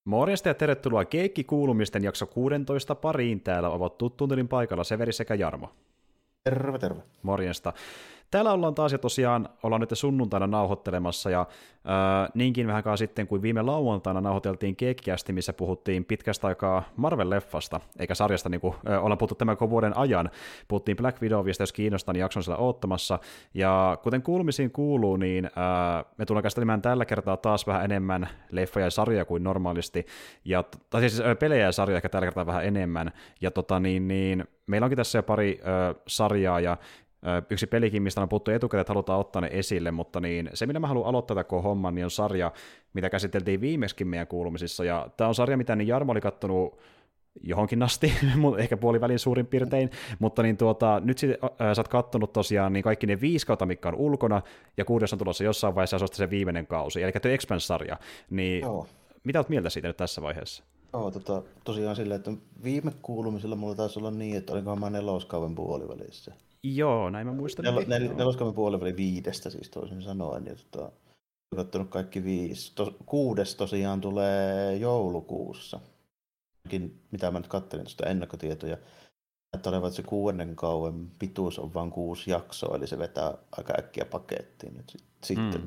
Morjesta ja tervetuloa Keikki-kuulumisten jakso 16 pariin. Täällä ovat tuttuuntelin paikalla Severi sekä Jarmo. Terve, terve. Morjesta. Täällä ollaan taas ja tosiaan ollaan nyt sunnuntaina nauhoittelemassa ja niinkin vähän sitten kuin viime lauantaina nauhoiteltiin Keikkiästi, missä puhuttiin pitkästä aikaa Marvel-leffasta, eikä sarjasta niin kuin ollaan puhuttu tämän koko vuoden ajan. Puhuttiin Black Widowista, jos kiinnostaa, niin jakson siellä oottamassa. Ja kuten kuulumisiin kuuluu, niin me tullaan käsittelemään tällä kertaa taas vähän enemmän leffoja ja sarjoja kuin normaalisti, tai siis pelejä ja sarjoja ehkä tällä kertaa vähän enemmän. Ja meillä onkin tässä jo pari sarjaa ja yksi pelikin, mistä on puhuttu etukäteen, että halutaan ottaa ne esille, mutta se, millä mä haluan aloittaa tätä homman, niin on sarja, mitä käsiteltiin viimeksikin meidän kuulumisissa, ja tämä on sarja, mitä niin Jarmo oli kattonut johonkin asti, ehkä puolivälin suurin piirtein, mutta nyt sä oot kattonut tosiaan niin kaikki ne 5 kautta, mitkä on ulkona, ja 6 on tulossa jossain vaiheessa se viimeinen kausi, eli The Expanse-sarja, niin joo. Mitä oot mieltä siitä nyt tässä vaiheessa? Joo, tosiaan silleen, että viime kuulumisella mulla taisi olla niin, että olinkohan mä 4. kauden puolivälissä. Joo, näin mä muistan. 4. kauden puoliväli 5 siis toisin sanoen, ja olen katsonut kaikki 5. 6 tosiaan tulee joulukuussa. Mitä mä nyt katselin tuosta ennakkotietoja, että olevat, että se 6. kauden pituus on vain 6 jaksoa, eli se vetää aika äkkiä pakettiin nyt sitten.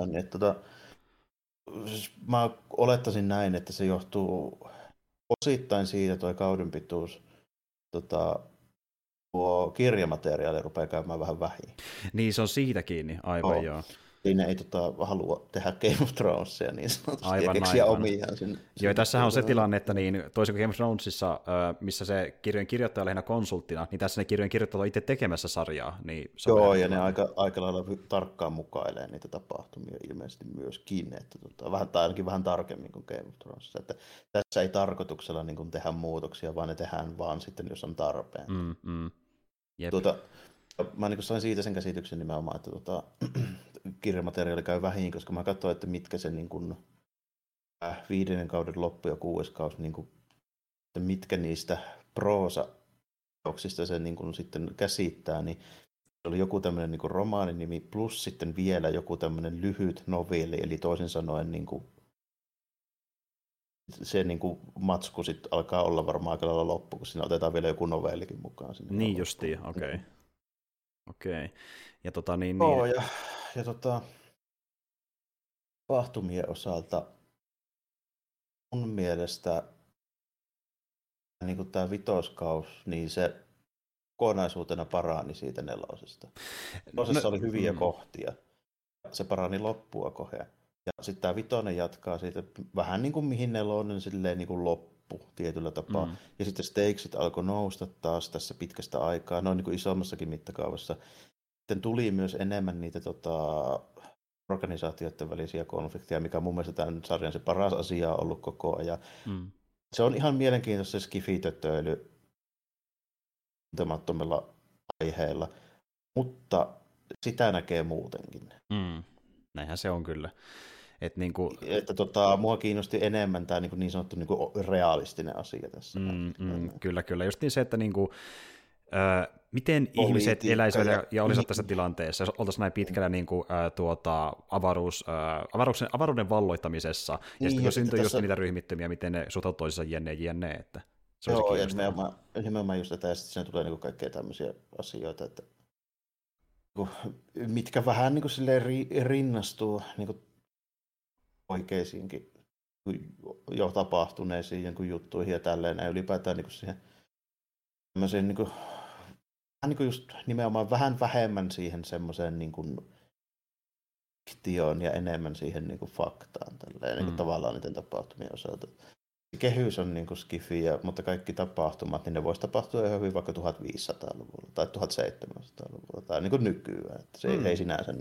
Siis mä olettaisin näin, että se johtuu osittain siitä tuo kauden pituus, tuo kirjamateriaali rupeaa käymään vähän vähin. Niin, se on siitä kiinni, aivan joo. Siinä ei halua tehdä Game of Thronesia niin sanotusti ja keksiä omiaan. Joo, tässähän on se tilanne, että toisin kuin Game of Thronesissa, missä se kirjojen kirjoittaja on lähinnä konsulttina, niin tässä ne kirjojen kirjoittajat on itse tekemässä sarjaa. Niin joo, ja ne aika lailla tarkkaan mukailee niitä tapahtumia ilmeisesti myöskin, että tai ainakin vähän tarkemmin kuin Game of Thronesissa. Että tässä ei tarkoituksella niin kuin tehdä muutoksia, vaan ne tehdään vaan sitten, jos on tarpeen. Mä sain siitä sen käsityksen nimenomaan, että kirjamateriaali käy vähin, koska mä katsoin, että mitkä se 5. kauden loppu ja 6. kausi, että mitkä niistä proosa-teoksista se sitten käsittää, niin se oli joku tämmöinen romaaninimi plus sitten vielä joku tämmöinen lyhyt novelli, eli toisin sanoen se matsku sitten alkaa olla varmaan aika lailla loppu, kun siinä otetaan vielä joku novellikin mukaan. Niin justiin, okei. Okei. Ja tapahtumien osalta mun mielestä tämä 5. kausi, niin se kokonaisuutena parani siitä 4. Tosessa oli hyviä kohtia. Se parani loppua kohden. Ja sitten tämä 5. jatkaa siitä vähän niin kuin mihin 4. silleen loppu tietyllä tapaa. Ja sitten stakesit alkoi nousta taas tässä pitkästä aikaa, noin isommassakin mittakaavassa. Sitten tuli myös enemmän niitä organisaatioiden välisiä konflikteja, mikä mun mielestä tämän sarjan se paras asia on ollut koko ajan. Se on ihan mielenkiintoista se skifitötöily tuntemattomilla aiheilla, mutta sitä näkee muutenkin. Näinhän se on kyllä. Mua kiinnosti enemmän tämä niin sanottu realistinen asia tässä. Kyllä. Just niin se, että miten ihmiset eläisivät ja olisivat tässä tilanteessa, jos oltaisiin näin pitkällä avaruuden valloittamisessa, ja sitten kun syntyy just niitä ryhmittymiä, miten ne suhtautuu toisiinsa jne. Että se joo, ja nimenomaan just tätä, ja sitten siinä tulee kaikkea tämmöisiä asioita, että mitkä vähän rinnastuu oikeisiinkin jo tapahtuneisiin jonkun juttuihin ja tälleen, ja ylipäätään siihen tämmöiseen just nimenomaan vähän vähemmän siihen semmoiseen fiktioon ja enemmän siihen faktaan tälleen, tavallaan niiden tapahtumien osalta. Kehys on skifiä, mutta kaikki tapahtumat, niin ne voisi tapahtua ihan hyvin vaikka 1500-luvulla tai 1700-luvulla tai nykyään. Että se ei sinänsä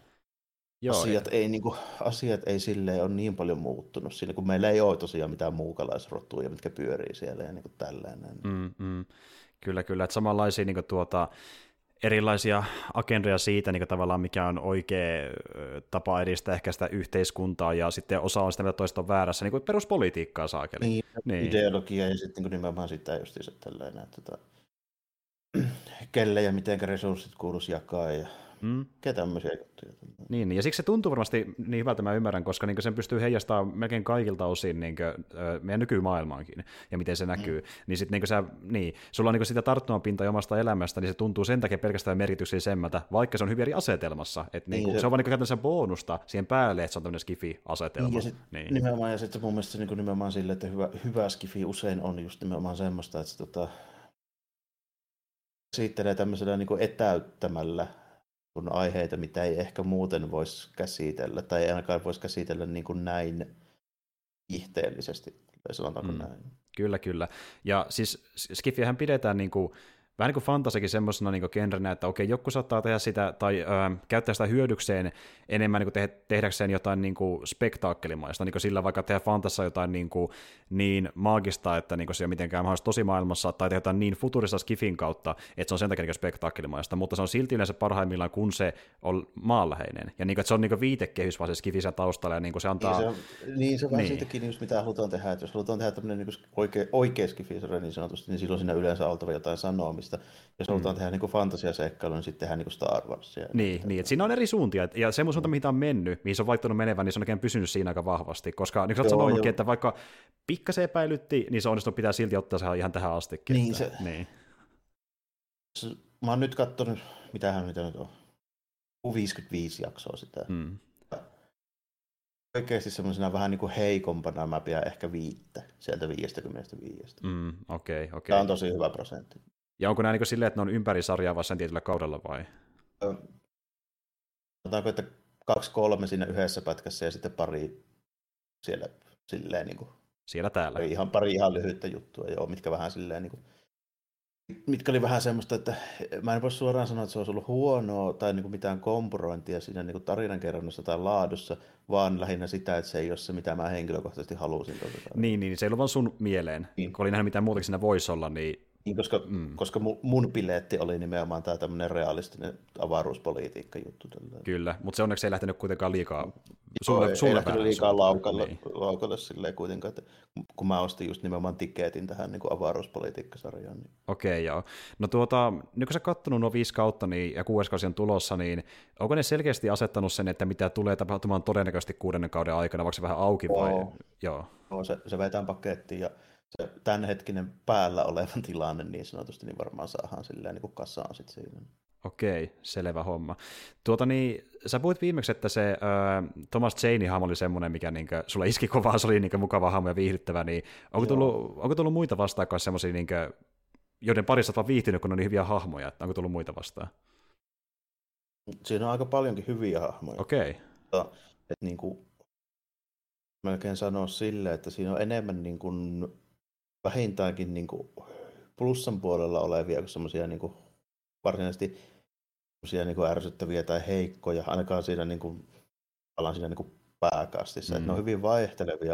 asiat ei silleen ole niin paljon muuttunut siinä, kun meillä ei ole tosiaan mitään muukalaisrotuja, mitkä pyörii siellä ja tällainen. Kyllä, että samanlaisia erilaisia agendoja siitä, tavallaan mikä on oikea tapa edistää ehkä sitä yhteiskuntaa, ja sitten osa on sitä, mitä toista on väärässä, peruspolitiikkaa saakeli. Niin. Ideologia ja sitten nimenomaan sitä justiinsa tällainen, että kelle ja miten resurssit kuuluisi jakaa ja Mikä tämmöisiä juttuja. Niin, ja siksi se tuntuu varmasti niin hyvältä, mä ymmärrän, koska niin sen pystyy heijastamaan melkein kaikilta osin niin meidän nykymaailmaankin, ja miten se näkyy. Niin sitten sulla on sitä tarttumapintaa omasta elämästä, niin se tuntuu sen takia pelkästään merkityksellisemmältä, vaikka se on hyvin eri asetelmassa. Että se on vaan käytännössä bonusta siihen päälle, että se on tämmöinen skifi-asetelma. Nimenomaan, ja sitten mun mielestä se nimenomaan sille, että hyvä skifi usein on just nimenomaan semmoista, että se käsittelee tämmöisellä etäyttämällä kun aiheita, mitä ei ehkä muuten voisi käsitellä, tai ei ainakaan voisi käsitellä näin ihteellisesti, sanotaanko näin. Kyllä. Ja siis skifiähän pidetään vähän niin kuin fantasiakin semmoisena genrenä, että okei, joku saattaa tehdä sitä tai käyttää sitä hyödykseen enemmän tehdäkseen jotain spektaakkelimaista, sillä vaikka tehdä fantassa jotain niin maagista, että se ei ole mitenkään mahdollista tosimaailmassa, tai tehdä jotain niin futurista skifin kautta, että se on sen takia spektaakkelimaista, mutta se on silti yleensä parhaimmillaan, kun se on maanläheinen. Ja että se on viitekehys vaan se skifi siellä taustalla, ja se antaa... Se on vähän siitäkin, just mitä halutaan tehdä, että jos halutaan tehdä tämmöinen oikea skifisarja niin sanotusti, niin silloin siinä yleensä oltava jotain sanomista. Jos halutaan tehdä fantasiaseikkailua, niin sitten tehdään Star Warsia. Niin, että siinä on eri suuntia. Ja semmoinen suunta, mihin tämä on mennyt, mihin se on vaihtunut menevän, niin se on oikein pysynyt siinä aika vahvasti. Koska niin kuin olet sanonutkin, että vaikka pikkasen epäilytti, niin se onnistunut pitää silti ottaa se ihan tähän astikin. Niin. Mä oon nyt katsonut, mitä nyt on, 55 jaksoa sitä. Oikeasti semmoisena vähän heikompana mä pidän ehkä 5 sieltä 55. Okei. Tämä on tosi hyvä prosentti. Ja onko nämä silleen, että ne on ympäri sarjaa vaan sen tietyllä kaudella vai? Sanotaanko, että 2-3 siinä yhdessä pätkässä ja sitten pari siellä silleen siellä täällä. Pari ihan lyhyttä juttua, mitkä vähän silleen mitkä oli vähän semmoista, että mä en voi suoraan sanoa, että se olisi ollut huonoa tai mitään kompurointia siinä tarinankerronnassa tai laadussa, vaan lähinnä sitä, että se ei ole se, mitä mä henkilökohtaisesti halusin. Niin, se ei ollut vaan sun mieleen. Kun oli nähnyt mitään muutakin siinä voisi olla, niin... Koska mun bileetti oli nimenomaan tämä tämmöinen realistinen avaruuspolitiikka juttu. Kyllä, mutta se onneksi ei lähtenyt kuitenkaan liikaa ei lähtenyt liikaa laukalle silleen kuitenkaan, että kun mä ostin just nimenomaan tiketin tähän avaruuspolitiikkasarjaan. Niin. Okei, joo. No nyt kun sä katsonut nuo 5 kautta niin, ja 6 kausi on tulossa, niin onko ne selkeästi asettanut sen, että mitä tulee tapahtumaan todennäköisesti 6. kauden aikana, vaikka se vähän auki vai? Joo. Se vetään pakettiin ja se tämänhetkinen päällä oleva tilanne niin sanotusti, niin varmaan saadaan silleen kasaan sitten siinä. Okei, selvä homma. Sä puhuit viimeksi, että se Thomas Jane hahmo oli semmoinen, mikä sulla iski kovaa, se oli mukava hahmo ja viihdyttävä, niin onko tullut muita vastaan kuin semmoisia, joiden parissa olet vaan viihtynyt, kun ne on niin hyviä hahmoja, että onko tullut muita vastaan? Siinä on aika paljonkin hyviä hahmoja. Okei. Että melkein sanoa silleen, että siinä on enemmän vähintäänkin plussan puolella olevia kuin semmoisia varsinaisesti ärsyttäviä tai heikkoja, ainakaan siinä siinä pääkastissa. Että ne on hyvin vaihtelevia.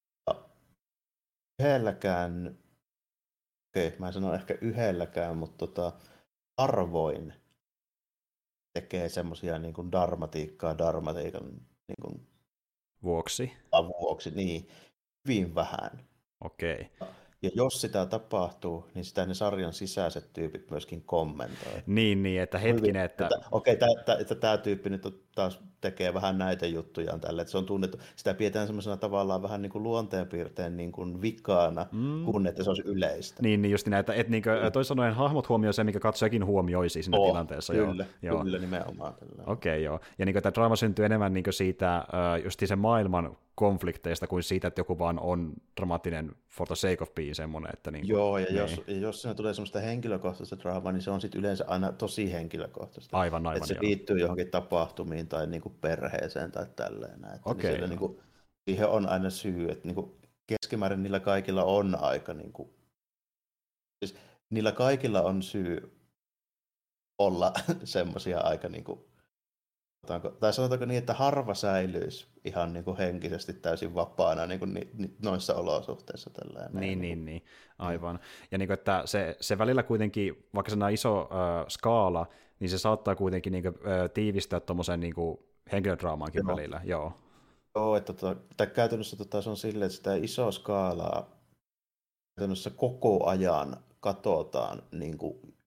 Yhdelläkään, mä en sano ehkä yhdelläkään, mutta harvoin tekee semmoisia dramatiikan vuoksi, niin hyvin vähän. Okei. Ja jos sitä tapahtuu, niin sitä ne sarjan sisäiset tyypit myöskin kommentoi. Niin, että hetkinen, että... Okei, tämä tyyppi nyt taas tekee vähän näitä juttujaan tälle, että se on tunnettu. Sitä pidetään semmoisena tavallaan vähän luonteenpiirteen vikaana, kun että se olisi yleistä. Niin just näitä, että toisin sanoen hahmot huomioi se, mikä katsojakin huomioisi siinä tilanteessa. Kyllä, nimenomaan. Okei, joo. Ja tämä draama syntyy enemmän siitä just sen maailman konflikteista kuin siitä, että joku vaan on dramaattinen for the sake of being semmoinen. Että joo, ja jos siinä tulee semmoista henkilökohtaista draamaa, niin se on sitten yleensä aina tosi henkilökohtaista. Aivan. Että se liittyy johonkin tapahtumiin tai perheeseen tai tälleen. Okei. Siihen on aina syy, että keskimäärin niillä kaikilla on aika, siis niillä kaikilla on syy olla semmoisia aika tai sanotaanko niin, että harva säilyisi ihan henkisesti täysin vapaana noissa olosuhteissa. Niin, aivan. Ja että se välillä kuitenkin, vaikka se on iso skaala, niin se saattaa kuitenkin tiivistää tuommoisen henkilödraamaankin välillä. Joo, että käytännössä se on silleen, että sitä isoa skaalaa käytännössä koko ajan katsotaan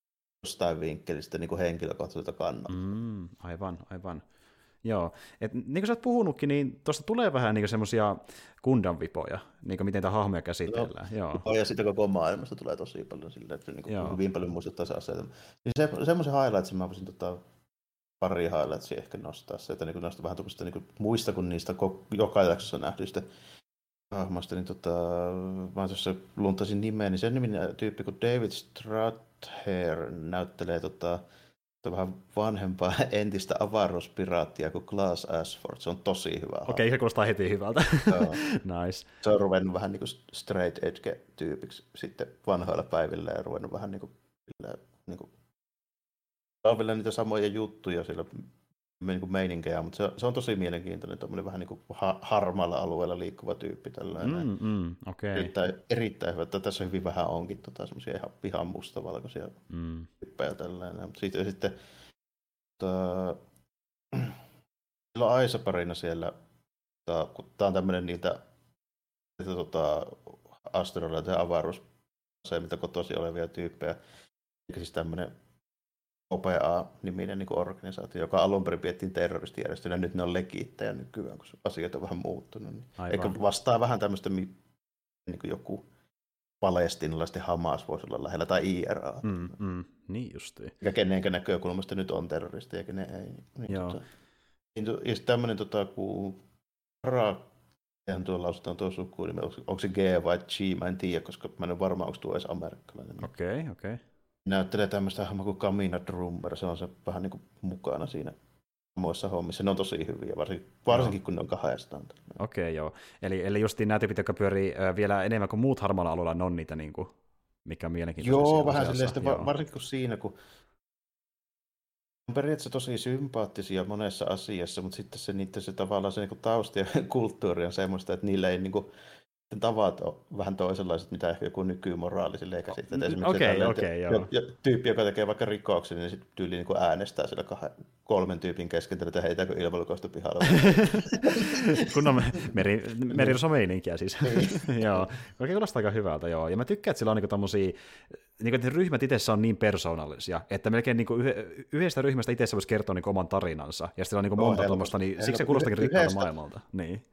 jostain vinkkelistä niin kuin henkilökohtaiselta kannalta. Aivan. Joo, et niin kuin sä oot puhunutkin, niin tuosta tulee vähän niin semmoisia Gundam-vipoja, niin kuin miten tämä hahmoja käsitellään. Joo. Ja sitä koko maailmasta tulee tosi paljon silleen, että niin hyvin paljon muistuttaa se asia. Niin semmoisen highlightsin mä voisin pari highlightsia ehkä nostaa. Se, että niin nostaa vähän tuollaista niin muista kuin niistä joka jaksossa nähdyistä hahmoista. Niin mä tuossa luntasin nimeä, niin sen niminen tyyppi kuin David Strathair näyttelee vähän vanhempaa entistä avaruuspiraattia kuin Glass Ashford. Se on tosi hyvä. Okei, se kuulostaa heti hyvältä. Nice. Se on ruvennut vähän niin kuin straight edge-tyypiksi sitten vanhoilla päivillä ja ruvennut vähän niin kuin on vielä niitä samoja juttuja siellä niin kuin meininkejä, mutta se on tosi mielenkiintoinen, tuommoinen vähän niin kuin harmaalla alueella liikkuva tyyppi tällainen. Okay. Erittäin hyvä, että tässä hyvin vähän onkin semmoisia ihan mustavalkoisia tyyppejä tällainen. Mutta sitten sillä on Aisa-parina siellä, tämä on tämmöinen niiltä asteroideilta ja avaruusasemilta kotoisin olevia tyyppejä, eli siis tämmöinen OPA-niminen niin organisaatio, joka alun perin piettiin terroristijärjestönä, nyt ne on legiittejä nykyään, kun asiat on vähän muuttunut. Niin eikä vastaa vähän tämmöistä, niin kuin joku palestiinalaisten Hamas voisi olla lähellä, tai IRA. Niin justiin. Ja kenenkä näkökulmasta nyt on terroristeja, ja kenen ei. Ja sitten tämmöinen, kun eihän tuo lausutaan tuo sukunimi, onko se G vai G, mä en tiedä, koska mä en ole varma, onko tuo edes amerikkalainen. Okei. Näyttelee tämmöistä hahmoa kuin Kamina Drummer, se on se vähän niin kuin mukana siinä muissa hommissa. Ne on tosi hyviä, varsinkin kun ne on kahdestaan. Okei, joo. Eli justiin nämä tyypit, jotka pyörii vielä enemmän kuin muut harmaalla alueella, ne on niitä, niin kuin, mikä on mielenkiintoisia. Joo, vähän silleen, varsinkin kuin siinä, kun on periaatteessa tosi sympaattisia monessa asiassa, mutta sitten se tavallaan se niin tausta ja kulttuuri on semmoista, että niillä ei niin kuin, tavat on vähän toisenlaiset, mitä ehkä joku nykymoraali silleen käsittää. Esimerkiksi tyyppi, joka tekee vaikka rikoksen, niin sitten tyyli niin äänestää sillä 3 tyypin kesken, että heitääkö ilmailukoista pihalla. Kunnon merirosomeininkiä siis. Joo, oikein kuulostaa aika hyvältä, joo. Ja mä tykkään, että sillä on niinku tommosia, niinku, että ryhmät itsessä on niin persoonallisia, että melkein niinku yhdestä ryhmästä itsessä voisi kertoa niinku oman tarinansa. Ja sitten on niinku monta tuommoista, niin siksi se kuulostakin rikkaalta maailmalta. Niin.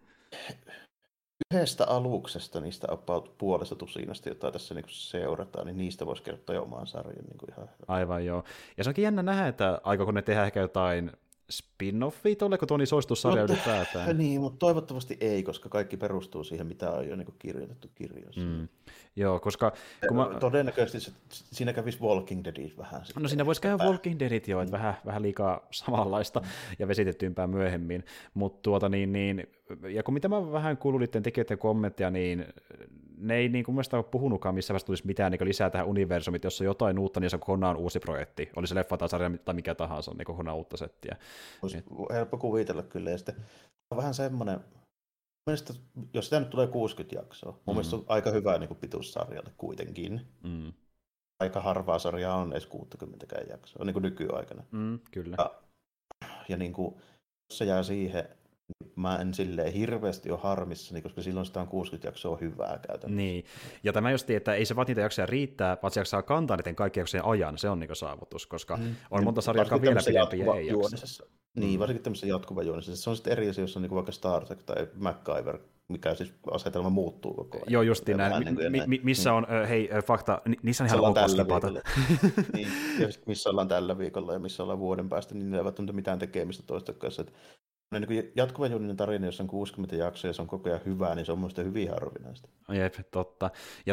Yhdestä aluksesta, niistä about puolesta tusinasta, jota tässä niin seurataan, niin niistä voisi kertoa jo omaan sarjan. Niin ihan. Aivan joo. Ja se onkin jännä nähdä, että aikooko ne tehdä ehkä jotain spin-offia tuolle, kun tuo niin suositussarja ylipäätään. Niin, mutta toivottavasti ei, koska kaikki perustuu siihen, mitä on jo niin kirjoitettu kirjoissa. Joo, koska... Todennäköisesti siinä kävisi Walking Deadit vähän. No siinä voisi käydä Walking Deadit jo, että vähän liikaa samanlaista ja vesitettyympää myöhemmin. Mutta ja kun mitä mä vähän kuulun niiden tekijöiden kommentteja, niin ne ei niin kuin mielestäni ole puhunutkaan missä vaiheessa tulisi mitään niin lisää tähän universumit, jos on jotain uutta, niin se on kokonaan uusi projekti. Oli se leffa tai sarja tai mikä tahansa, on niin kokonaan uutta settiä. Olisi helppo kuvitella kyllä. Ja sitten on vähän semmoinen, mielestäni, jos sitä nyt tulee 60 jaksoa, mun mielestä on aika hyvä niin pituussarjalle kuitenkin. Aika harvaa sarjaa on edes 60 jaksoa, niin kuin nykyaikana. Kyllä. Ja niin kuin, jos se jää siihen, niin mä en silleen hirveästi ole harmissani, koska silloin sitä on 60 jaksoa hyvää käytännössä. Niin, ja tämä just, että ei se vaan niitä jaksoja riittää, vaan se jaksaa kantaa niiden kaikkien jaksojen ajan, se on niin saavutus, koska on monta sarjaa, joka on vielä pidempi ja ei jaksa. Niin, varsinkin tämmöisessä jatkuvajuonisessa. Se on sitten eri asia, jos on niin vaikka Star Trek tai MacGyver, mikä siis asetelma muuttuu koko ajan. Joo, justiin näin. Missä on, fakta, niissä on ihan ok skipata. Niin, ja missä ollaan tällä viikolla ja missä ollaan vuoden päästä, niin ne eivät tunne mitään tekemistä toista kanssa. Niin jatkuvajuoninen tarina, jossa on 60 jaksoa ja se on koko ajan hyvää, niin se on mielestäni hyvin harvinaista. Jep, totta. Ja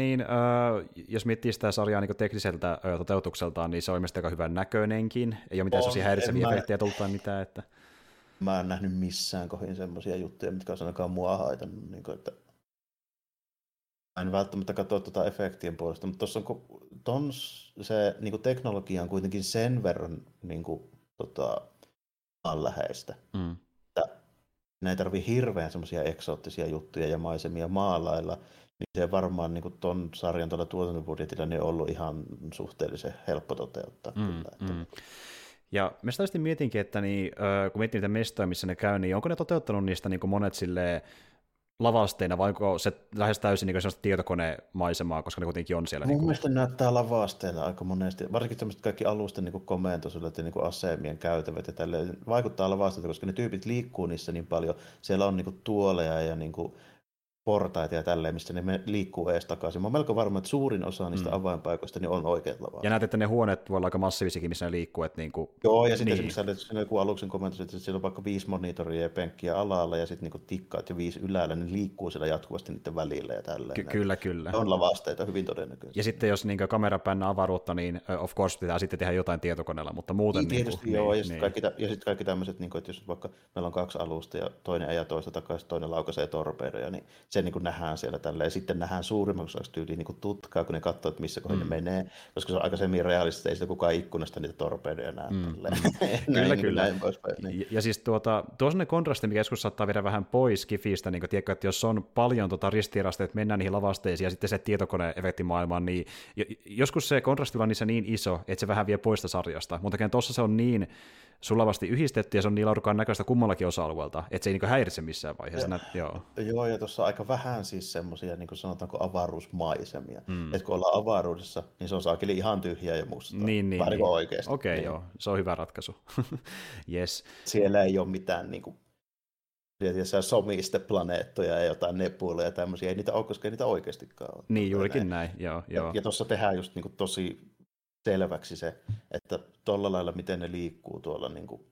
jos miettii sitä sarjaa niin tekniseltä toteutukseltaan, niin se on ilmeisesti aika hyvän näköinenkin. Ei ole mitään sellaisia häiritseviä efektejä tullut tai mitään. Että... Mä en nähnyt missään kohin semmoisia juttuja, mitkä olisi ainakaan mua haitannut. Niin kuin, että... Mä en välttämättä katso tuota efektien puolesta, mutta tuossa se niin teknologia on kuitenkin sen verran niin kuin, läheistä. Ne ei tarvitse hirveän semmoisia eksoottisia juttuja ja maisemia maalailla, niin se varmaan niin ton sarjan tuolla tuotantobudjetilla niin on ollut ihan suhteellisen helppo toteuttaa. Ja mä sitä mietinkin, että kun miettii niitä mestoja, missä ne käy, niin onko ne toteuttanut niistä niin monet silleen lavasteina, vai onko se lähes täysin niin sellaista tietokonemaisemaa, koska ne kuitenkin on siellä? Mun mielestä näyttää lavasteilla aika monesti, varsinkin tämmöiset kaikki alusten niin komentosuudet ja niin asemien käytävät ja tälleen, vaikuttaa lavasteilta, koska ne tyypit liikkuu niissä niin paljon, siellä on niin tuoleja ja niin portaita ja tälleen, mistä ne liikkuu ees takaisin. Mä oon melko varma, että suurin osa niistä avainpaikoista niin on oikeat lavasteet. Ja näet, että ne huoneet voi olla aika massiivisikin, missä ne liikkuu. Että niinku... Joo, ja sitten esimerkiksi joku aluksen komentos, että siellä on vaikka 5 monitoria ja penkkiä alalla ja sitten niinku tikkaat ja 5 ylällä, niin liikkuu siellä jatkuvasti niiden välillä ja tälleen. Kyllä. On lavasteita hyvin todennäköisesti. Ja sitten jos niinku kamera pännää avaruutta, niin of course pitää sitten tehdä jotain tietokoneella, mutta muuten... Niin, tietysti joo, ja sitten kaikki tämmöiset, niin että jos vaikka meillä on 2 alusta ja toinen ajaa toista takaisin, toinen laukaisee torpedoja, niin se niin nähdään siellä tällä ja sitten nähdään suurimmaksi osaksi tyyliin niin tutkaa, kun ne katsoo, että missä kohdassa ne menee, koska se on aika semi-realistista, ei sitä kukaan ikkunasta niitä torpedoja näe. Kyllä. Ja siis tuossa kontrasti, mikä joskus saattaa viedä vähän pois Skifistä, niin tiedätkö, että jos on paljon ristirasta, että mennään niihin lavasteisiin ja sitten se tietokone-efektimaailmaan, niin joskus se kontrasti on niissä niin iso, että se vähän vie poista sarjasta, mutta tuossa se on niin sulavasti yhdistetty ja se on niin laadukkaan näköistä kummallakin osa-alueelta, että se ei häiritse missään vaiheessa. Joo, ja tuossa aika vähän siis semmoisia, niin kuin sanotaanko, avaruusmaisemia. Että kun ollaan avaruudessa, niin se on saakeli ihan tyhjää ja mustaa. Niin. Oikeasti. Okei, joo, se on hyvä ratkaisu. Yes. Siellä ei ole mitään niin kuin, somiste planeettoja ja jotain nepuleja ja tämmöisiä. Ei niitä ole, koska ei niitä oikeastikaan ole. Niin, juurikin näin. Joo. Ja tuossa tehdään just niin kuin tosi selväksi se, että tuolla lailla, miten ne liikkuu tuolla niin kuin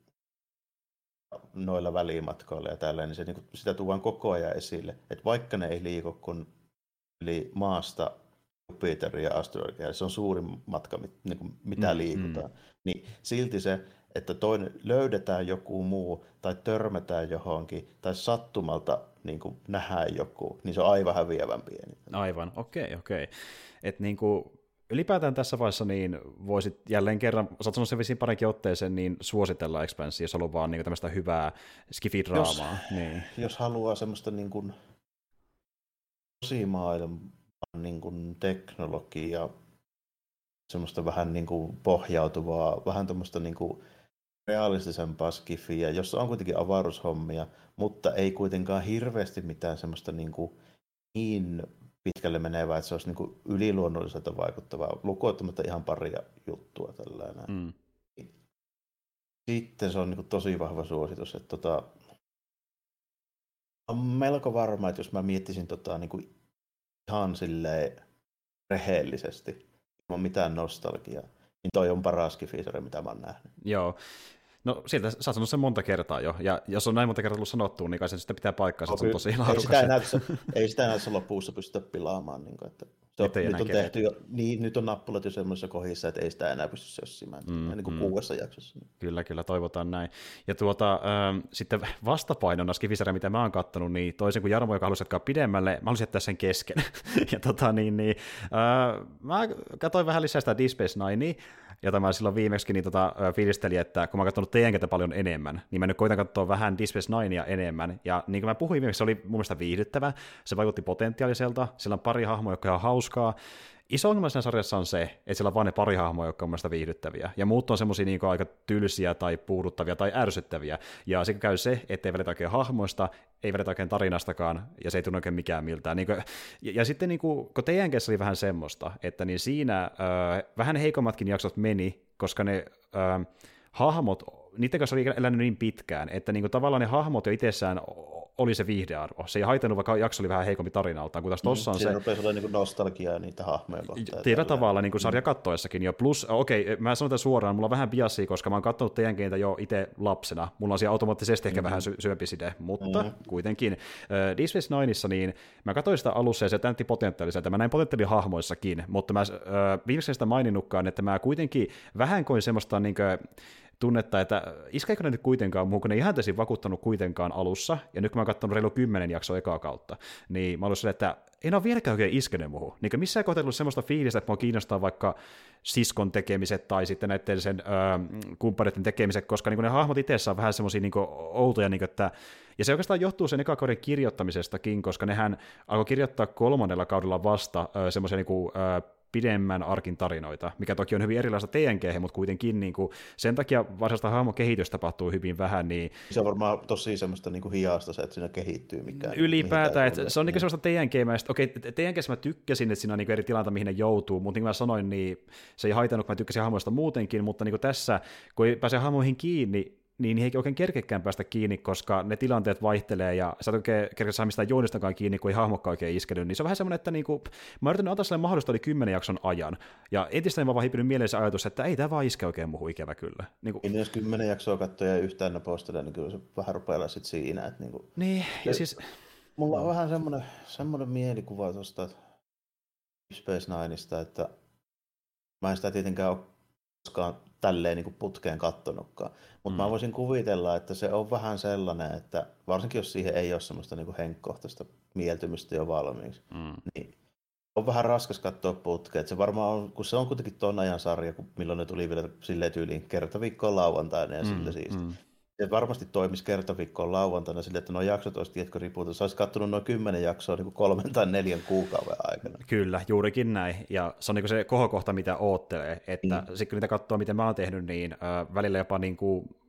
noilla välimatkoilla ja tällä, niin se, niin kuin, sitä tuodaan koko ajan esille, että vaikka ne ei liiku kun yli maasta Jupiteria ja asteroidia, se on suurin matka, niin kuin, mitä liikutaan, niin silti se, että toinen löydetään joku muu tai törmätään johonkin tai sattumalta niin kuin nähdään joku, niin se on aivan häviävän pieni. Aivan, okei. Että niin kuin ylipäätään tässä vaiheessa niin voisit jälleen kerran, sä oot sanonut sen vissiin parinkin otteeseen, niin suositella Expansia, jos haluaa vaan niin tämmöistä hyvää skifi-draamaa. Jos haluaa semmoista niin kuin tosimaailman niin kuin teknologiaa, semmoista vähän niin kuin pohjautuvaa, vähän tämmöistä niin kuin realistisempaa skifiä, jossa on kuitenkin avaruushommia, mutta ei kuitenkaan hirveästi mitään semmoista niin pitkälle menevää, että se olisi niin kuin yliluonnolliselta vaikuttavaa, lukuottamatta ihan paria juttua tällainen. Sitten se on niin kuin tosi vahva suositus, että on melko varma, että jos mä miettisin niin kuin ihan silleen rehellisesti, ilman mitään nostalgiaa, niin toi on paras skifi-sarja, mitä mä oon nähnyt. Joo. No siltä sä oot sanonut sen monta kertaa jo, ja jos on näin monta kertaa tullut sanottua, niin kai se sitä pitää paikkaa, se on tosi laadukas. Ei sitä enää lopussa pystytä pilaamaan. Niin kuin, että nyt on tehty jo, nyt on nappulat jo semmoisessa kohdissa, että ei sitä enää pysty sössimään, niin kuin 6 jaksossa. Kyllä, toivotaan näin. Ja sitten vastapainona skifisarja, mitä mä oon kattonut, niin toisin kuin Jarmo, joka halusi jatkaa pidemmälle, mä halusin jättää sen kesken. Mä katsoin vähän lisää sitä Deep Space Ninea, jota mä silloin viimeksi niin fiilistelin, että kun mä oon katsonut TNG:tä paljon enemmän, niin mä nyt koitan katsoa vähän Deep Space Ninea enemmän, ja niin kuin mä puhuin viimeksi, se oli mun mielestä viihdyttävä, se vaikutti potentiaaliselta, siellä on pari hahmoa, jotka on ihan hauskaa. Iso ongelma siinä sarjassa on se, että siellä on vain ne pari hahmoa, jotka on mielestäni viihdyttäviä, ja muut on semmosia niin aika tylsiä tai puuduttavia tai ärsyttäviä, ja sitten käy se, ettei välitä oikein hahmoista, ei välitä oikein tarinastakaan, ja se ei tunnu oikein mikään miltään. Ja sitten kun TNG:ssä oli vähän semmoista, että niin siinä vähän heikommatkin jaksot meni, koska ne hahmot, niiden kanssa oli elänyt niin pitkään, että tavallaan ne hahmot jo itsessään oli se viihdearvo. Se ei haitannut, vaikka jakso oli vähän heikompi tarinaltaan, kun taas tossa on se... Siinä rupesi olla nostalgiaa niitä hahmoja kohtaan. Tietyllä tavalla niin kuin sarja kattoessakin jo. Plus, mä sanon tämän suoraan, mulla on vähän biasia, koska mä oon katsonut TNG:tä jo itse lapsena. Mulla on siellä automaattisesti ehkä vähän syvempi side, mutta kuitenkin. Deep Space Nineissa, niin mä katsoin sitä alussa ja se näytti potentiaaliselta. Mä näin potentiaalin hahmoissakin, mutta mä viimeksi sitä maininnutkaan, että mä kuitenkin vähän koin semmoista tunnetta, että iskeekö ne nyt kuitenkaan muuhun, kun ne ei ihan täysin vakuuttanut kuitenkaan alussa, ja nyt kun mä oon katsonut reilu 10 jaksoa ekaa kautta, niin mä olin sille, että en ole vieläkään oikein iskenyt muuhun. Niin missään kohtaa tullut semmoista fiilistä, että mua kiinnostaa vaikka siskon tekemiset tai sitten näiden sen kumppaneiden tekemiset, koska ne hahmot itsessään on vähän semmoisia outoja, että ja se oikeastaan johtuu sen eka kauden kirjoittamisestakin, koska nehän alkoi kirjoittaa 3. kaudella vasta semmoisia pidemmän arkin tarinoita, mikä toki on hyvin erilaista TNG, mutta kuitenkin niin kuin, sen takia varsinaista hahmon kehitys tapahtuu hyvin vähän. Niin se on varmaan tosi semmoista niin kuin hiasta se, että siinä kehittyy mikään. Ylipäätään, että se on niin semmoista TNG-mäistä. Okei, TNG:ssä mä tykkäsin, että siinä on niin eri tilanteita, mihin ne joutuu, mutta niin kuin mä sanoin, niin se ei haitannut, kun mä tykkäsin hahmoista muutenkin, mutta niin kuin tässä, kun ei pääse hahmoihin kiinni, niin ei oikein kerkekään päästä kiinni, koska ne tilanteet vaihtelee, ja sä et oikein kerkeä saa mistään joonistakaan kiinni, kun ei hahmokkaan oikein iskenyt, niin se on vähän semmoinen, että niinku, mä yritän antaa sille mahdollista oli 10 jakson ajan, ja entistä ei vaan hiipinyt mieleen se ajatus, että ei tämä vaan iske oikein muuhun, ikävä kyllä. Niinku, niin jos 10 jaksoa katsoa ja yhtään napostella, niin kyllä se vähän rupeaa sitten siinä. Että niinku, niin, ja siis... Mulla on vähän semmoinen mielikuva tuosta Space Nineista, että mä en sitä tietenkään ole koskaan tälleen niin kuin putkeen kattonutkaan. Mutta mä voisin kuvitella, että se on vähän sellainen, että varsinkin jos siihen ei ole semmoista niin kuin henkkohtaista mieltymystä jo valmiiksi, niin on vähän raskas katsoa putkeen. Se varmaan on, kun se on kuitenkin ton ajan sarja, milloin ne tuli vielä silleen tyyliin kertaviikkoon lauantaina ja sille siisti. Se varmasti toimisi kertaviikkoon lauantaina sille, että nuo jaksot olisi tietkö ripuutu. Sä olisit kattonut noin 10 jaksoa niin kuin 3 tai 4 kuukauden aikana. Kyllä, juurikin näin. Ja se on niin kuin se kohokohta, mitä oottelee. Että sitten kun niitä katsoo, miten mä oon tehnyt, niin välillä jopa niin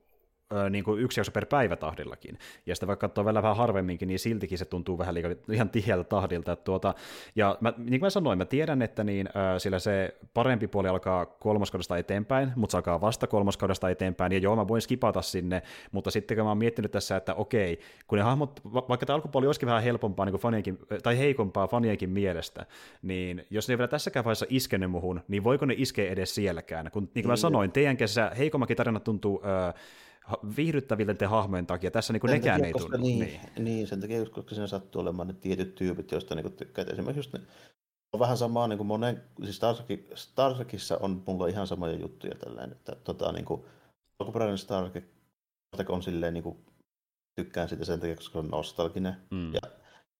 kuin 1 jakso per päivä tahdillakin. Ja sitten vaikka katsoo vähän harvemminkin, niin siltikin se tuntuu vähän ihan tiheältä tahdilta. Ja niin kuin mä sanoin, mä tiedän, että sillä se parempi puoli alkaa 3. kaudesta eteenpäin, mutta se alkaa vasta 3. kaudesta eteenpäin, ja joo, mä voin skipata sinne, mutta sitten kun mä oon miettinyt tässä, että okei, kun ne hahmot, vaikka tämä alkupuoli olisikin vähän helpompaa niin kuin fanienkin, tai heikompaa fanienkin mielestä, niin jos ne ei vielä tässäkään vaiheessa iskenyt muhun, niin voiko ne iskeä edes sielläkään? Kun niin kuin mä sanoin, TNG:ssä heikommakin tarinat tuntuu viihdyttäviltä hahmojen takia. Tässä niin nekään ei tunnu. Niin, sen takia, koska siinä sattuu olemaan ne tietyt tyypit, joista niin tykkäät. Esimerkiksi just ne on vähän samaa, niin kuin siis Star Trekissa on mulla ihan samoja juttuja tällainen, että niin kuin, alkuperäinen Star Trek on silleen, niin kuin, tykkään sitä sen takia, koska se on nostalginen. Ja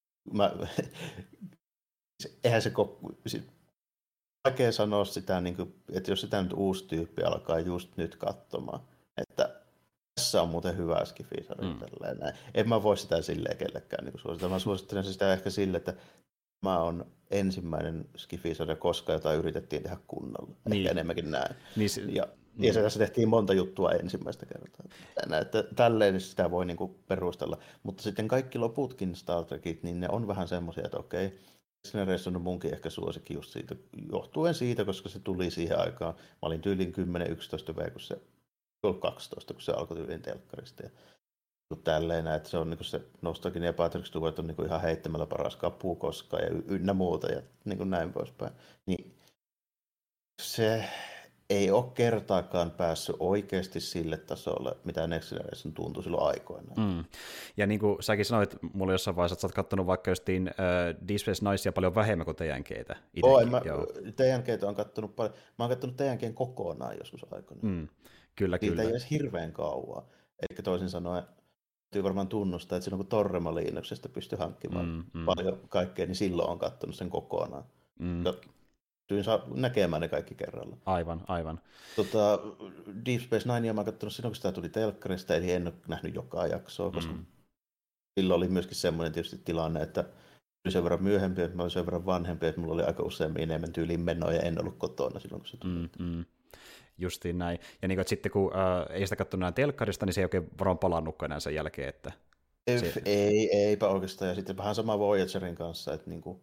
eihän se vaikea sanoa sitä, niin kuin, että jos sitä nyt uusi tyyppi alkaa just nyt katsomaan, että tässä on muuten hyvä skifisarja. En mä voi sitä silleen kellekään niin suositella. Mä suosittelen sitä ehkä sille, että mä on ensimmäinen skifisarja koskaan, jota yritettiin tehdä kunnolla. Ehkä enemmänkin näin. Ja se tässä tehtiin monta juttua ensimmäistä kertaa. Että tälleen sitä voi niin kuin perustella. Mutta sitten kaikki loputkin Star Trekit, niin ne on vähän semmoisia, että okei, Generation on munkin ehkä suosikki just siitä, johtuen siitä, koska se tuli siihen aikaan. Mä olin tyylin 10-11 V, kun se 12, kun se alkoi tyyliin telkkarista. Ja tälleen, että se on niin se nostalginen ja Patrick Stewart on niin ihan heittämällä paras kapuu koskaan ja ynnä muuta ja niin näin poispäin. Niin se ei ole kertaakaan päässyt oikeasti sille tasolle, mitä Next Generation tuntui silloin aikoinaan. Ja niin kuin säkin sanoit mulle jossain vaiheessa, että sä oot kattonut vaikka justiin Deep Space Nicea paljon vähemmän kuin TNG:tä. TNG:tä on kattonut paljon. Mä oon kattonut TNG:n kokonaan joskus aikoinaan. Kyllä. Niitä ei edes hirveän kauan. Eli toisin sanoen, täytyy varmaan tunnustaa, että silloin kun Torrema Linuxista pystyi hankkimaan paljon kaikkea, niin silloin on katsonut sen kokonaan. Saa näkemään ne kaikki kerralla. Aivan. Deep Space Ninea mä oon katsonut silloin, kun sitä tuli telkkarista, eli en ole nähnyt joka jaksoa, koska silloin oli myöskin semmoinen tietysti tilanne, että oli sen verran myöhempi, että mä olin sen verran vanhempi, että mulla oli aika useammin enemmän tyyliin menoa ja en ollut kotona silloin, kun se tuli. Justiin näin. Ja niin kuin, että sitten kun ei sitä katsonut enää telkkarista, niin se ei oikein varmaan palannutkaan enää sen jälkeen. Että eipä oikeastaan. Ja sitten vähän sama Voyagerin kanssa, että niinku,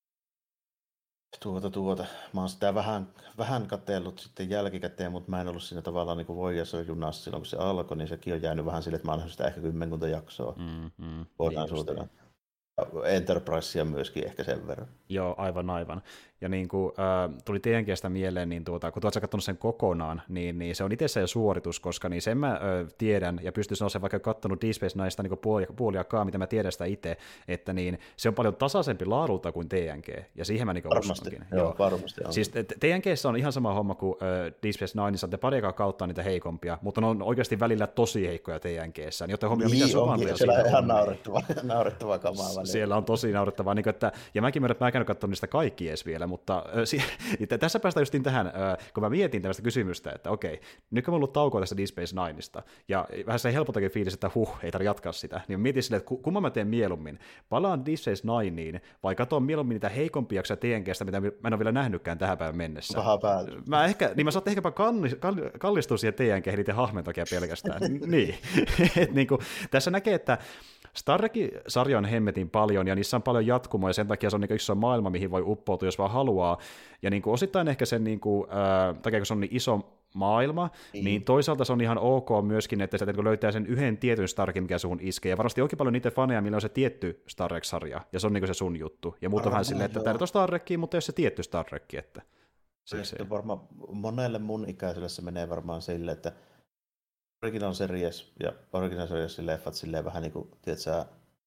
mä oon sitä vähän katsellut sitten jälkikäteen, mutta mä en ollut siinä tavallaan niin kuin Voyagerin junassa silloin, kun se alkoi, niin sekin on jäänyt vähän sille, että mä oon nähnyt sitä ehkä 10 jaksoa kokonaisuutena. Enterprisea myöskin ehkä sen verran. Joo, aivan. Ja niin kuin tuli TNG:stä mieleen, niin kun olet katsonut sen kokonaan, niin se on itse jo suoritus, koska niin sen mä tiedän, ja pystyn sanoa sen vaikka katsonut Deep Space Ninesta niin puoliakaan, mitä mä tiedän sitä itse, että niin se on paljon tasaisempi laadulta kuin TNG, ja siihen mä niin uskonkin. Varmasti on. Siis TNG:ssä on ihan sama homma kuin Deep Space Nineissa, että pari kautta on niitä heikompia, mutta ne on oikeasti välillä tosi heikkoja TNG:ssä, niin jotta huomioon, mitä se on. Se on ihan naurettavaa kamaa välillä. siellä on tosi naurettavaa. Niin kuin, että, ja mäkin myönnän, että mä en käynyt katsomaan niistä kaikki edes vielä, mutta tässä päästään justiin tähän, kun mä mietin tällaista kysymystä, että okei, nyt kun mä oon ollut taukoa tästä Deep Space Nineista, ja vähän se helpotakin fiilis, että ei tarvitse jatkaa sitä, niin mä mietin silleen, että kumman mä teen mieluummin. Palaan Deep Space Nineen, vai katoan mieluummin niitä heikompia jaksoja TNG:stä, mitä mä en ole vielä nähnytkään tähän päivän mennessä. Mä saatte ehkäpä kallistua siihen TNG:hen niiden hahmen takia pelkästään. Niin. Niin kuin, tässä näkee, että Star Trek-sarja on hemmetin paljon, ja niissä on paljon jatkumoa, ja sen takia se on niin iso maailma, mihin voi uppoutua, jos vaan haluaa. Ja niin kuin osittain ehkä sen, niin kuin, takia kun se on niin iso maailma, niin toisaalta se on ihan ok myöskin, että sä löytää sen yhden tietyn Star Trekin, mikä suhun iskee. Ja varmasti onkin paljon niitä faneja, millä on se tietty Star Trek-sarja, ja se on niin se sun juttu. Ja muut on vähän silleen, että tämä on Star Trek, mutta ei ole se tietty Star Trek, että varmaan monelle mun ikäiselle se menee varmaan silleen, että Original Series ja Original Seriesin leffat silleen vähän niin kuin, tiedätkö,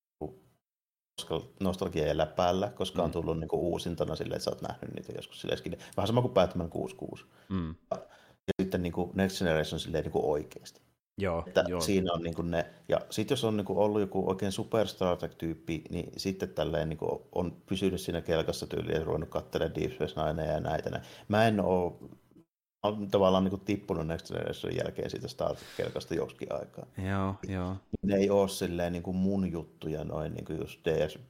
koska nostalgia elää päällä, koska on tullut niin kuin uusintana silleen, että sä oot nähnyt niitä joskus silleen. Vähän sama kuin Batman 66. Ja sitten niin kuin Next Generation silleen niin kuin oikeasti. Joo. Siinä on niin kuin ne, ja sitten jos on niin kuin ollut joku oikein super Star Trek-tyyppi, niin sitten tälleen niin kuin on pysynyt siinä kelkassa tyyliin ja ruvennut katselemaan Deep Space Ninea ja näitä. Mä en ole tavallaan niin kuin tippunut Next Generationin jälkeen siitä Star Trek-kelkasta joskin aikaa. Joo. Ne ei ole silleen niin kuin mun juttuja, noin niin kuin just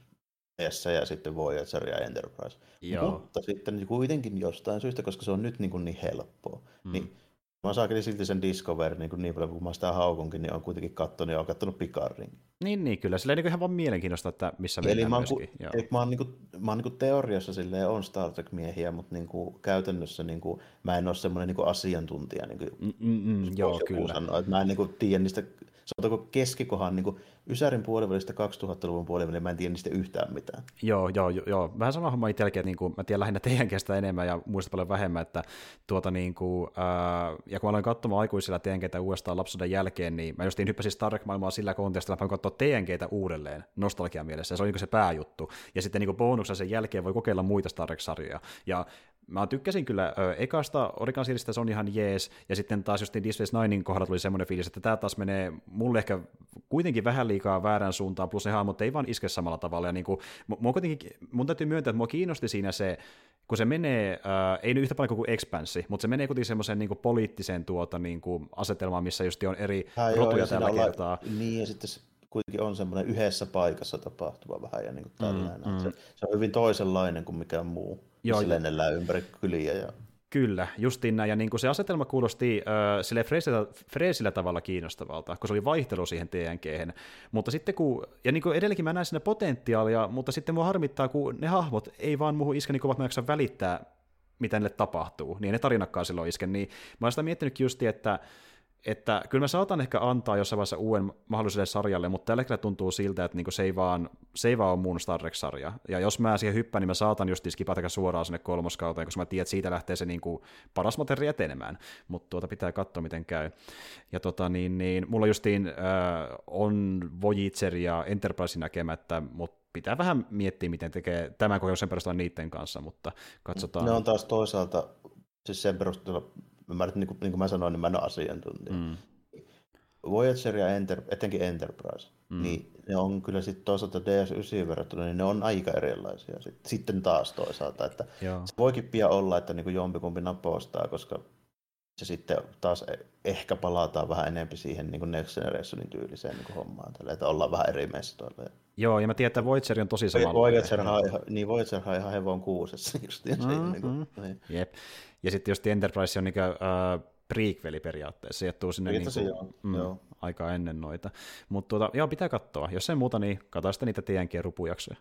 DS ja sitten Voyager ja Enterprise. Mutta sitten kuitenkin jostain syystä, koska se on nyt niin helppoa, niin mä saakin silti sen Discovery niin paljon, kun mä sitä haukunkin, niin on kuitenkin katsonut ja on katsonut Picardin. Niin, kyllä. Silleen niin ihan vaan mielenkiintoista, että missä mennään myöskin. Mä oon teoriassa silleen on Star Trek-miehiä, mutta niin kuin käytännössä niin kuin, mä en ole semmoinen niin kuin asiantuntija. Niin kuin, joo, kyllä. Sanoa, että mä en niin kuin tiedä niistä, sanotaanko keskikohan niin kuin Ysärin puolivälistä 2000-luvun puolivälillä, mä en tiedä niistä yhtään mitään. Joo. Vähän sama homma itselläkin, että niin kuin, mä tiedän lähinnä TNG:stä enemmän ja muista paljon vähemmän, että niin kuin, ja kun mä aloin katsomaan aikuisilla TNG:tä uudestaan lapsuuden jälkeen, niin mä justiin hyppäsin Star Trek-maailmaa sillä kontekstilla, että mä katsoa TNG:tä uudelleen nostalgian mielessä, ja se on niin se pääjuttu. Ja sitten niin bonuksena sen jälkeen voi kokeilla muita Star Trek-sarjoja. Ja mä tykkäsin kyllä ekasta Original Seriesistä, se on ihan jees, ja sitten taas just Deep Space Ninein kohdalla tuli semmoinen fiilis, että tämä taas menee mulle ehkä kuitenkin vähän liikaa väärään suuntaan, plus ne hahmot ei vaan iske samalla tavalla, ja niin kuin, mun täytyy myöntää, että mua kiinnosti siinä se, kun se menee, ei nyt yhtä paljon kuin Expanssi, mutta se menee kuitenkin semmoiseen niin poliittiseen niin kuin asetelmaan, missä just on eri rotuja tällä kertaa. Niin, ja sitten kuitenkin on semmoinen yhdessä paikassa tapahtuva vähän, ja niin kuin tällainen. Se on hyvin toisenlainen kuin mikään muu. Se lennellään ympäri kyliä. Ja Kyllä, justiin näin, ja niin kuin se asetelma kuulosti sille freesillä tavalla kiinnostavalta, kun se oli vaihtelu siihen TNG:hen, mutta sitten ja niin kuin edelleenkin mä näen siinä potentiaalia, mutta sitten mua harmittaa, kun ne hahmot ei vaan muuhun iske niin kovasti, mä jaksan välittää, mitä niille tapahtuu, niin ne tarinakkaan silloin iske, niin mä oon sitä miettinytkin justi, että kyllä mä saatan ehkä antaa jossain vaiheessa uuden mahdolliselle sarjalle, mutta tällä hetkellä tuntuu siltä, että niinku se ei vaan ole mun Star Trek-sarja. Ja jos mä siihen hyppään, niin mä saatan just skipata suoraan sinne kolmoskauteen, koska mä tiedän, että siitä lähtee se niinku paras materia etenemään. Mutta pitää katsoa, miten käy. Ja mulla justiin on Voyager ja Enterprise näkemättä, mutta pitää vähän miettiä, miten tekee tämän kokemuksen perusteella niiden kanssa, mutta katsotaan. Ne on taas toisaalta, siis sen perusteella, niin kuin mä sanoin, niin mä en ole asiantuntija. Voyager ja etenkin Enterprise, niin ne on kyllä sitten toisaalta DS9 verrattuna, niin ne on aika erilaisia. Sitten taas toisaalta, että se voikin pian olla, että niin jompikumpi napostaa, koska se sitten taas ehkä palataan vähän enemmän siihen niin kuin Next Generationin tyyliseen niin hommaan, että ollaan vähän eri mestoilla. Joo, ja mä tiedän, että Voyager on tosi samalla. Voyager on ihan hevon kuusessa. Jep. Ja sitten just Enterprise on niin prequeli periaatteessa, se jättuu sinne aikaa ennen noita. Mutta pitää katsoa. Jos ei muuta, niin katsotaan sitten niitä TNG-rupujaksoja.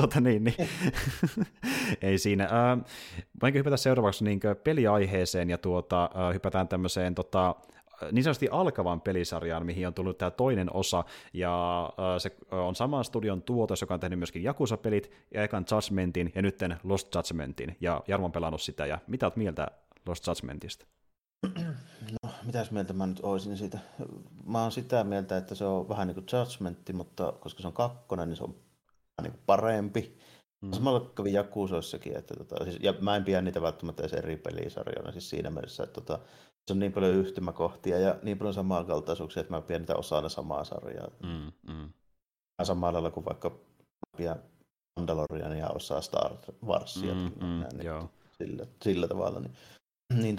Ei siinä. Voinko hypätä seuraavaksi niin peliaiheeseen ja hypätään tämmöiseen niin sanotusti alkavan pelisarjaan, mihin on tullut tämä toinen osa, ja se on saman studion tuotos, joka on tehnyt myöskin Yakuza-pelit, ja ekan Judgmentin, ja nytten Lost Judgmentin, ja Jarmo on pelannut sitä, ja mitä olet mieltä Lost Judgmentista? No, mitäs mieltä mä nyt olisin siitä? Mä oon sitä mieltä, että se on vähän niin kuin Judgmentti, mutta koska se on kakkonen, niin se on vähän niin kuin parempi. Samalla kävi Yakuzoissakin, että siis, ja mä en pidä niitä välttämättä edes eri pelisarjoina, siis siinä mielessä, että se on niin paljon yhtymäkohtia ja niin paljon samankaltaisuuksia, että mä pidän niitä osana samaa sarjaa. Samalla lailla kuin vaikka Mandaloriania osaa Star Warsia. Joo. Sillä tavalla. Niin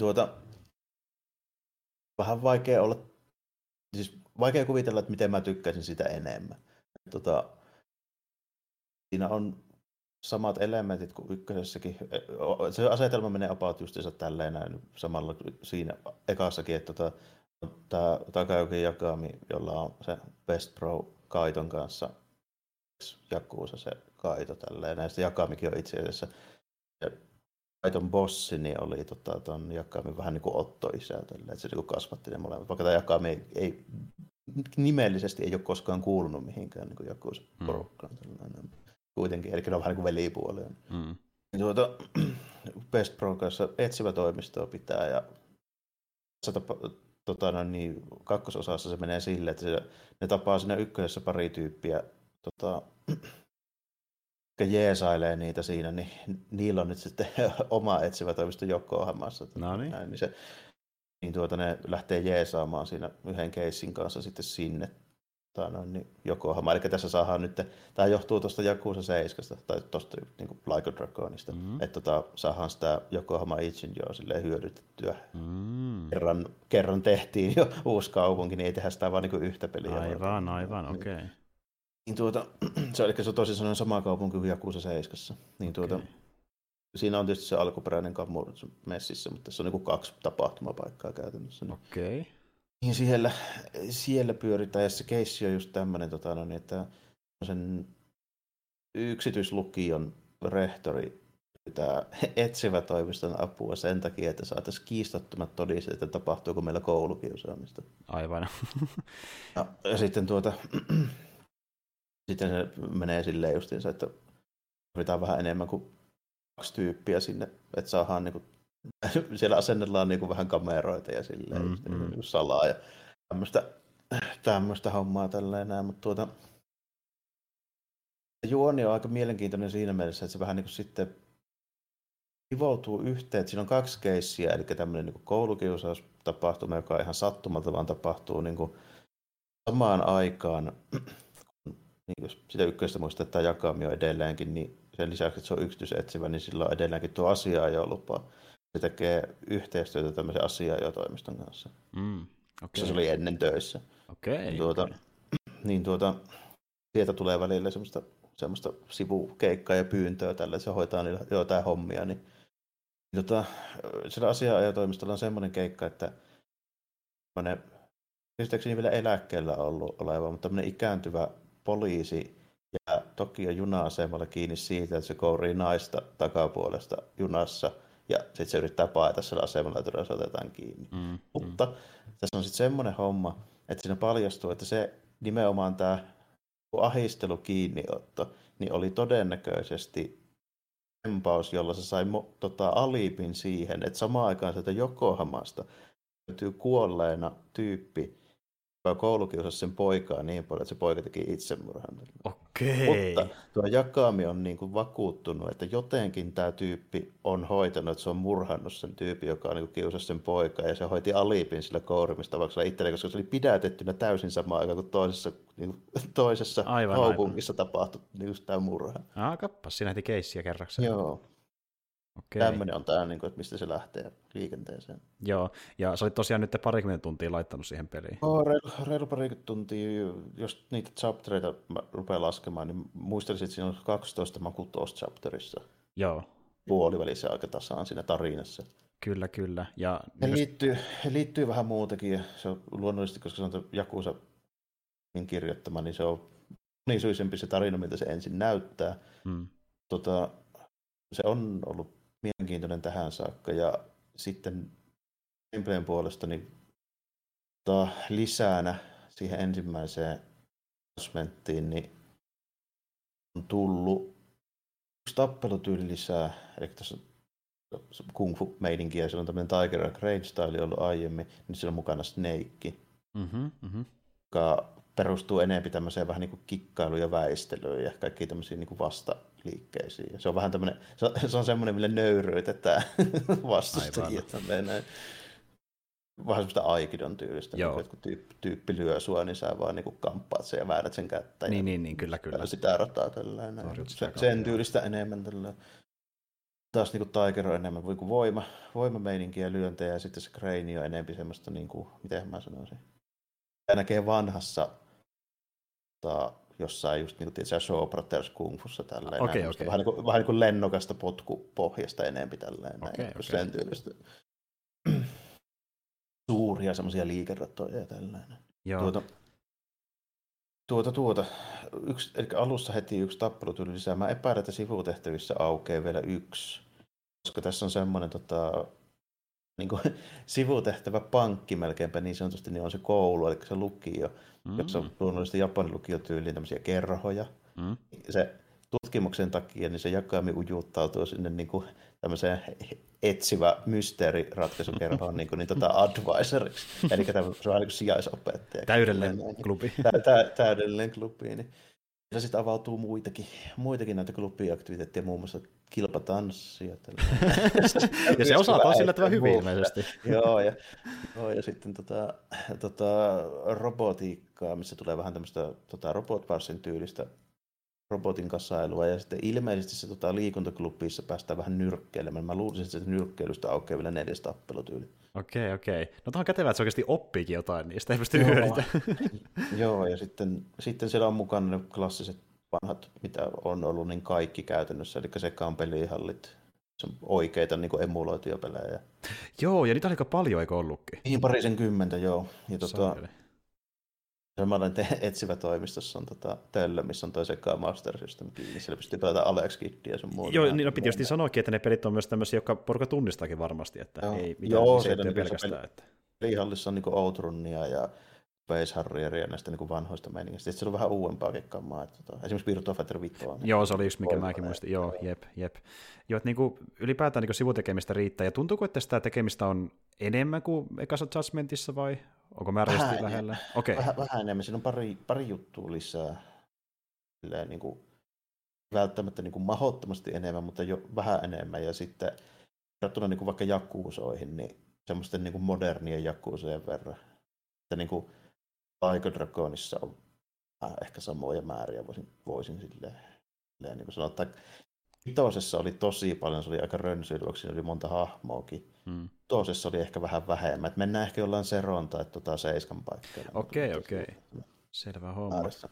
vähän vaikea olla, siis vaikea kuvitella, että miten mä tykkäisin sitä enemmän. Siinä on samat elementit kuin ykkösessäkin. Se asetelma menee about justiinsa tälleen näin samalla siinä ekassakin, että tämä Takayuki Yakami, jolla on se Best Bro Kaiton kanssa Yakuza se Kaito tälleen. Näistä Yakamikin on itse asiassa Kaiton bossi, niin oli ton Yakami vähän niin kuin Otto-isä tälleen, että se niin kasvatti ne molemmat. Vaikka tämä Yakami ei nimellisesti ei ole koskaan kuulunut mihinkään niin Yakuza porukkaan. Kuitenkin, eli ne on vähän niin kuin velipuolia. Best Bro kanssa etsivä toimistoa pitää ja kakkososassa se menee silleen, että ne tapaa siinä ykkösessä pari tyyppiä, jotka jeesailee niitä siinä, niin niillä on nyt sitten oma etsivä toimisto Yokohamassa. No niin. Ne lähtee jeesaamaan siinä yhden keissin kanssa sitten sinne Yokohama. Eli tässä saadaan nyt, tämä johtuu tuosta Yakuza 7 tai tuosta niin Like a Dragonista, että saadaan sitä Yokohama Ichinjoa silleen hyödytettyä. Kerran tehtiin jo uusi kaupunki, niin ei tehdä sitä vaan niin yhtä peliä. Aivan, okei. Okay. Niin se on tosi sellainen sama kaupunki kuin Yakuza 7. Niin siinä on tietysti se alkuperäinen kammu messissä, mutta tässä on niin 2 tapahtumapaikkaa käytännössä. Okei. Okay. Niin siellä pyöritään, ja se keissi on just tämmöinen, että sen yksityislukion rehtori pyytää etsivä toimiston apua sen takia, että saataisiin kiistattomat todisteet, että tapahtuuko meillä koulukiusaamista. Aivan. Ja sitten sitten se menee silleen justiinsa, että tarvitaan vähän enemmän kuin 2 tyyppiä sinne, että saadaan niin kuin siellä asennellaan niin kuin vähän kameroita ja silleen niin salaa ja tämmöistä hommaa tälleen näin, mutta juoni on aika mielenkiintoinen siinä mielessä, että se vähän niin kuin sitten nivoutuu yhteen, että siinä on 2 keissiä, eli tämmöinen niin kuin koulukiusaustapahtuma, joka ihan sattumalta vaan tapahtuu niin kuin samaan aikaan, niin jos sitä ykköstä muistaa, että tämä Yakami on edelleenkin, niin sen lisäksi, että se on yksityisetsivä, niin sillä on edelleenkin tuo asiaa-ajolupa. Se tekee yhteistyötä tämmöisen asiaa-ajotoimiston kanssa. Okay. Se oli ennen töissä. Okay, sieltä tulee välillä semmoista sivukeikkaa ja pyyntöä tällä, että se hoitaa niillä jotain hommia. Sillä asiaa-ajotoimistolla on semmoinen keikka, että käsittääkseni vielä eläkkeellä oleva, mutta tämmöinen ikääntyvä poliisi ja Tokio juna-asemalla kiinni siitä, että se kourii naista takapuolesta junassa ja sitten se yrittää paeta sillä asemalla, että se otetaan kiinni. Mutta tässä on sitten semmoinen homma, että siinä paljastuu, että se nimenomaan tämä ahistelu kiinniotto niin oli todennäköisesti tempaus, jolla se sai alipin siihen, että samaan aikaan sieltä Yokohamasta löytyy kuolleena tyyppi, joka koulukiusasi sen poikaa niin paljon, että se poika teki itsemurhan. Okei. Mutta tuo Yakami on niin kuin vakuuttunut, että jotenkin tämä tyyppi on hoitanut, että se on murhannut sen tyypin, joka on niin kuin kiusasi sen poikaa, ja se hoiti alipin sillä kourimistavaksella itselleen, koska se oli pidätettynä täysin samaan aikaan kuin toisessa kaupungissa tapahtui niin tämä murha. Kappas, siinä heti keissiä kerrakseen. Joo. Okay. Tämmöinen on tämä, että mistä se lähtee liikenteeseen. Joo, ja sä olit tosiaan nyt 20 tuntia laittanut siihen peliin. Reilu parikymmentä tuntia, jos niitä chaptereita rupeaa laskemaan, niin muistelisin, että siinä on 12 maku tuossa chapterissa. Joo. Puolivälissä aika tasaan siinä tarinassa. Kyllä. Ja liittyy vähän muutakin, ja se on luonnollisesti, koska se on Yakuza kirjoittama, niin se on monisyisempi se tarina, miltä se ensin näyttää. Se on ollut mielenkiintoinen tähän saakka, ja sitten gameplayn puolesta niin lisänä siihen ensimmäiseen announcementtiin niin on tullut yksi tappelutyyli lisää, eli tässä on kung fu meininkiä, ja siellä on tämmöinen Tiger and Crane style ollut aiemmin, niin siellä on mukana Snake, joka perustuu enemmän tämmöiseen vähän niin kuin kikkailuun ja väistelyyn ja kaikkiin tämmöisiin niin kuin vastaliikkeisiin. Ja se on vähän tämmöinen, se on semmoinen, millä nöyryytetään vastustajia. vähän semmoista Aikidon tyylistä, Joo. niin että kun tyyppi lyö sua, niin sä vaan niin kamppaat sen ja väännät sen kättä. Niin, kyllä. Sitä rataa tällainen. Sen tyylistä enemmän tällainen. Taas niin Tiger on enemmän kuin voimameininkiä, lyöntejä ja sitten se Crane on enemmän semmoista, niin kuin, miten mä sanoisin. Ja näkee vanhassa jossain just niin kuin Shaw Brothers Kung Fussa tällainen. Okay. Vähän niin kuin lennokasta potkupohjasta enemmän tällainen. Okay. Sen tyylistä. Suuria semmoisia liikeratoja ja tällainen. Joo. Eli alussa heti yksi tappelutyyli lisää. Mä epäilen, että sivutehtävissä aukeaa vielä yksi. Koska tässä on semmoinen niin kuin sivutehtävä pankki melkeinpä niin sanotusti, niin on se koulu, eli se lukio, jossa on luonnollisesti Japanin lukiotyyliin tämmöisiä kerhoja. Se tutkimuksen takia niin se Jakami ujuuttautuu sinne niin kuin tämmöiseen etsivä mysteeriratkaisukerhoon niin advisoriksi. Eli se on niin kuin sijaisopettaja. Täydellinen klubi. Täydellinen klubi. Niin. Ja sitten avautuu muitakin näitä klubiaktiviteetteja, muun muassa kilpatanssia. Ja se osaa taas yllättävän hyvin ilmeisesti. Joo, ja sitten robotiikkaa, missä tulee vähän tämmöistä Robot Warsin tyylistä robotin kasailua, ja sitten ilmeisesti se liikuntaklubissa päästään vähän nyrkkeilemään. Mä luulisin, että se nyrkkeilystä aukeaa vielä 4 tappelutyyli. Okei. No tämä on kätevää, että se oikeasti oppiikin jotain, niistä ei pysty hyödyntämään. Joo, ja sitten siellä on mukana ne klassiset vanhat, mitä on ollut, niin kaikki käytännössä, eli sekaan pelihallit, se on oikeita niin kuin emuloituja pelejä. Joo, ja niitä oli aika paljon, eikö ollutkin? Niin, 20, joo. Ja semmoinen etsivä toimistossa on Töllö, missä on toi sekaan Master System kiinni. Siellä pystyy pelata Alex Kiddia ja sun muuta. Joo, niin piti just sanoakin, että ne pelit on myös tämmöisiä, jotka porukka tunnistaakin varmasti, että ei mitään siellä pelkästään. Pelihallissa on niinku Outrunnia ja Space Harrieria näistä niinku vanhoista meiningistä. Sitten se on vähän uudempaakin kammaa. Esimerkiksi Virtua Fighter 5. Joo, se oli yksi, mikä mäkin muistin. Joo, jep. Joo, että niinku, ylipäätään niinku sivutekemistä riittää. Ja tuntuuko, että sitä tekemistä on enemmän kuin ekassa Judgmentissa vai onko määräisesti lähellä? Okay. Vähän enemmän. Siinä on pari juttua lisää. Silleen, niinku, välttämättä niinku mahdottomasti enemmän, mutta jo vähän enemmän. Ja sitten verrattuna niinku vaikka Jakuusoihin, niin semmoisten niinku modernien Jakuusojen verran. Että niinku Like a Dragonissa on ehkä samoja määriä, voisin silleen niin kuin sanoa. Vitosessa oli tosi paljon, se oli aika rönsyily, siinä oli monta hahmoakin. Vitosessa oli ehkä vähän vähemmän. Et mennään ehkä jollain seron tai 7 paikkeilla. Okei. Selvä homma. Ääressä.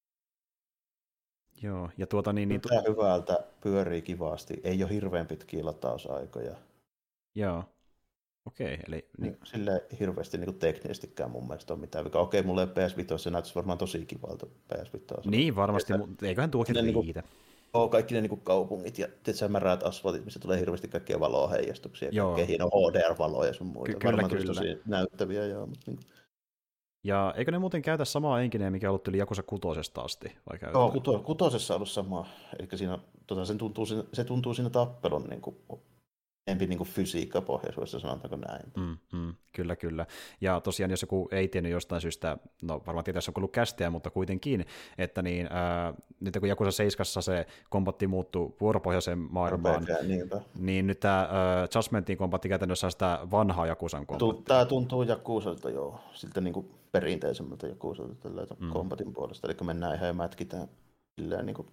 Joo, ja Tämä hyvältä pyörii kivasti. Ei ole hirveän pitkiä latausaikoja. Joo. Okei, eli sille hirveästi niin teknisestikään mun mielestä on mitään. Okei, mulla ei PS5, se näyttäisi varmaan tosi kivalta PS5. Niin, varmasti, mutta eiköhän tuokin riitä. Kaikki ne kaupungit ja märät asfaltit, missä tulee hirveästi kaikkia valoheijastuksia, kaikkea hienoa HDR-valoja sun muuta. Varmaan tosi näyttäviä, joo. Mutta Ja eikö ne muuten käytä samaa enkineä, mikä on ollut yli Jakusa 6 asti? Joo, 6 on ollut sama. Eli siinä, se tuntuu siinä tappelun enemmän niin kuin fysiikkapohjaisuudessa, sanotaanko näin. Kyllä. Ja tosiaan, jos joku ei tiennyt jostain syystä, no varmaan tietää, jos on ollut kästeä, mutta kuitenkin, että nyt kun Jakusa 7 se kombatti muuttuu vuoropohjaiseen maailmaan, niin nyt tämä Judgmentin kombatti käytännössä on sitä vanhaa Jakusan kombattia. Tämä tuntuu Jakusalta, joo, siltä niin kuin perinteisemmältä Jakusalta kombatin puolesta, eli mennään ihan ja mätkitään silleen niin kuin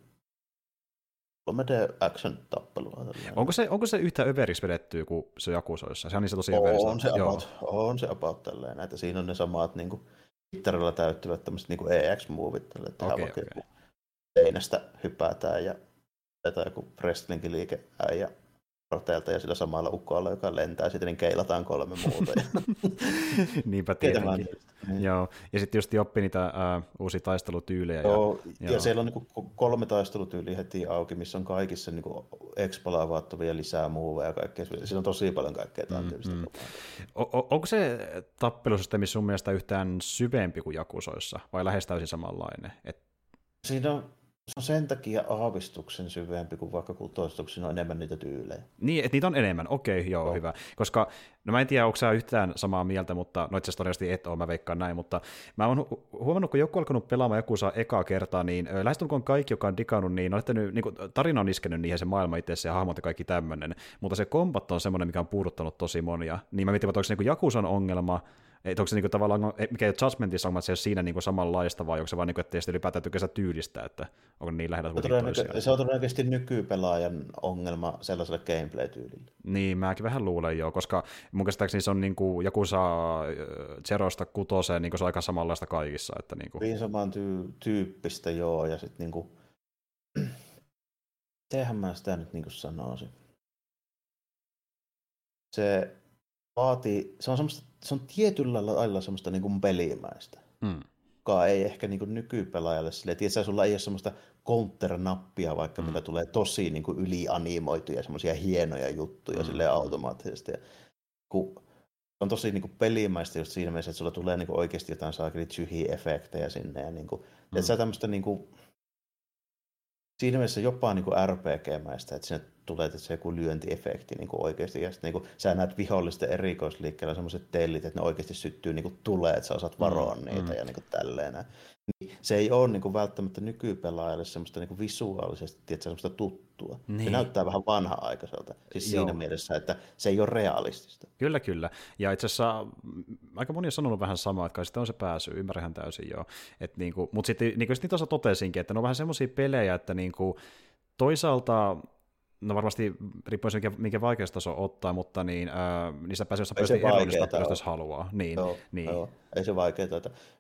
3D action-tappelua. Onko se yhtä överiksi vedettyä kuin se Jakusoissa? Sehän on se tosi överistä. On se about tälleen. Näitä siinä on ne samat niin mittarilla täyttyvät tämmöiset niin EX-movit, että seinästä hypätään ja tehdään joku wrestling-liike ja roteelta ja sillä samalla ukolla, joka lentää, sitten niin keilataan 3 muuta. Niinpä tietenkin. Joo. Ja sitten just oppi niitä uusia taistelutyylejä. Ja siellä on niin 3 taistelutyyliä heti auki, missä on kaikissa niin expalaa vaattavia lisää muuveja ja kaikkea. Siinä on tosi paljon kaikkea täytyistä. Onko se tappelusysteemi sun mielestä yhtään syvempi kuin Jakusoissa, vai lähes täysin samanlainen? Siinä on Se on sen takia aavistuksen syvempi kuin vaikka kutostuksen on enemmän niitä tyylejä. Niin, että niitä on enemmän. Okei, joo, hyvä. Koska, no mä en tiedä, onko sä yhtään samaa mieltä, mutta no itse asiassa todennäköisesti et ole, mä veikkaan näin, mutta mä oon huomannut, kun joku on alkanut pelaamaan Jakusaa ekaa kertaa, niin lähestulkoon kaikki, joka on digannut, niin on lähtenyt, niin tarina on iskenyt niihin se maailma itse ja hahmot ja kaikki tämmöinen, mutta se kombat on semmoinen, mikä on puuduttanut tosi monia. Niin mä mietin, että onko se niin Jakusan ongelma, että onko se niinku tavallaan, mikä ei ole Judgmentissa ongelma, että se ei ole siinä niinku samanlaista, vai onko se vaan, niinku, että teistä ylipäätään tykkää tyylistä, että onko niin lähellä toisiaan? Se on todennäköisesti nykypelaajan ongelma sellaiselle gameplay-tyylille. Niin, mäkin vähän luulen jo, koska mun käsittääkseni se on niinku Jakusa Zerosta 6, niin se on aika samanlaista kaikissa. Että niinku. Hyvin saman tyyppistä, joo, ja sitten niinku, tehän mä sitä nyt niinku sanoisin. Se vaatii, se on tietyllä lailla semmoista niinku pelimäistä, joka ei ehkä niinku nykypelaajalle silleen, tiedätkö, sulla ei ole semmoista counter-nappia, vaikka millä tulee tosi niinku ylianimoituja semmoisia hienoja juttuja silleen automaattisesti. Ja, kun on tosi niinku pelimäistä just siinä mielessä, että sulla tulee niinku oikeasti jotain saakeli tyhi-efektejä sinne ja niinku, tiedätkö, tämmöistä niinku, siinä mielessä jopa niinku RPG-mäistä, että sinne tulee se joku lyöntiefekti niinku oikeasti, ja sitten niinku, sä näet vihollisten erikoisliikkeellä semmoiset tellit, että ne oikeasti syttyy niinku tulee, että sä osaat varoa niitä ja niinku tälleen. Niin, se ei ole niinku välttämättä nykypelaajalle semmoista niinku visuaalisesti semmoista tuttua. Niin. Se näyttää vähän vanha-aikaiselta, siis siinä mielessä, että se ei ole realistista. Kyllä. Ja itse asiassa aika moni on sanonut vähän samaa, että kai sitten on se pääsy, ymmärrän täysin joo. Niinku, mutta sitten niin kuin tuossa totesinkin, että ne on vähän semmoisia pelejä, että niinku, toisaalta no varmasti riippuen se, minkä vaikeustaso ottaa, mutta niin, niistä pääsee jossain päästä erollista, jos haluaa. Joo. Ei se vaikeaa.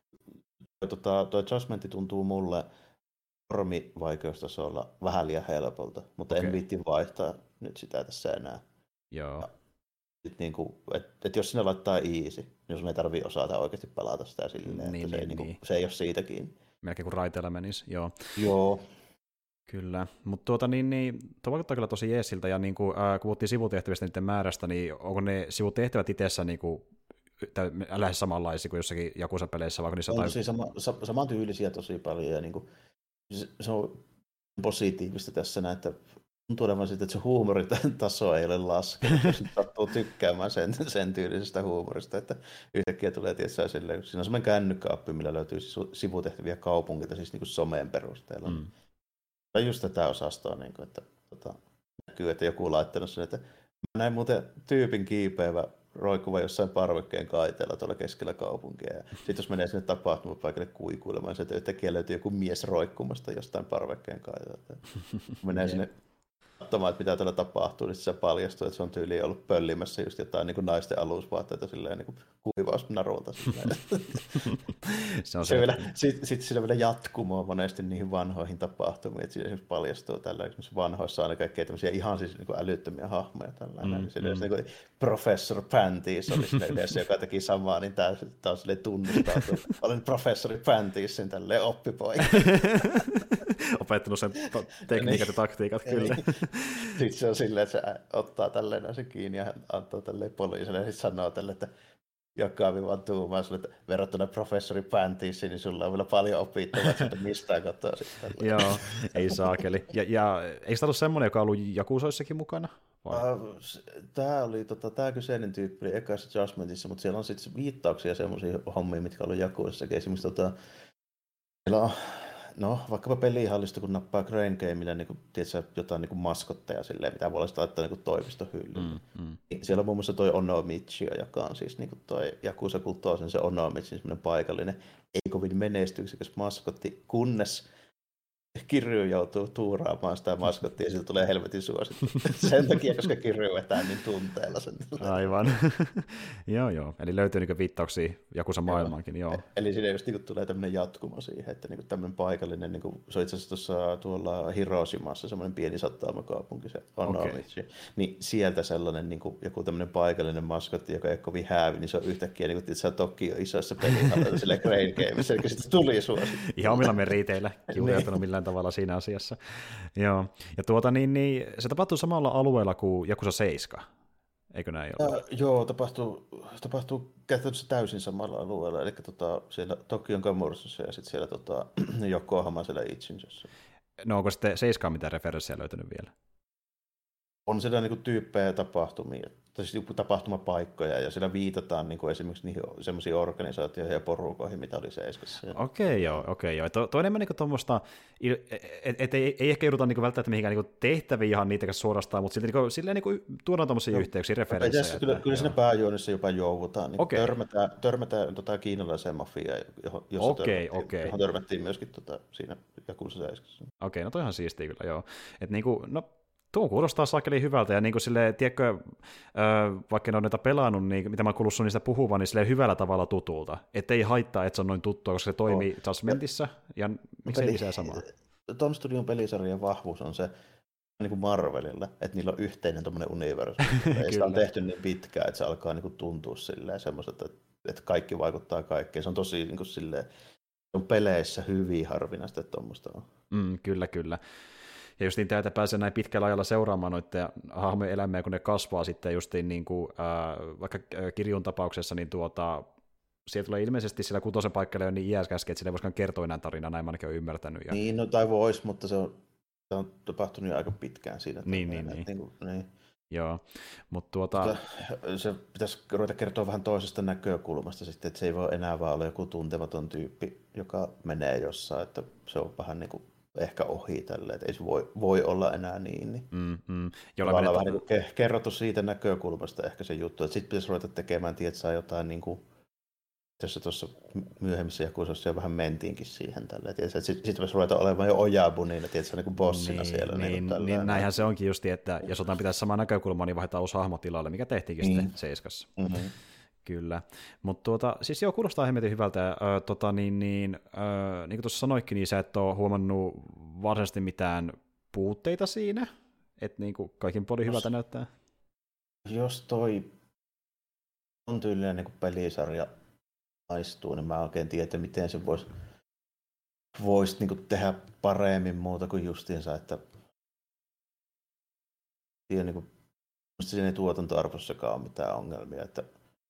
Tuo Judgment tuntuu mulle normi-vaikeustasolla vähän liian helpolta, mutta en viitti vaihtaa nyt sitä tässä enää. Joo. Niinku, et jos sinne laittaa easy, niin sun ei tarvitse osata oikeasti pelata sitä silleen, että se ei ole siitä kiinni. Melkein kuin raiteella menisi, joo. Joo. Kyllä, mutta tuo vaikuttaa kyllä tosi jeesiltä, ja niin kuin, kun puhuttiin sivutehtävistä niiden määrästä, niin onko ne sivutehtävät itsessään niin kuin, lähes samanlaisia kuin jossakin Jakusa-peleissä, vaikka niissä on samantyylisiä tosi paljon, ja niin kuin, se on positiivista tässä näin, että tuntuu olevan siitä, että se huumoritaso ei ole laskenut, jos sattuu tykkäämään sen tyylisestä huumorista, että yhtäkkiä tulee tietysti silleen, siinä on semmoinen kännykkäappi, millä löytyy sivutehtäviä kaupungilta, siis niin kuin someen perusteella. Tai just tätä osastoa, niin kuin, että näkyy, että joku on laittanut sen, että mä näin muuten tyypin kiipeävä roikkuva jossain parvekkeen kaiteella tuolla keskellä kaupunkia. Ja sitten jos menee sinne tapahtumapaikalle kuikuilemaan, se yhtäkkiä löytyy joku mies roikkumasta jostain parvekkeen kaiteella. Menee sinne katsomaan, että mitä täällä tapahtuu, niin se paljastuu, että se on tyyliin ollut pöllimässä just jotain niin kuin naisten alusvaatteita silleen, niin kuin kuivausnarulta. Sitten sillä vielä jatkumoa monesti niihin vanhoihin tapahtumiin, että siinä paljastuu tällä vanhoissa aina kaikkea tämmöisiä ihan siis niin kuin älyttömiä hahmoja. Niin kuin Professor Panties oli siinä yhdessä, joka teki samaa, niin tämä on silleen tunnustautu. Olen Professori Pantiesin tälleen oppipoika. Opettanut sen tekniikat ja taktiikat, kyllä. Sitten se on silleen, että se ottaa tälleen se kiinni ja antaa tälleen poliisille ja sitten sanoo tälle, että Jokaavi vaan tuumaa sulle, että verrattuna Professori Pantiesiin, niin sulla on vielä paljon opittavaa, että mistään katsoa sitten. Joo, ei saakeli. Ja eikö tämä ollut semmoinen, joka on ollut Jakusoissakin mukana? Tämä kyseinen tyyppi oli ekassa Judgmentissa, mutta siellä on sitten viittauksia semmoisia hommia, mitkä on ollut Jakusoissakin. Esimerkiksi siellä on vaikkapa pelihallista, kun nappaa Crane Gameillä niin tiedätkö, jotain niin maskotteja, silleen, mitä voi laittaa niin toimistohyllyyn. Siellä on muun muassa toi Onomichi, joka on siis niin toi Yakuza Kultoosen se Onomichi, semmoinen paikallinen, ei kovin menestyksekäs maskotti, kunnes Kiryu joutuu tuuraamaan sitä maskottia ja sillä tulee helvetin suosittu. Sen takia, koska Kiryu vetää niin tunteella sen. Aivan. Joo. Eli löytyy niin viittauksia Jakusa maailmaankin. Joo. Eli siinä just niin tulee tämmöinen jatkumo siihen, että niin tämmöinen paikallinen, niin kuin, se on itse asiassa tuolla Hiroshimassa semmoinen pieni satamakaupunki, se Onomichi. Niin sieltä sellainen niin kuin, joku tämmöinen paikallinen maskotti, joka ei ole kovin häävi, niin se on yhtäkkiä niin kuin Tokio isoissa pelihalleilla silleen Crane Gameissa, eli sitten tuli suosittu. Ihan omilla meriteillä, kiureuttanut millään tavalla siinä asiassa. Joo. Ja se tapahtuu samalla alueella kuin Yakuza 7, eikö näin ole? Joo, tapahtuu käytännössä täysin samalla alueella, eli siellä Tokion Kamurossa ja sitten siellä Yokohama siellä Ichinjassa. No onko sitten 7 mitään referenssejä löytynyt vielä? On siellä niin kuin tyyppejä ja tapahtumia, tai siis tapahtumapaikkoja, ja siellä viitataan niin kuin esimerkiksi niihin semmoisiin organisaatioihin ja porukoihin, mitä oli Seiskassa. Okei, joo. Tuo on enemmän niin tuommoista, että ei ehkä jouduta niin välttämättä mihinkään niin tehtäviin ihan niitä suorastaan, mutta silleen niin tuodaan tuommoisia yhteyksiä, referenssejä. Kyllä siinä pääjuonissa jopa joudutaan. Niin törmätään kiinalaiseen mafiaan, johon törmättiin myöskin siinä Yakuza 7. Okei, no toi ihan siistiä kyllä, joo. Että niinku, no tuo kuulostaa sakeli hyvältä, ja niin kuin silleen, tiedätkö, vaikka en ole näitä pelannut, niin mitä mä oon kuullut sun niistä puhuvan, niin silleen hyvällä tavalla tutulta. Että ei haittaa, että se on noin tuttua, koska se toimii Judgmentissa, ja miksei lisää samaa. Tom Studion pelisarjan vahvuus on se, niin kuin Marvelilla, että niillä on yhteinen tommoinen universumi. Ja sitä on tehty niin pitkään, että se alkaa niin kuin tuntua silleen semmoiselta, että kaikki vaikuttaa kaikkeen. Se on tosi niin kuin silleen, on peleissä hyvin harvinaista, että tuommoista on. Kyllä. Ja justiin tämä, että pääsee näin pitkällä ajalla seuraamaan noiden hahmojen elämää, kun ne kasvaa sitten justiin niin kuin, vaikka Kirjun tapauksessa, niin siellä tulee ilmeisesti sillä 6 paikalla jo niin iäskäsken, että sillä ei voisikaan kertoa enää tarinaa, näin mä ainakin olen ymmärtänyt. Ja... Niin, no tai vois, mutta se on tapahtunut jo aika pitkään siinä. Niin. Joo, mutta se pitäisi ruveta kertoa vähän toisesta näkökulmasta sitten, että se ei voi enää vaan olla joku tuntematon tyyppi, joka menee jossain, että se on vähän niin kuin ehkä ohi tälle, että ei se voi olla enää niin. Jolla vähän niin kuin kerrottu siitä näkökulmasta ehkä se juttu, että sitten pitäisi ruveta tekemään, tietsä, jotain niin kuin, tässä tuossa myöhemmissä Jakuzassa jo vähän mentiinkin siihen tälle, että sitten pitäisi ruveta olemaan jo Ojabunina, tietsä, niin kuin bossina siellä. Niin, näinhän se onkin justi, että jos otetaan pitäisi samaa näkökulmaa, niin vaihdetaan uusi hahmo tilalle, mikä tehtiinkin sitten Seiskassa. Mm-hmm. Kyllä, mutta siis joo, kuulostaa hemmetin hyvältä, niin kuin tuossa sanoitkin, niin sä et ole huomannut varsinaisesti mitään puutteita siinä, että niin kuin kaikin puolin hyvältä näyttää. Jos toi on tyylinen niin kuin pelisarja maistuu, niin mä en oikein tiedä, miten se voisi niin kuin tehdä paremmin muuta kuin justiinsa, että niin kuin, siinä ei tuotantoarvossakaan ole mitään ongelmia, että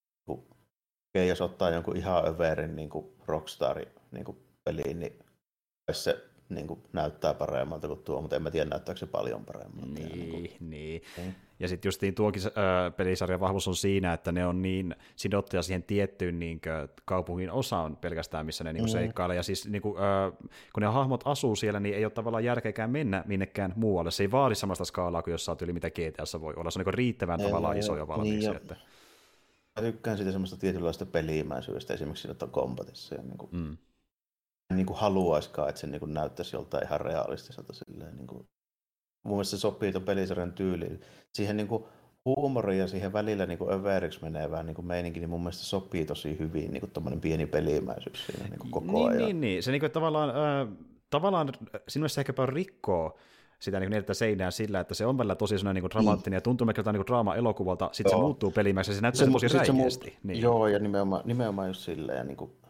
jos ottaa jonkun ihan överin niin kuin Rockstarin niin kuin peliin, niin se niin kuin näyttää paremmalta kuin tuo, mutta en mä tiedä, näyttääkö se paljon paremmalta. Niin. Ja sitten justiin tuokin pelisarjan vahvuus on siinä, että ne on niin sidottuja siihen tiettyyn niin kaupungin osaan pelkästään, missä ne niin seikkailee. Ja siis niin kuin, kun ne hahmot asuu siellä, niin ei ole tavallaan järkeäkään mennä minnekään muualle. Se ei vaadi samasta skaalaa kuin jossain yli mitä GTAssa voi olla. Se on niin riittävän tavallaan iso jo valmiiksi. Niin, mä tykkään siitä semmoista tietynlaista pelimäisyydestä esimerkiksi siinä kombatissa. Ja niin kuin haluaisikaan, että se niin kuin näyttäisi joltain ihan realistiselta. Silleen, niin kuin. Mun mielestä se sopii tuon pelisarjan tyyliin. Siihen niin kuin huumori ja siihen välillä niin kuin överiksi menevään niin kuin meininki, niin mun mielestä sopii tosi hyvin niin kuin tommoinen pieni pelimäisyys siinä niin kuin koko ajan. Niin. Se niin kuin, tavallaan sinun mielestä ehkäpä rikkoo sitä niin että seinää sillä, että se on välillä tosi sellainen niin dramaattinen ja tuntuu melkein niin draama-elokuvalta, sitten se muuttuu pelimäiseksi ja se näyttää tosi räikeästi. Niin. Joo, ja nimenomaan just silleen. Niin kuin,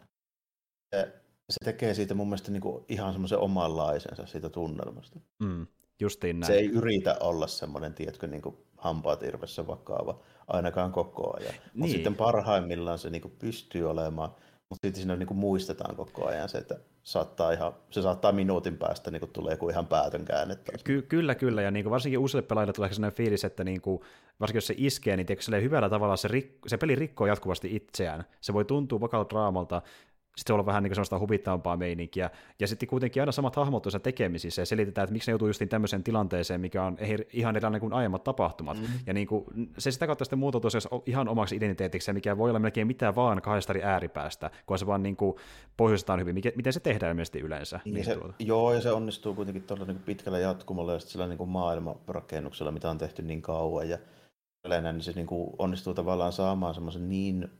se tekee siitä mun mielestä niin kuin ihan semmoisen omanlaisensa siitä tunnelmasta. Justiin näin. Se ei yritä olla semmoinen, tiedätkö, niin kuin hampaat irvessä vakava ainakaan koko ajan. Mutta sitten parhaimmillaan se niin kuin pystyy olemaan, mutta sitten siinä niin kuin muistetaan koko ajan se, että se saattaa minuutin päästä niin kuin tulee joku ihan päätön käänne. Kyllä, ja niin kuin varsinkin uusille pelaajille tulee sellainen fiilis, että niin kuin, varsinkin jos se iskee, niin hyvällä tavalla se peli rikkoo jatkuvasti itseään. Se voi tuntua vakaalta draamalta, sitten olla vähän niin semmoista huvittavampaa meininkiä, ja sitten kuitenkin aina samat hahmot tuossa tekemisissä, ja selitetään, että miksi ne joutuu justiin tämmöiseen tilanteeseen, mikä on ihan erilainen kuin aiemmat tapahtumat, ja niin kuin, se sitä kautta sitten muuttuu tosiaan ihan omaksi identiteetiksi, mikä voi olla melkein mitään vaan kahdesta eri ääripäästä, kun se vaan niin kuin pohjustetaan hyvin, miten se tehdään ilmeisesti yleensä. Joo, ja se onnistuu kuitenkin tuolla niin pitkällä jatkumolla, ja sillä niin kuin maailmanrakennuksella, mitä on tehty niin kauan, ja niin se niin kuin onnistuu tavallaan saamaan semmoisen niin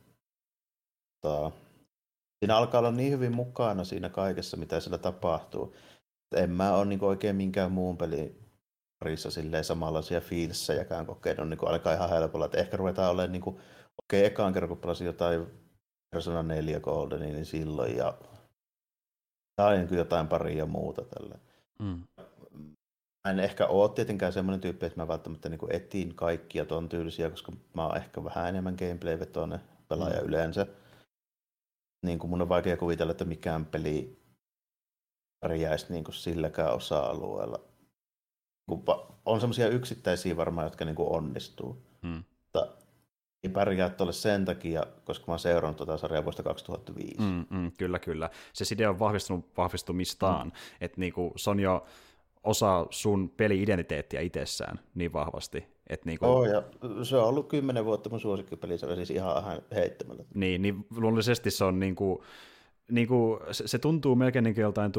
siinä alkaa olla niin hyvin mukana siinä kaikessa, mitä siellä tapahtuu. En mä ole niin oikein minkään muun pelin parissa samanlaisia fiilissejäkään kokenut niin alkaa ihan helpolla. Että ehkä ruvetaan olemaan, niin ekaan kerran kun pelasin jotain Persona 4 Golden, niin silloin ja jotain paria muuta tällä. Mä en ehkä ole tietenkään semmoinen tyyppi, että mä välttämättä niin etin kaikkia ton tyylisiä, koska mä oon ehkä vähän enemmän gameplay-vetoinen pelaaja yleensä. Niin kuin mun on vaikea kuvitella, että mikään peli pärjäisi niin kuin silläkään osa-alueella. On semmoisia yksittäisiä varmaan, jotka niin kuin onnistuu. Mutta ei pärjää tuolle sen takia, koska mä oon seurannut tuota sarjaa vuodesta 2005. Kyllä. Se side on vahvistumistaan, että niinku, se on jo osa sun peli-identiteettiä itsessään niin vahvasti. Niinku... ja se on ollut 10 vuotta mun suosikkipelissä, siis ihan heittämällä. Niin luonnollisesti se on se tuntuu melkein niin joltain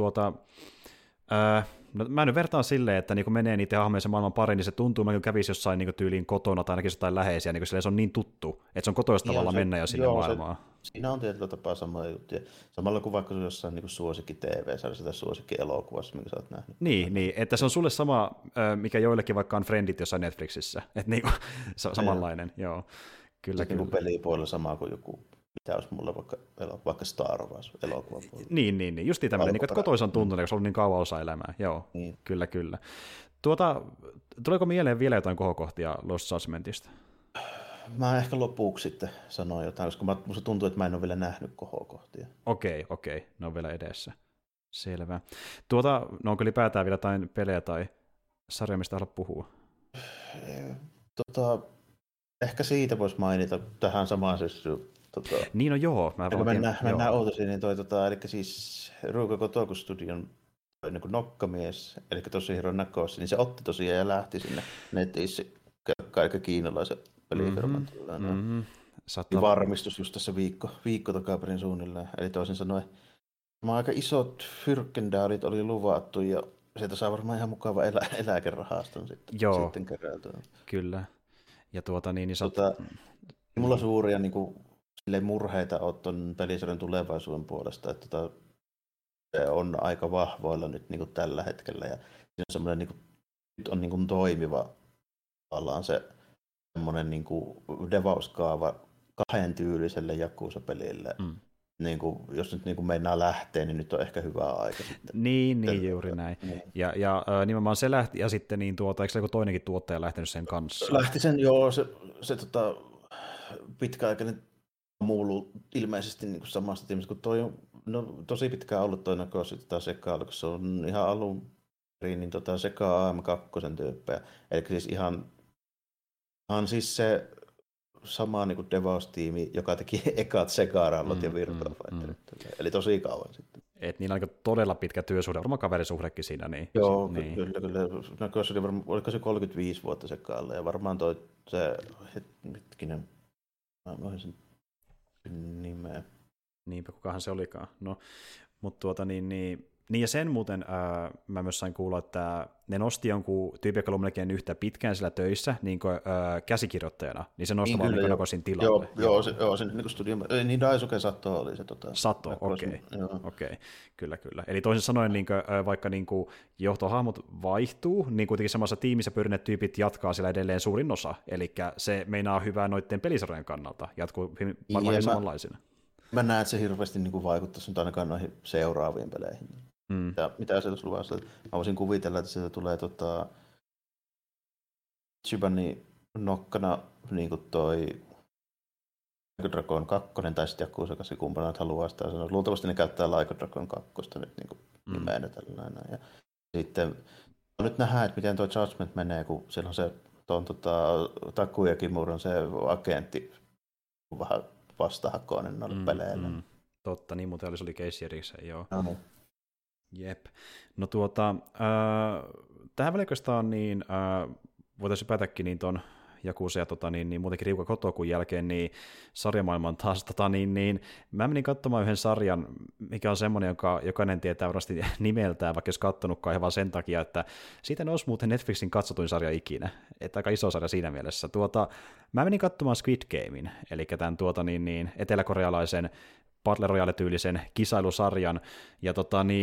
no, mä nyt vertaan silleen, että niin menee niiden hahmojen maailman pari, niin se tuntuu, että kävisi jossain niin tyyliin kotona tai ainakin jotain läheisiä, niin se on niin tuttu, että se on kotoista tavalla mennä jo sinne maailmaan. Siinä on tietyllä tapaa sama juttu. Samalla kuin vaikka se on jossain niin suosikki TV-sarjassa tai suosikki elokuvassa, minkä sä oot nähnyt. Niin, että se on sulle sama, mikä joillekin vaikka on Friendit jossain Netflixissä. Että niin kuin, samanlainen, joo. Kyllä. Niin pelipuolella sama kuin joku, mitä olisi mulle vaikka Star Wars elokuva. Niin, just tämmöinen, että kotoisan tuntunut, koska se on niin kauan osa elämää. Joo, niin. Kyllä. Tuleeko mieleen vielä jotain kohokohtia Lost Judgmentista? Mä ehkä lopuksi sitten sanoin jotain, koska musta tuntuu, että mä en ole vielä nähnyt kohokohtia. Okei, ne on vielä edessä. Selvä. No onko ylipäätään vielä jotain pelejä tai sarja, mistä haluat puhua? Ehkä siitä voisi mainita tähän samaan syssyyn. Niin, no joo. Mennään uutisiin, niin eli siis Ryuga Gotoku Studion niin kuin nokkamies, eli Toshihiro Nakoshi, niin se otti tosiaan ja lähti sinne netissä kaikki kiinalaisen pelifirman. Varmistus just tässä viikko takaperin suunnilleen. Eli toisin sanoen, aika isot fyrkkendaalit oli luvattu ja sieltä saa varmaan ihan mukava eläkerahaston sitten keräiltyä. Kyllä. Ja mulla suuria niin kuin, murheita on tuon pelisarjan tulevaisuuden puolesta, että se on aika vahvoilla nyt niin kuin tällä hetkellä ja siinä on semmoinen, niin kuin, nyt on niin kuin toimiva tavallaan se semmoinen niin kuin devauskaava 2 tyyliselle Yakuza-pelille. Niin kuin, jos nyt niin kuin meinaa lähteä, niin nyt on ehkä hyvä aika sitten. Niin juuri näin. Niin. Ja nimenomaan se lähti, ja sitten eikö se joku toinenkin tuottaja lähtenyt sen kanssa? Lähti sen, se pitkäaikainen muulu ilmeisesti niin kuin samasta tiimistä, kun toi on tosi pitkään ollut toi Nakoshi Sega, kun se on ihan alun perin niin Sega AM2 tyyppejä. Eli siis ihan siis se sama niin kuin Devaus-tiimi, joka teki ekat Sega-rallot ja Virtua Fighterit. Eli tosi kauan sitten. Et niillä on todella pitkä työsuhde, varmaan kaverisuhdekin siinä. Niin. Joo, niin. Kyllä. Nakoshi oli varmaan, oliko se 35 vuotta Segalle, ja varmaan hetkinen, mä voin sen nimeä. Niinpä, kukahan se olikaan. No, mutta niin ja sen muuten mä myös sain kuulla, että ne nosti jonkun tyypin, joka oli melkein yhtä pitkään sillä töissä niin kuin, käsikirjoittajana, niin se nosti vaan Nakosin tilalle. Joo, se niin studion, niin Daisuke Sato oli se. Sato, okei. Kyllä. Eli toisin sanoen, niin kuin, vaikka niin kuin, johtohahmot vaihtuu, niin kuitenkin samassa tiimissä pyörineet tyypit jatkaa siellä edelleen suurin osa, eli se meinaa hyvää noiden pelisarjojen kannalta, jatkuu varmaan samanlaisina. Mä näen, että se hirveästi niin kuin vaikuttaisi nyt ainakaan noihin seuraaviin peleihin. Ja mitä se olisi luvassa? Mä voisin kuvitella, että sieltä tulee Shibani nokkana niin kuin toi Like Dragon 2 tai sitten Yakuza 8 kumpana haluaa sitä sanoa. Luultavasti ne käyttää Like Dragon 2 nyt niin kuin nimeenä tällainen. Ja sitten nyt nähdään, että miten tuo Judgment menee, kun siellä on se Takuya Kimuran se agentti vähän vastahakoinen noille peleille. Totta, niin muuten oli case erikseen, joo. No. Jep. No tähän väliköstä niin voitaisiin päätäkin niin ton Yakuza ja muutenkin Ryuga Gotokun jälkeen niin sarjamaailman taas mä menin katsomaan yhden sarjan, mikä on semmoinen, jonka jokainen tietää varmasti nimeltään, vaikka jos kattonutkaan ihan vaan sen takia, että siitä nousi muuten Netflixin katsotuin sarja ikinä, että aika iso sarja siinä mielessä. Mä menin katsomaan Squid Gamein, eli tämän eteläkorealaisen Battle Royale-tyylisen kisailusarjan, ja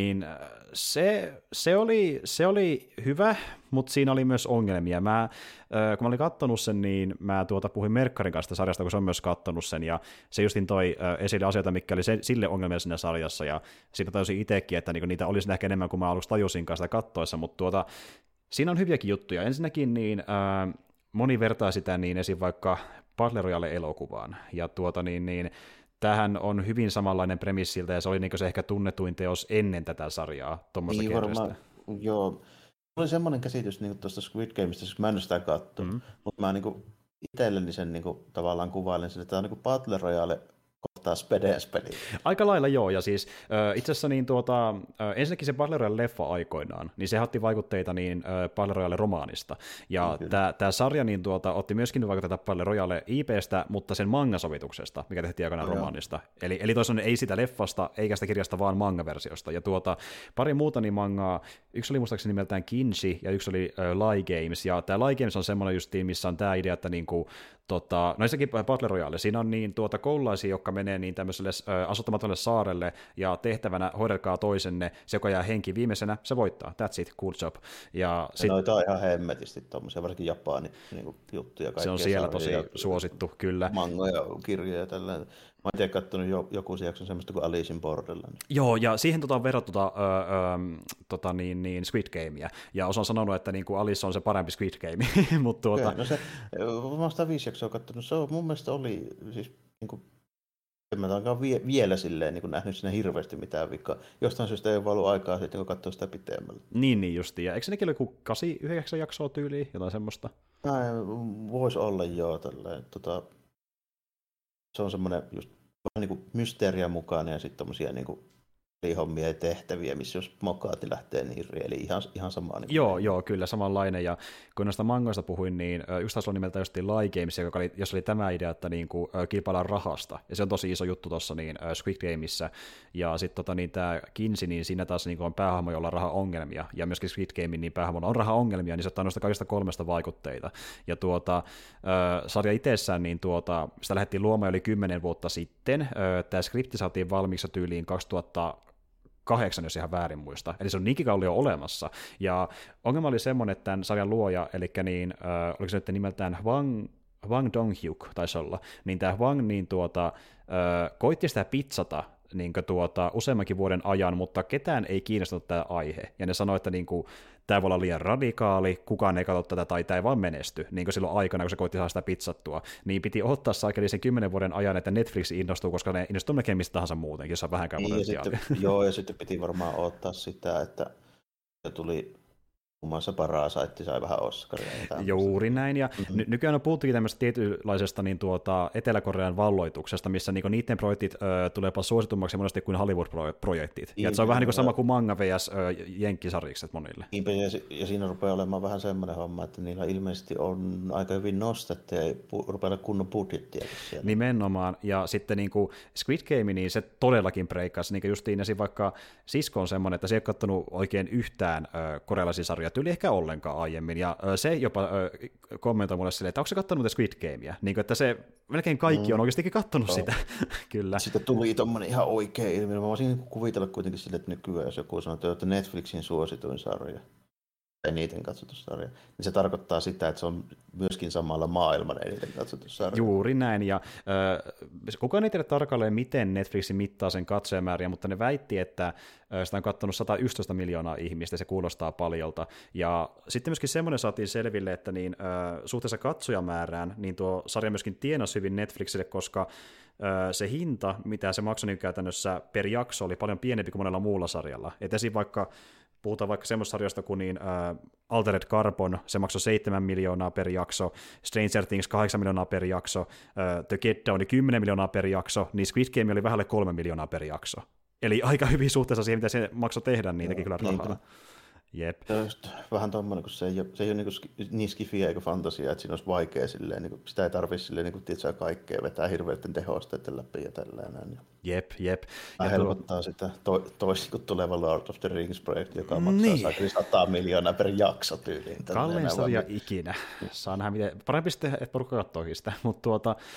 se oli hyvä, mutta siinä oli myös ongelmia. Kun mä olin kattonut sen, niin mä puhuin Merkkarin kanssa sarjasta, kun se on myös kattonut sen, ja se justin toi esille asioita, mikä oli sille ongelmia siinä sarjassa, ja siitä tajusin itsekin, että niitä olisi ehkä enemmän kuin mä aluksi tajusinkaan sitä kattoessa, mutta siinä on hyviäkin juttuja. Ensinnäkin moni vertaa sitä esim. Vaikka Battle Royale-elokuvaan, ja tämähän on hyvin samanlainen premissiltä, ja se oli niin se ehkä tunnetuin teos ennen tätä sarjaa, tuommoista niin genrestä. varmaan, joo. Mulla oli semmoinen käsitys niin tuosta Squid Gameista, koska mä en ole sitä katsonut, mutta mä niin itselleni sen niin kuin, tavallaan kuvailen sen, että tämä on niin Battle Royale kohtaa Spedes-peli. Aika lailla joo, ja siis itse asiassa niin ensinnäkin se Battle Royale-leffa aikoinaan, niin se otti vaikutteita niin Battle Royale-romaanista, ja tämä sarja niin otti myöskin vaikutteita Battle Royale-IPstä, mutta sen mangasovituksesta, mikä tehtiin aikanaan romaanista. Eli toisaalta ei sitä leffasta, eikä sitä kirjasta, vaan manga-versiosta, ja pari muuta niin mangaa, yksi oli muistaakseni nimeltään Kinshi, ja yksi oli Lie Games, ja tämä Lie Games on semmoinen justiin, missä on tämä idea, että niinku, no ensinnäkin Battle Royale, siinä on niin koululaisia, jotka menee niin tämmöiselle asuttamattomalle saarelle, ja tehtävänä hoidelkaa toisenne, se joka jää henki viimeisenä, se voittaa, that's it, cool job. Ja noita on ihan hemmetisti tommosia, varsinkin Japanin niin juttuja. Se on siellä tosi suosittu, kyllä. Mangoja, kirjoja ja tällainen. Mä en tiedä kattonut joku jakson semmoista kuin Alice in Borderland. Joo, ja siihen on verrattu Squid Gamea, ja osaan sanonut, että niin kuin Alice on se parempi Squid Game, mutta no se, mä sitä 5 jaksoa kattonut, se on, mun mielestä oli, siis niin kuin, en mä taankaan vielä silleen niin kuin nähnyt siinä hirveästi mitään vikaa. Jostain syystä ei ole ollut aikaa sitten, kun katsoo sitä pitemmällä. Niin justiin, ja eikö se nekin ole 8-9 jaksoa tyyliin, jotain semmoista? Voisi olla joo, tälleen, se on semmoinen just vähän niin kuin mysteeriä mukana ja sitten tommosia niin kuin hommia ja tehtäviä, missä jos mokaati lähtee niin eli ihan sama. Niin joo, kyllä, samanlainen, ja kun noista mangoista puhuin, niin just taas on nimeltä justiin Lie Games, jos oli tämä idea, että niin kuin, kilpaillaan rahasta, ja se on tosi iso juttu tuossa niin, Squid Gameissa, ja sitten tämä Kinsey, niin siinä taas niin on päähahmo, jolla on rahaongelmia, ja myöskin Squid Game, niin päähahmolla on rahaongelmia, niin se ottaa noista kaikista 3 vaikutteita, ja sarja itsessään, niin sitä lähdettiin luomaan yli 10 vuotta sitten, tämä skripti saatiin valmiiksi tyyliin 2008, jos ihan väärin muista. Eli se on niinkikallio olemassa. Ja ongelma oli semmoinen, että tämän sarjan luoja, eli niin, oliko se nyt nimeltään Hwang Dong-hyuk, taisi olla, niin tämä Hwang niin koitti sitä pizzata niin useammankin vuoden ajan, mutta ketään ei kiinnostanut tämä aihe. Ja ne sanoi, että niin kuin, tämä voi olla liian radikaali, kukaan ei katso tätä tai tämä ei vaan menesty, niin kuin silloin aikana, kun se koitti saada sitä pizzattua. Niin piti ottaa saakeli sen 10 vuoden ajan, että Netflix innostuu, koska ne innostuu melkein mistä tahansa muutenkin, jos on vähänkään potentiaalia. Ja sitten piti varmaan odottaa sitä, että se tuli muun muassa Parasite sai vähän Oscaria. Juuri näin, ja nykyään on puhuttukin tämmöistä tietynlaisesta niin Etelä-Korean valloituksesta, missä niin niiden projektit tulee jopa suositummaksi monesti kuin Hollywood-projektit. Ja se on vähän niin kuin sama kuin manga vs. jenkkisarjikset monille. Ja siinä rupeaa olemaan vähän semmoinen homma, että niillä ilmeisesti on aika hyvin nostettu ja rupeaa olla kunnon budjettia. Nimenomaan, ja sitten niin kuin Squid Game, niin se todellakin breikkasi, niin kuin justiin esim. Vaikka Sisko on semmoinen, että se ei ole kattonut oikein yhtään korealaisia sarjoja, tyyli ehkä ollenkaan aiemmin, ja se jopa kommentoi mulle silleen, että onko se kattonut The Squid Gamea, niin kuin, että se melkein kaikki on oikeastikin kattonut sitä, kyllä. Sitten tuli tommonen ihan oikea ilmiö, mä voisin kuvitella kuitenkin sille, että nykyään jos joku sanoo, että Netflixin suosituin sarja, tai eniten katsotussarja, niin se tarkoittaa sitä, että se on myöskin samalla maailman eniten katsotussarja. Juuri näin, ja kukaan ei tiedä tarkalleen, miten Netflix mittaa sen katsojamääriä, mutta ne väitti, että sitä on katsonut 111 miljoonaa ihmistä, se kuulostaa paljolta. Ja sitten myöskin semmoinen saatiin selville, että niin, suhteessa katsojamäärään, niin tuo sarja myöskin tienasi hyvin Netflixille, koska se hinta, mitä se maksoi niin käytännössä per jakso, oli paljon pienempi kuin monella muulla sarjalla. Et esim. Puhutaan vaikka semmoista sarjasta kuin niin, Altered Carbon, se maksoi 7 miljoonaa per jakso, Stranger Things 8 miljoonaa per jakso, The Get Down 10 miljoonaa per jakso, niin Squid Game oli vähälle 3 miljoonaa per jakso. Eli aika hyvin suhteessa siihen, mitä se maksoi tehdä, niin teki kyllä rahaa. Jep. Se on just vähän tommoinen, kun se ei ole niin skifiä eikä fantasiaa, että siinä olisi vaikea silleen, niin sitä ei tarvitse silleen, niin tietää kaikkea, vetää hirveiden tehosteiden läpi ja tällainen. Jep. Ja helpottaa sitä toisin kuin tuleva Lord of the Rings-projekti, joka maksaa 100 miljoonaa per jakso tyyliin. Kallein sarja ikinä. Saa nähdä, miten parempi sitten, että porukka kattookin sitä, mutta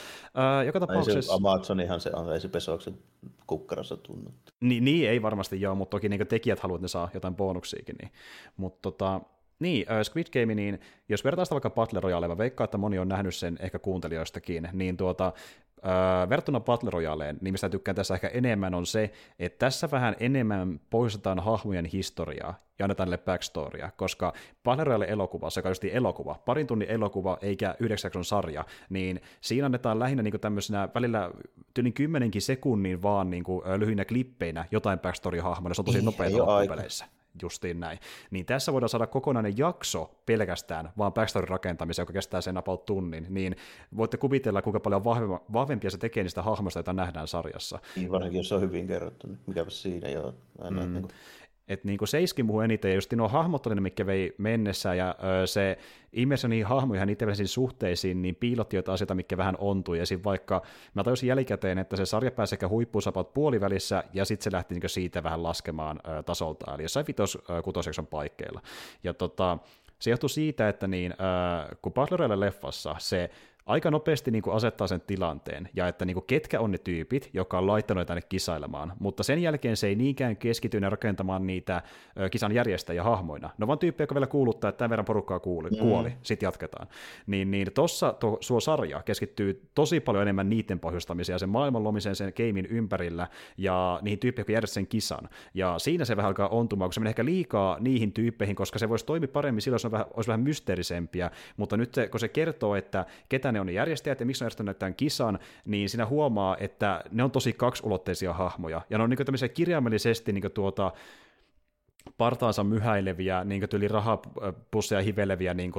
joka tapauksessa... Amazonihan se on, ei se Pesoksen kukkarossa tunnu. Niin, ei varmasti joo, mutta toki niin tekijät haluavat, että ne saa jotain bonuksiakin. Niin. Mutta Squid Game, niin jos vertaa sitä vaikka Battle Royale, mä veikkaan, että moni on nähnyt sen ehkä kuuntelijoistakin, niin verrattuna Battle Royaleen, niin mistä tykkään tässä ehkä enemmän on se, että tässä vähän enemmän poistetaan hahmojen historiaa ja annetaan niille backstorya, koska Battle Royale-elokuvassa, joka on just elokuva, parin tunnin elokuva eikä 9 jakson sarja, niin siinä annetaan lähinnä niin tämmöisenä välillä yli 10 sekunnin vaan niin lyhyinä klippeinä jotain backstory-hahmoja, se on tosi nopeita loppupeleissä. Justiin näin. Niin tässä voidaan saada kokonainen jakso pelkästään vaan backstory rakentamiseen, joka kestää sen about tunnin, niin voitte kuvitella, kuinka paljon vahvempia se tekee niistä hahmoista, joita nähdään sarjassa. Niin, varsinkin jos se on hyvin kerrottu, niin mikäpä siinä jo. Että niinku se iski muuhun eniten, ja just nuo hahmot oli ne, mitkä vei mennessä, ja se immersio niihin hahmoihin niiden välisiin suhteisiin, niin piilotti jotain asioita, mitkä vähän ontui. Esim. Vaikka mä tajusin jälkikäteen, että se sarja pääsi sekä huippuun about puolivälissä, ja sitten se lähti niinku siitä vähän laskemaan tasolta, eli jossain 5-6 paikkeilla. Ja se johtui siitä, että kun Battle Royale-leffassa se aika nopeasti niin kuin asettaa sen tilanteen, ja että niin kuin ketkä on ne tyypit, jotka on laittanut tänne kisailemaan, mutta sen jälkeen se ei niinkään keskity rakentamaan niitä kisan järjestäjiä hahmoina. Ne on vaan tyyppejä, jotka vielä kuuluttaa, että tämän verran porukkaa kuoli, sitten jatketaan. Niin tossa suo sarja keskittyy tosi paljon enemmän niiden pohjustamiseen ja sen maailman lomiseen sen gamein ympärillä, ja niihin tyyppeihin, jotka järjestävät sen kisan. Ja siinä se vähän alkaa ontumaan, kun se menee ehkä liikaa niihin tyyppeihin, koska se voisi toimia paremmin silloin, jos olisi vähän mysteerisempiä, mutta nyt kun se kertoo, että ketä ne on ne järjestäjät ja miksi ne on järjestänyt tämän kisan, niin siinä huomaa, että ne on tosi kaksulotteisia hahmoja, ja ne on niin tämmöisiä kirjaimellisesti niin partaansa myhäileviä, niin tyyli rahapusseja hiveleviä niin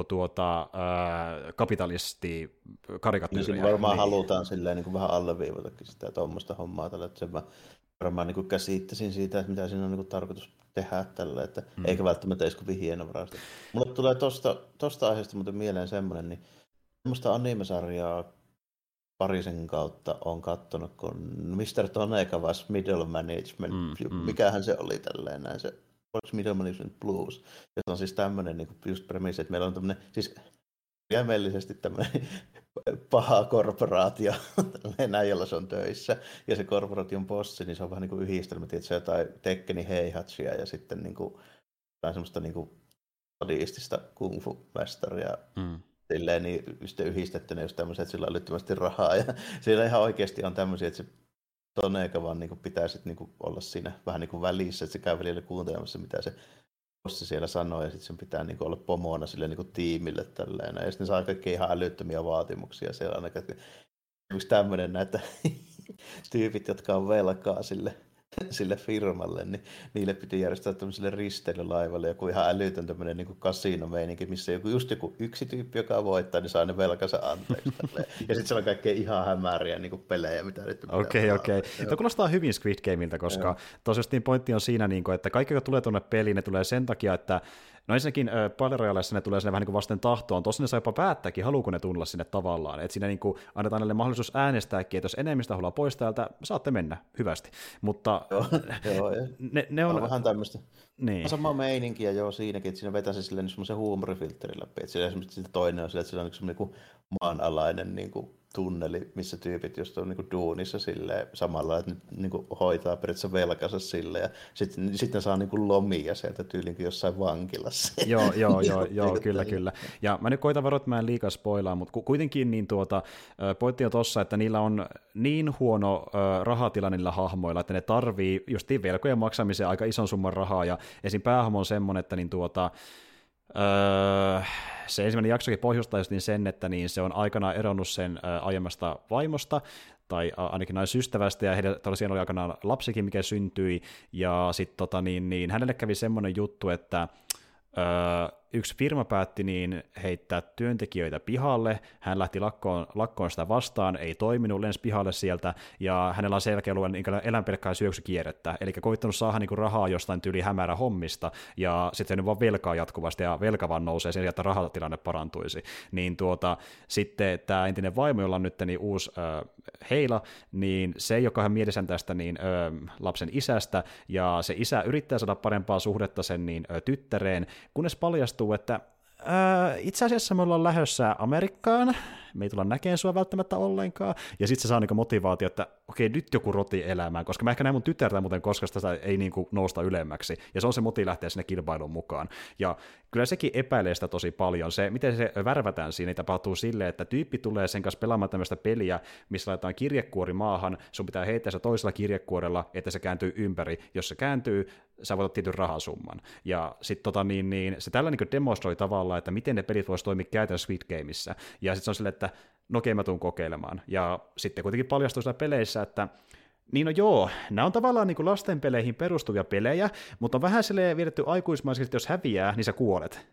kapitalistikarikatyyrejä. Niin varmaan halutaan silleen niin vähän alleviivatakin sitä tuommoista hommaa tällä, että mä varmaan niin käsittäisin siitä, että mitä siinä on niin tarkoitus tehdä tällä, että eikä välttämättä edes kovin hienovarasta. Mulle tulee tosta aiheesta muuten mieleen semmoinen, niin semmoista anime-sarjaa parisen kautta on katsonut, kun Mr. Tonekavas Middle Management, mikähän se oli tälleen näin, se Middle Management Blues, jossa on siis tämmöinen niin just premissi, että meillä on tämmöinen, siis jämellisesti tämmöinen paha korporaatio, näin, jolla se on töissä, ja se korporaation bossi, niin se on vähän niin kuin yhdistelmä, että se on jotain Tekkeni Heihatsia ja sitten niin kuin, jotain semmoista niin kuin sadistista kung fu-mestaria, silleen, niin sitten yhdistettynä just tämmöisiä, että sillä on älyttömästi rahaa, ja siellä ihan oikeasti on tämmöisiä, että se Toneka vaan niin pitää sitten niin olla siinä vähän niin kuin välissä, että se käy välillä kuuntelemassa, mitä se bossi siellä sanoo, ja sitten sen pitää niin olla pomona sille niin tiimille tälleen, ja sitten saa kaikki ihan älyttömiä vaatimuksia siellä ainakaan. Esimerkiksi tämmöinen näitä tyypit, jotka on velkaa sille firmalle, niin niille piti järjestää tämmöiselle risteilylaivalle joku ihan älytön tämmöinen niin kasinomeininki, missä joku yksi tyyppi, joka voittaa, niin saa ne velkansa anteeksi. Ja sitten se on kaikkea ihan hämäriä niin pelejä, mitä nyt Okei. Tuo kuulostaa hyvin Squid Gameilta, koska tosiaan pointti on siinä, että kaikki, jotka tulee tuonne peliin, ne tulee sen takia, että no ensinnäkin Battle Royalessa ne tulee sinne vähän niin kuin vasten tahtoon. Tosin ne saa jopa päättääkin, haluuko ne tulla sinne tavallaan. Että siinä niin kuin annetaan näille mahdollisuus äänestääkin, että jos enemmistö haluaa pois täältä, saatte mennä hyvästi. Mutta ne on vähän tämmöistä. Niin. Sama meininkiä joo siinäkin, että siinä vetäisi silleen semmoisen huumorifilterin läpi. Että siellä esimerkiksi toinen on sillä, että sillä on semmoinen niin maanalainen niin kuin tunneli, missä tyypit just on niin duunissa silleen, samalla, että ne niin hoitaa periaatteessa velkansa silleen, ja sitten saa niin lomia sieltä tyyliin jossain vankilassa. Joo, kyllä. Ja mä nyt koitan varoa, että mä en liikaa spoilaa, mutta kuitenkin niin pointti on tossa, että niillä on niin huono rahatilanne niillä hahmoilla, että ne tarvii justiin velkojen maksamiseen aika ison summan rahaa, ja esim. Päähahmo on semmoinen, että se ensimmäinen jaksokin pohjustaa just niin sen, että niin se on aikanaan eronnut sen aiemmasta vaimosta, tai ainakin naisystävästä, ja heidän oli aikanaan lapsikin, mikä syntyi, ja sitten hänelle kävi semmoinen juttu, että yksi firma päätti heittää työntekijöitä pihalle, hän lähti lakkoon sitä vastaan, ei toiminut, lensi pihalle sieltä, ja hänellä on selkeä ollut elän pelkkää syöksykierrettä, eli koittanut saada rahaa jostain tyyli hämärä hommista, ja sitten se vaan velkaa jatkuvasti, ja velka vaan nousee sen, että rahatilanne parantuisi. Niin sitten tämä entinen vaimo, jolla on nyt uusi Heila, niin se, joka hän mielisen tästä lapsen isästä, ja se isä yrittää saada parempaa suhdetta sen tyttäreen, kunnes paljastuu, että itse asiassa me ollaan lähdössä Amerikkaan, me ei tulla näkemään sua välttämättä ollenkaan, ja sitten se saa niinku motivaatio, että okei, nyt joku roti elämään, koska mä ehkä näin mun tytärtä muuten, koska sitä ei niinku nousta ylemmäksi, ja se on se moti lähteä sinne kilpailuun mukaan, ja kyllä sekin epäilee sitä tosi paljon, se, miten se värvätään siinä, niin tapahtuu silleen, että tyyppi tulee sen kanssa pelaamaan tämmöistä peliä, missä laitetaan kirjekuori maahan, sun pitää heittää se toisella kirjekuorella, että se kääntyy ympäri, jos se kääntyy, sä voitat tietyn rahasumman. Ja sitten se tällä niin demonstroi tavallaan, että miten ne pelit voisi toimia käytännössä Squid Gameissa. Ja sitten se on silleen, että no okei, mä tuun kokeilemaan. Ja sitten kuitenkin paljastuu siellä peleissä, että niin no joo, nämä on tavallaan niin lasten peleihin perustuvia pelejä, mutta on vähän silleen vietetty aikuismaisesti, että jos häviää, niin sä kuolet.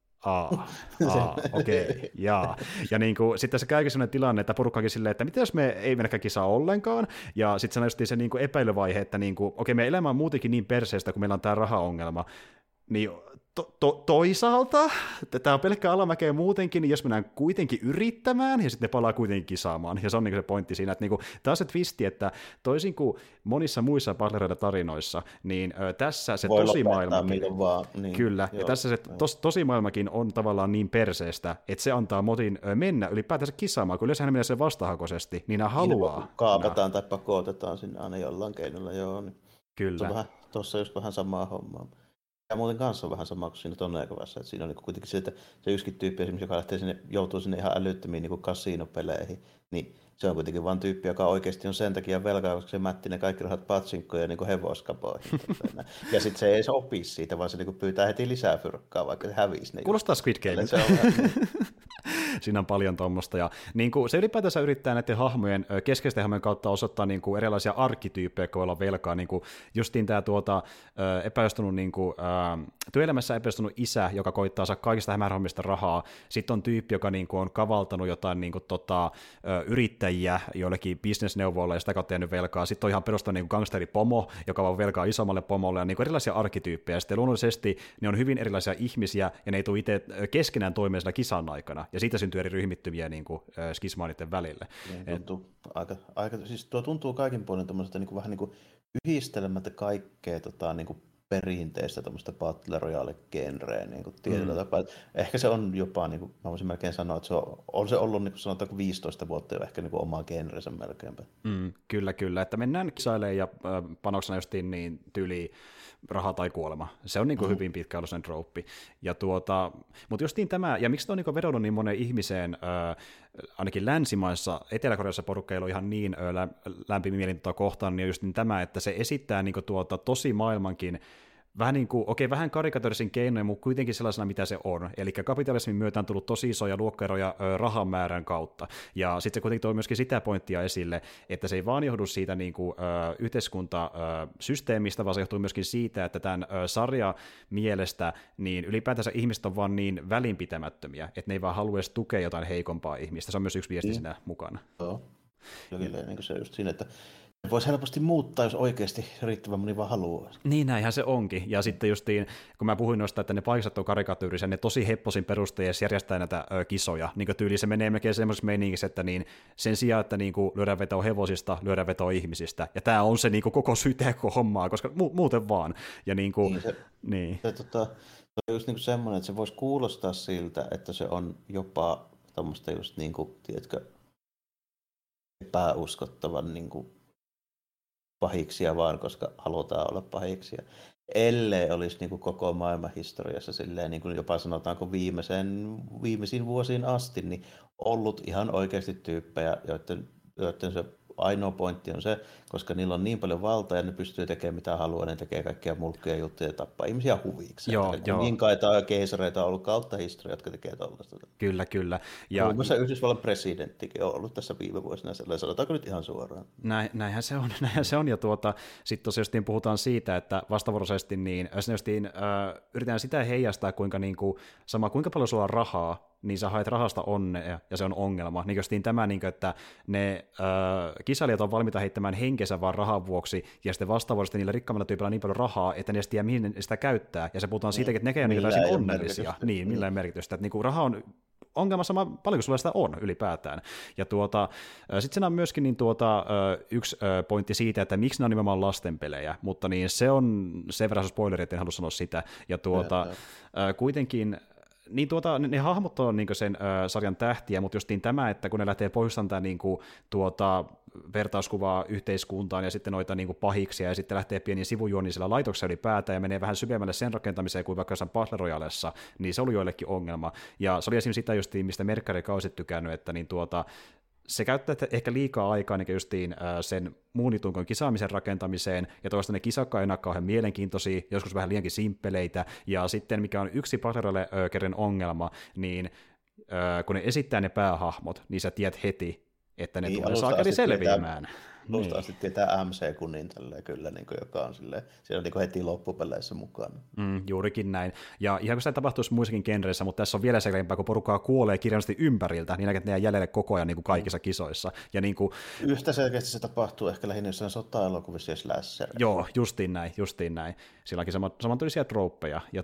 Okei, jaa. Ja niin kuin, sitten se käykin sellainen tilanne, että porukkakin silleen, että mitä jos me ei mennäkään kisaa ollenkaan, ja sitten se näysti se niin kuin epäilyvaihe, että niin kuin, okei, meidän elämä on muutenkin niin perseestä, kun meillä on tämä rahaongelma, niin toisaalta, tämä on pelkkä alamäkeä muutenkin, niin jos mennään kuitenkin yrittämään, ja sitten ne palaa kuitenkin kisaamaan, ja se on niin se pointti siinä, että niin tämä on se twisti, että toisin kuin monissa muissa Battle-tarinoissa, niin tässä se tosimaailmakin, niin, kyllä, joo, ja tässä se tosimaailmakin on tavallaan niin perseestä, että se antaa motin mennä ylipäätänsä kisaamaan, kun yleensä hän menee sen vastahakoisesti, niin nämä haluaa. Kaapataan tai pakotetaan sinne aina jollain keinolla, joo. Niin. Kyllä. Tuossa on just vähän samaa hommaa. Ja muuten kanssa on vähän sama kuin siinä Tonnerkovassa, että siinä on niin kuitenkin se, että se yksikin tyyppi esimerkiksi, joka lähtee joutuu sinne ihan älyttömiin niin kasinopeleihin, niin se on kuitenkin vain tyyppi, joka oikeasti on sen takia velkaa, koska se mätti ne kaikki rahat patsinkkoon ja niin hevoskapoihin. Ja sitten se ei edes opi siitä, vaan se niin pyytää heti lisää fyrkkaa, vaikka se hävisi. Kuulostaa Squid Game. Siinä on paljon tuommoista. Ja niin kuin, se ylipäätänsä yrittää näiden keskeisten hahmojen kautta osoittaa niin kuin erilaisia arkkityyppejä, kun ollaan velkaa. Niin kuin justiin tämä epäistunut, niin kuin, työelämässä epäistunut isä, joka koittaa saada kaikista hämärhommista rahaa. Sitten on tyyppi, joka niin kuin, on kavaltanut jotain niin kuin, yrittäjiä joillekin bisnesneuvoille ja sitä kautta jäänyt velkaa. Sitten on ihan perustanut niin gangsteripomo, joka on velkaa isommalle pomolle, ja niin kuin erilaisia arkkityyppejä. Sitten luonnollisesti ne on hyvin erilaisia ihmisiä, ja ne ei tule itse keskenään toimeen siinä kisan aikana. Ja siitä syntyy eri ryhmittymiä niin kuin skismaanitten välille. Siis tuo tuntuu kaikin puolin niin vähän niin kuin yhdistelemättä kaikkea niin kuin perinteistä tuommoista Battle Royale-genreä niin tietyllä tapaa. Ehkä se on jopa, niin kuin, mä voisin melkein sanoa, että on se ollut niin kuin sanotaan 15 vuotta jo ehkä niin kuin oma genrensä melkeinpä. Kyllä, että mennään kisailemaan ja panoksena justiin niin tyyliin raha tai kuolema. Se on niin kuin hyvin pitkä ollut sen trouppi. Ja mutta justiin tämä, ja miksi on niin vedonnut niin monen ihmiseen, ainakin länsimaissa, Etelä-Koreassa porukka ei ole ihan niin lämpimin mielin kohtaan, niin just niin tämä, että se esittää niin kuin tosi maailmankin vähän niin kuin, vähän karikatyrisin keinoin, mutta kuitenkin sellaisena, mitä se on. Eli kapitalismin myötä on tullut tosi isoja luokkaeroja rahan määrän kautta. Ja sitten se kuitenkin toi myöskin sitä pointtia esille, että se ei vaan johdu siitä niin kuin, yhteiskuntasysteemistä, vaan se johtuu myöskin siitä, että tämän sarjan mielestä niin ylipäätänsä ihmiset on vaan niin välinpitämättömiä, että ne ei vaan halua edes tukea jotain heikompaa ihmistä. Se on myös yksi viesti siinä mukana. Joo, niin kuin se just siinä, että voisi helposti muuttaa, jos oikeasti riittävän moni vaan haluaa. Niin, näinhän se onkin. Ja sitten justiin, kun mä puhuin noista, että ne paikat on karikatyyrisiä, ne tosi hepposin perusteessa järjestää näitä kisoja. Niin tyyli se menee melkein semmoisessa meiningissä, että niin, sen sijaan, että niin lyödään vetoa hevosista, lyödään vetoa ihmisistä. Ja tämä on se niin koko syy tehdä hommaa, koska muuten vaan. Ja se on just niin semmoinen, että se voisi kuulostaa siltä, että se on jopa tämmöistä just niin kuin, tiedätkö, epäuskottavan niin kuin pahiksia vaan, koska halutaan olla pahiksia. Ellei olisi niin kuin koko maailman historiassa silleen, niin kuin jopa sanotaanko viimeisiin vuosiin asti, niin ollut ihan oikeasti tyyppejä, joiden se ainoa pointti on se, koska niillä on niin paljon valtaa ja ne pystyy tekemään mitä haluaa, ne tekee kaikkia mulkkuja juttuja ja tappaa ihmisiä huviksi. Niin kaita ja keisareita on ollut kautta historia, jotka tekee tuollaista. Kyllä. Ja muun muassa Yhdysvallan presidenttikin on ollut tässä viime vuosina, sanotaanko nyt ihan suoraan. Näinhän se on. Ja sitten tosiaan puhutaan siitä, että vastavuoroisesti niin, yritetään sitä heijastaa, kuinka paljon sulla on rahaa, niin sä haet rahasta onnea, ja se on ongelma. Niin justiin tämä, että ne kisailijat on valmiita heittämään henkensä vaan rahan vuoksi, ja sitten vastaavasti niillä rikkaammilla tyypillä on niin paljon rahaa, että ne tiedä, mihin ne sitä käyttää. Ja se puhutaan siitäkin, että nekään on täysin onnellisia. Niin, millään merkitystä. Että raha on ongelma sama paljon kuin sulla sitä on ylipäätään. Ja sitten siinä on myöskin yksi pointti siitä, että miksi ne on nimenomaan lastenpelejä, mutta niin se on sen verran spoileri, että en halua sanoa sitä. Ja kuitenkin ne hahmot on niin sen sarjan tähtiä, mutta justiin tämä, että kun ne lähtee poistamaan tämän niin vertauskuvaa yhteiskuntaan ja sitten noita niin pahiksia ja sitten lähtee pieniin sivujuoniin sillä laitoksella ylipäätään ja menee vähän syvemmälle sen rakentamiseen kuin vaikka jossain Battle Royalessa, niin se oli joillekin ongelma. Ja se oli esimerkiksi sitä justiin, mistä Merkkari kausit tykännyt, että niin se käyttää ehkä liikaa aikaa niin justiin sen muunitunkon kisaamisen rakentamiseen, ja toista ne kisakkaan enää kauhean mielenkiintoisia, joskus vähän liiankin simppeleitä, ja sitten mikä on yksi Battle Royale ongelma, niin kun ne esittää ne päähahmot, niin sä tiedät heti, että ne tulee saakeli selviämään. Alusta asti tietää MC-kunnin tälleen kyllä, niin kuin, joka on silleen, siellä niin heti loppupeleissä mukana. Juurikin näin. Ja ihan kun sitä tapahtuisi muissakin genreissä, mutta tässä on vielä selkeämpää, kun porukkaa kuolee kirjallisesti ympäriltä, niin näkee, että ne jää jäljelle koko ajan niin kuin kaikissa kisoissa. Ja niin kuin... Yhtä selkeästi se tapahtuu ehkä lähinnä jossain sota-elokuvissa ja slasher. Joo, justiin näin. Silläkin samantyylisiä trooppeja. Ja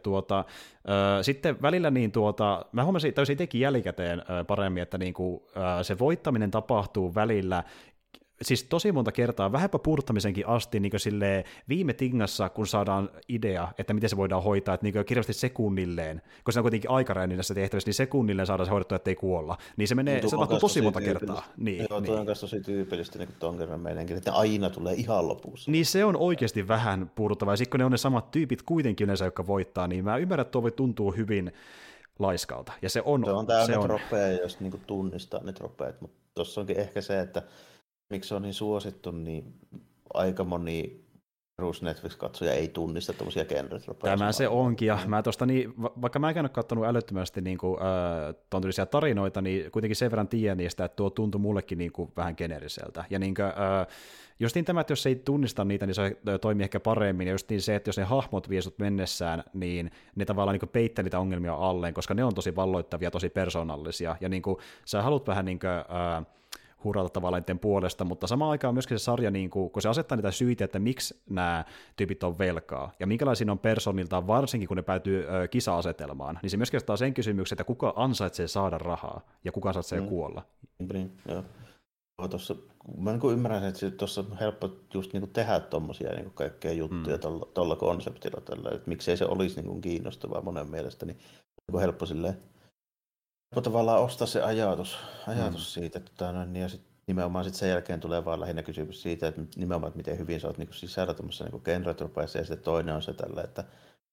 sitten välillä niin mä huomasin täysin itsekin jälkikäteen paremmin, että niin kuin, se voittaminen tapahtuu välillä siis tosi monta kertaa, vähänpä puuduttamisenkin asti niin viime tingassa, kun saadaan idea, että miten se voidaan hoitaa, että niin kirjallisesti sekunnilleen, kun se on kuitenkin aikarajoin näissä tehtävissä, niin sekunnilleen saadaan se hoidettua, ettei kuolla. Niin se menee, se tapahtuu tosi monta kertaa. Niin, joo, tuo on myös tosi tyypillistä niin tuon kerran meidänkin, että aina tulee ihan lopussa. Niin se on oikeasti vähän puuduttavaa, ja sitten kun ne on ne samat tyypit kuitenkin yleensä, jotka voittaa, niin mä ymmärrän, että tuo voi tuntua hyvin laiskalta. Ja se on täynnä tropeja, jos niin tunnistaa ne tropeet, mutta tuossa onkin ehkä se, että miksi se on niin suosittu, niin aika moni perus Netflix-katsoja ei tunnista tämmöisiä genre-tropeja. Tämä se onkin, ja mä tosta, niin, vaikka mä en ole katsonut älyttömästi niin tuon tyylisiä tarinoita, niin kuitenkin sen verran tiedän niistä, että tuo tuntui mullekin niin kuin vähän generiseltä. Ja niin kuin, justiin tämä, että jos ei tunnista niitä, niin se toimii ehkä paremmin, ja justiin se, että jos ne hahmot vie sut mennessään, niin ne tavallaan niin peittää niitä ongelmia alleen, koska ne on tosi valloittavia, tosi persoonallisia, ja niin kuin, sä haluat vähän niin kuin, hurrata tavallaan niiden puolesta, mutta samaan aikaan myöskin se sarja, niin kun se asettaa niitä syitä, että miksi nämä tyypit on velkaa, ja minkälaisia on persooniltaan, varsinkin kun ne päätyy kisa-asetelmaan, niin se myöskin astaa sen kysymyksen, että kuka ansaitsee saada rahaa, ja kuka ansaitsee kuolla. Joo. Tuossa, mä niin ymmärrän, että tuossa on helppo just niin tehdä tuommoisia niin kaikkea juttuja tuolla konseptilla, tällä, että miksei se olisi niin kiinnostavaa monen mielestä, niin helppo silleen, tavallaan ostaa se ajatus siitä, ja sit nimenomaan sit sen jälkeen tulee vaan lähinnä kysymys siitä, että nimenomaan, että miten hyvin sä oot niinku sisällä tuommoisessa niinku genre-tropeissa, ja sitten toinen on se tällä, että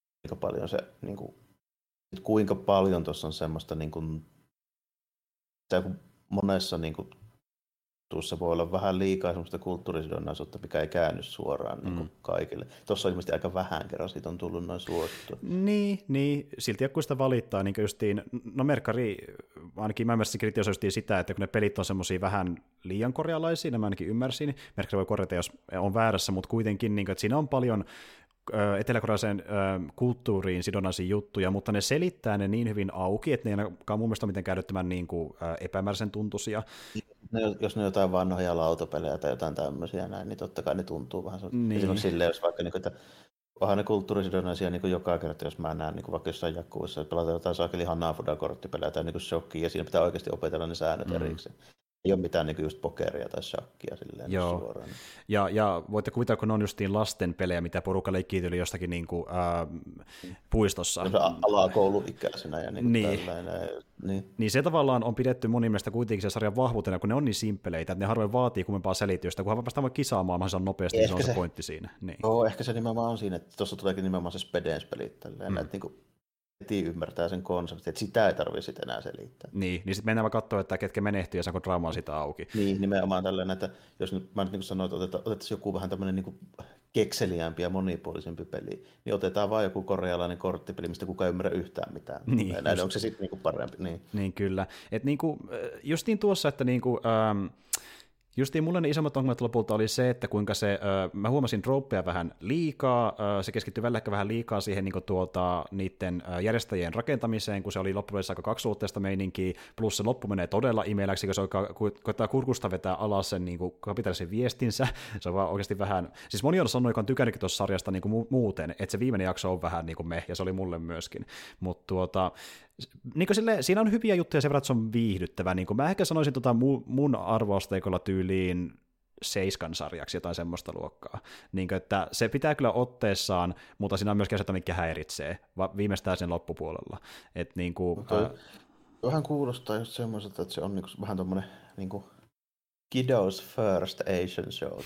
kuinka paljon tuossa on semmoista, niinku, monessa niinku, tuossa voi olla vähän liikaa semmoista kulttuurisidonnaisuutta, mikä ei käänny suoraan niin kuin kaikille. Tuossa on ilmeisesti aika vähän kerran siitä on tullut noin suosittua. Niin. Silti kun sitä valittaa, niin justiin, no Merkkari, ainakin mä ymmärsin kritisoistiin sitä, että kun ne pelit on semmoisia vähän liian korealaisia, mä ainakin ymmärsin, Merkkari voi korjata, jos on väärässä, mutta kuitenkin, niin kuin, että siinä on paljon eteläkorealaiseen kulttuuriin sidonnaisia juttuja, mutta ne selittää ne niin hyvin auki, että ne ei ainakaan mun mielestä ole mitenkään käyttämään niin kuin epämääräisen tuntuisia. Jos ne jotain vanhoja lautapelejä tai jotain tämmöisiä näin, niin totta kai ne tuntuu vähän niin. Silleen, jos vaikka niin kuin, että onhan ne kulttuurisidonnaisia niin joka kerta, jos mä näen niin vaikka jossain jakkuissa, että pelataan jotain saakeli Hanafuda-korttipelejä tai niin shokkia, ja siinä pitää oikeasti opetella ne säännöt erikseen. Ei ole mitään niin just pokeria tai shakkia silleen suoraan. Ja voitte kuvitella, kun on justiin lasten pelejä, mitä porukka leikkii tyyli jostakin niin kuin, puistossa. Alakouluikäisenä ja niin. Niin se tavallaan on pidetty mun mielestä kuitenkin se sarjan vahvuutena, kun ne on niin simppeleitä, että ne harvoin vaatii kummempaa selitystä, kunhan vasta voi kisaamaan mahdollisimman nopeasti, niin se on se pointti siinä. Niin. Joo, ehkä se nimenomaan on siinä, että tuossa tuleekin nimenomaan se Spedens-pelit tälleen, että niin kuin heti ymmärtää sen konseptin, että sitä ei tarvitse sitten enää selittää. Niin sitten mennään vaan katsoa, että ketkä menehtyy ja saako draamaa sitä auki. Niin, nimenomaan tällainen, että jos nyt, mä nyt niin sanoin, että otettaisiin joku vähän tämmöinen niin kekseliämpi ja monipuolisempi peli, niin otetaan vaan joku korealainen korttipeli, mistä kukaan ei ymmärrä yhtään mitään. Niin, näin, onko se sitten niin parempi? Niin kyllä. Että niinku, justiin tuossa, että niinku, justiin mulle ne isommat ongelmat lopulta oli se, että kuinka se, mä huomasin droppeja vähän liikaa, se keskittyi välillä vähän liikaa siihen niin niiden järjestäjien rakentamiseen, kun se oli loppupeleissä aika kaksiulotteista meininkiä, plus se loppu menee todella imeläksi, kun se koittaa kurkusta vetää alas sen niin kapitalisen viestinsä, se on vaan oikeasti vähän, siis moni on sanonut, joka on tykännytkin tuossa sarjasta niin kuin muuten, että se viimeinen jakso on vähän niin kuin ja se oli mulle myöskin, mutta niin siinä on hyviä juttuja sen verran, että se on viihdyttävä. Niin mä ehkä sanoisin mun arvoasteikolla tyyliin Seiskan sarjaksi, jotain semmoista luokkaa. Niin, että se pitää kyllä otteessaan, mutta siinä on myöskin asioita, mikä häiritsee, viimeistään sen loppupuolella. Et niin kuin, vähän kuulostaa just semmoiselta, että se on niinku vähän tommonen niinku Kiddos First Asian Show.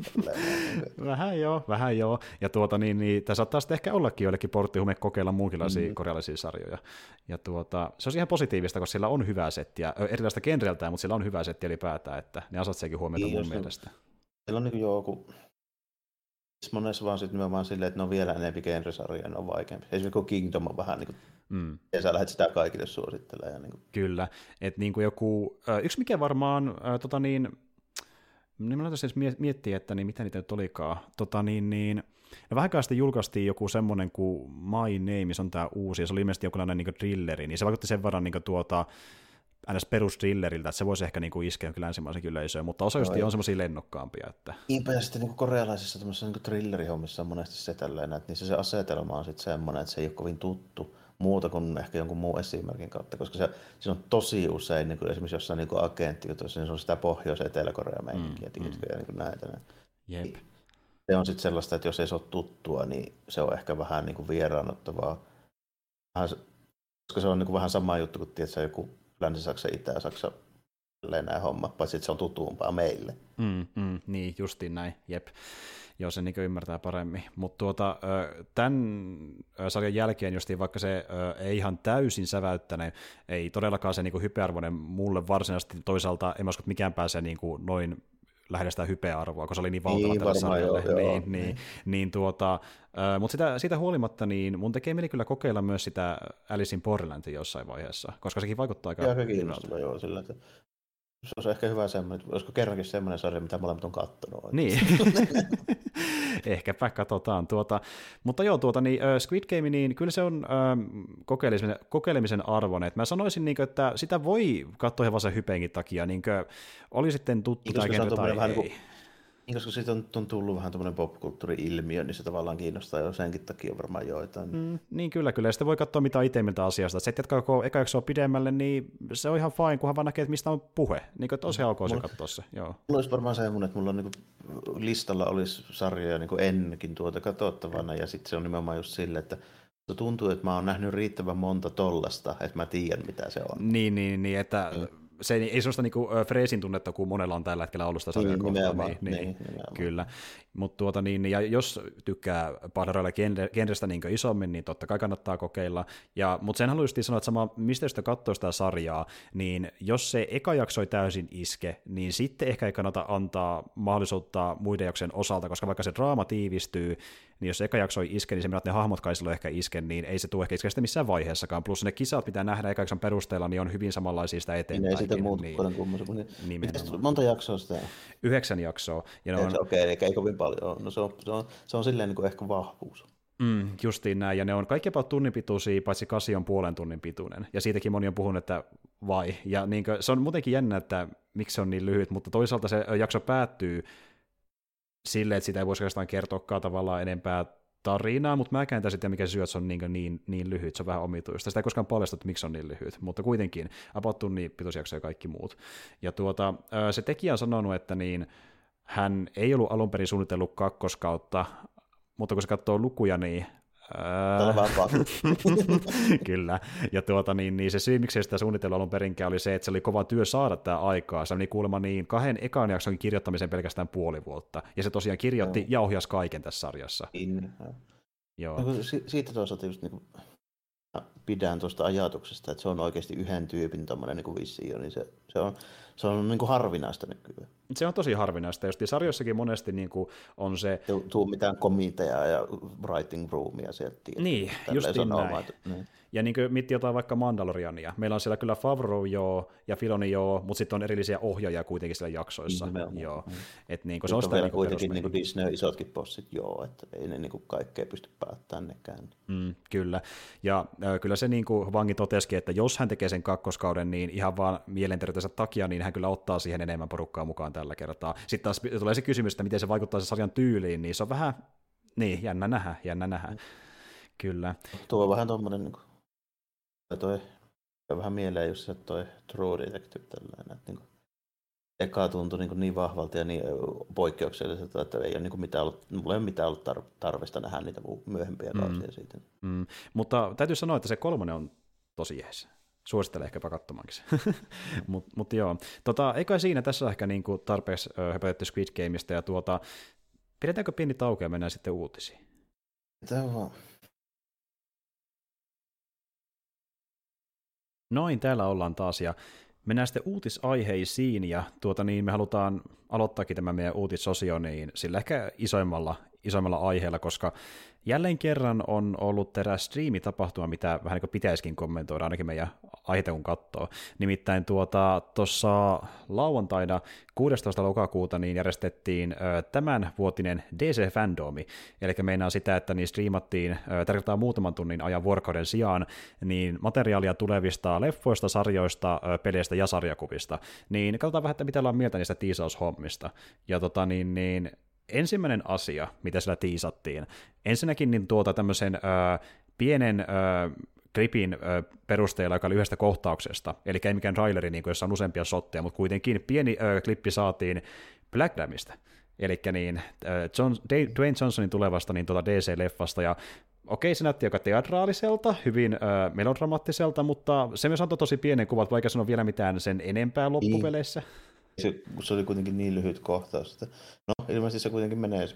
Vähän joo. Ja tämä saattaa sitten ehkä ollakin joillekin porttihume kokeilla muunkinlaisia korealaisia sarjoja. Ja se on ihan positiivista, koska sillä on hyvää settiä, erilaista genreltään, mutta sillä on hyvää settiä ylipäätään, että ne ansaitseekin huomiota mun mielestä. Siellä on niin joku, monessa vaan sitten nimenomaan silleen, että ne on vielä enemmän genresarjoja, ne on vaikeampi. Esimerkiksi kun Kingdom on vähän niin kuin, ja sä lähdet sitä kaikille suosittelemaan. Niin kyllä, että niin kuin joku, yksi mikä varmaan, niin mä laitan siis miettiä, että niin mitä niitä nyt olikaan, no vähänkään sitten julkaistiin joku semmoinen kuin My Name, se on tää uusi, ja se oli ilmeisesti jokinlainen niin thrilleri, niin se vaikutti sen verran niin ns. Perusthrilleriltä, että se voisi ehkä niinku iskeä kyllä länsimaisen yleisöön, mutta osa just on semmoisia lennokkaampia. Että niinpä, ja sitten niinku korealaisissa tämmöisissä niinku thrillerihommissa on monesti se tällainen, että niissä se asetelma on sitten semmoinen, että se ei ole kovin tuttu muuta kuin ehkä jonkun muun esimerkin kautta, koska se on tosi usein, niin kuin esimerkiksi jossain niin agenttijutuissa, niin se on sitä Pohjois-Etelä-Korea meininkiä, ja niin näitä. Jep. Se on sitten sellaista, että jos ei se ole tuttua, niin se on ehkä vähän niin kuin vieraannuttavaa, koska se on niin kuin vähän sama juttu kuin tietysti joku Länsi-Saksa, Itä-Saksa, nämä hommat, paitsi että se on tutumpaa meille. Niin, justiin näin, jep. Joo, se niin ymmärtää paremmin. Mutta tämän sarjan jälkeen, justiin vaikka se ei ihan täysin säväyttänyt, ei todellakaan se niin hypearvoinen mulle varsinaisesti, toisaalta en usko, että mikään pääsee niin noin lähellä sitä hypearvoa, koska se oli niin valtava tälle sarjalle. Mutta siitä huolimatta, niin mun tekee mieli kyllä kokeilla myös sitä Alice in Borderlandia jossain vaiheessa, koska sekin vaikuttaa aika hyvältä. Kiinnostava, joo, sillä että se olisi ehkä hyvä semmoinen, olisiko kerrankin semmoinen sarja, mitä molemmat on kattonut. Niin, ehkäpä katsotaan. Mutta joo, Squid Game, niin kyllä se on kokeilemisen arvoinen. Mä sanoisin, niin kuin, että sitä voi katsoa ihan vaan sen hypeenkin takia, niin kuin, oli sitten tuttu tai ei. Niin, koska siitä on tullut vähän tämmöinen popkulttuuri-ilmiö, niin se tavallaan kiinnostaa jo senkin takia varmaan joitain. Niin kyllä. Ja sitten voi katsoa mitä itse miltä asiasta. Se, että jatkaa eka jaksoa pidemmälle, niin se on ihan fine, kunhan vaan näkee, että mistä on puhe. Niin kuin, että on se ok se katsoa se. Joo. Mulla olisi varmaan semmoinen, että mulla on niin kuin, listalla olisi sarjoja niin kuin ennenkin katsottavana, ja sitten se on nimenomaan just silleen, että se tuntuu, että mä oon nähnyt riittävän monta tollasta, että mä tiedän, mitä se on. Niin että se ei sellaista niinku freesin tunnetta, kuin monella on tällä hetkellä ollut sitä sarjaa kohtaan. Niin, kyllä. Mutta ja jos tykkää Padroilla genrestä niin isommin, niin totta kai kannattaa kokeilla. Mutta sen haluaisin sanoa, että sama, mistä sitä katsoo sitä sarjaa, niin jos se eka jakso ei täysin iske, niin sitten ehkä ei kannata antaa mahdollisuutta muiden jaksojen osalta, koska vaikka se draama tiivistyy, niin jos eka jakso ei iske, niin se että ne hahmot kai silloin ehkä iske, niin ei se tule ehkä iske sitä missään vaiheessakaan. Plus ne kisat, mitä nähdään eka jakson perusteella, niin on hyvin samanlaisia sitä eteenpäin. Ei sitä muuta paljon kummoisen. Monta jaksoa sitä on? 9 jaksoa. Okei, ei kovin paljon. No se on silleen niin kuin ehkä vahvuus. Justiin näin, ja ne on kaikki about tunnin pituisia, paitsi 8 on puolen tunnin pituinen, ja siitäkin moni on puhunut, että vai, ja niin kuin, se on muutenkin jännä, että miksi se on niin lyhyt, mutta toisaalta se jakso päättyy silleen, että sitä ei voisi oikeastaan kertoakaan tavallaan enempää tarinaa, mutta mä käyn sitten, mikä syy, että se on niin lyhyt, se on vähän omituista. Sitä ei koskaan paljasta, että miksi se on niin lyhyt, mutta kuitenkin about tunnin pituusjakso ja kaikki muut. Ja se tekijä on sanonut, että niin hän ei ollut alun perin suunnitellut kakkoskautta, mutta kun se katsoo lukuja, niin kyllä. Ja niin se syy, miksi sitä suunnitellut alun perinkään oli se, että se oli kova työ saada tämä aikaa. Se oli kuulemma 2 ekan jakson kirjoittamisen pelkästään puoli vuotta. Ja se tosiaan kirjoitti ja ohjasi kaiken tässä sarjassa. Joo. No, siitä toisaalta just niin pidän tuosta ajatuksesta, että se on oikeasti yhden tyypin tommoinen niin visio, niin se on niin kuin harvinaista nykyään. Se on tosi harvinaista, just sarjoissakin monesti niin kuin on se tuu mitään komiteaa ja writing roomia sieltä. Niin, justiin näin. Niin. Ja niin kuin miettii jotain vaikka Mandaloriania. Meillä on siellä kyllä Favreau ja Filoni mutta sitten on erillisiä ohjaajia kuitenkin siellä jaksoissa. Joo. Että niin kuin se on sitä niinku kuitenkin niin kuin Disney isotkin bossit, että ei ne niin kuin kaikkea pysty päättämään nekään. Kyllä. Ja kyllä se niin kuin Vangi totesikin, että jos hän tekee sen kakkoskauden, niin ihan vaan mielenterveytensä takia, niin hän kyllä ottaa siihen enemmän porukkaa mukaan tällä kertaa. Sitten taas tulee se kysymys, että miten se vaikuttaa se sarjan tyyliin, niin se on vähän, jännä nähdä. Kyllä. Tuo on vähän tommoinen, niin toi vähän mieleen just se toi True Detective tällainen, että niin eka tuntui niin vahvalta ja niin poikkeukselliselta, että ei ole mulla ei ole mitään ollut tarvista nähdä niitä myöhempiä kausia siitä. Mutta täytyy sanoa, että se 3 on tosi jees. Suosittelen ehkäpä katsomaankin se. Mut joo. Eikä siinä tässä ehkä niinku tarpeeksi höpötetty Squid Gameista, ja pidetäänkö pieni tauko ja mennään sitten uutisiin? Tämä vaan. Noin, täällä ollaan taas, ja mennään sitten uutisaiheisiin, ja me halutaan aloittaakin tämä meidän uutisosio niin sillä ehkä isoimmalla aiheella, koska jälleen kerran on ollut eräs striimitapahtuma, mitä vähän niin kuin pitäisikin kommentoida, ainakin meidän aiheita kun katsoo. Nimittäin tuossa lauantaina 16. lokakuuta niin järjestettiin tämänvuotinen DC-fandomi, eli meinaa sitä, että niin striimattiin tarkoittaa muutaman tunnin ajan vuorokauden sijaan niin materiaalia tulevista leffoista, sarjoista, peleistä ja sarjakuvista. Niin katsotaan vähän, että mitä ollaan mieltä niistä tiisaushommista. Ja ensimmäinen asia, mitä sillä tiisattiin, ensinnäkin niin tämmöisen pienen klipin perusteella, joka oli yhdestä kohtauksesta, eli ei mikään traileri, niin jossa on useampia shotteja, mutta kuitenkin pieni klippi saatiin Black Adamista, eli Dwayne Johnsonin tulevasta niin DC-leffasta, ja okei, se näytti aika teatraaliselta, hyvin melodramaattiselta, mutta se myös antoi tosi pienen kuvan, vaikka sanoa vielä mitään sen enempää loppupeleissä. Se oli kuitenkin niin lyhyt kohtaus, että ilmeisesti se kuitenkin menee,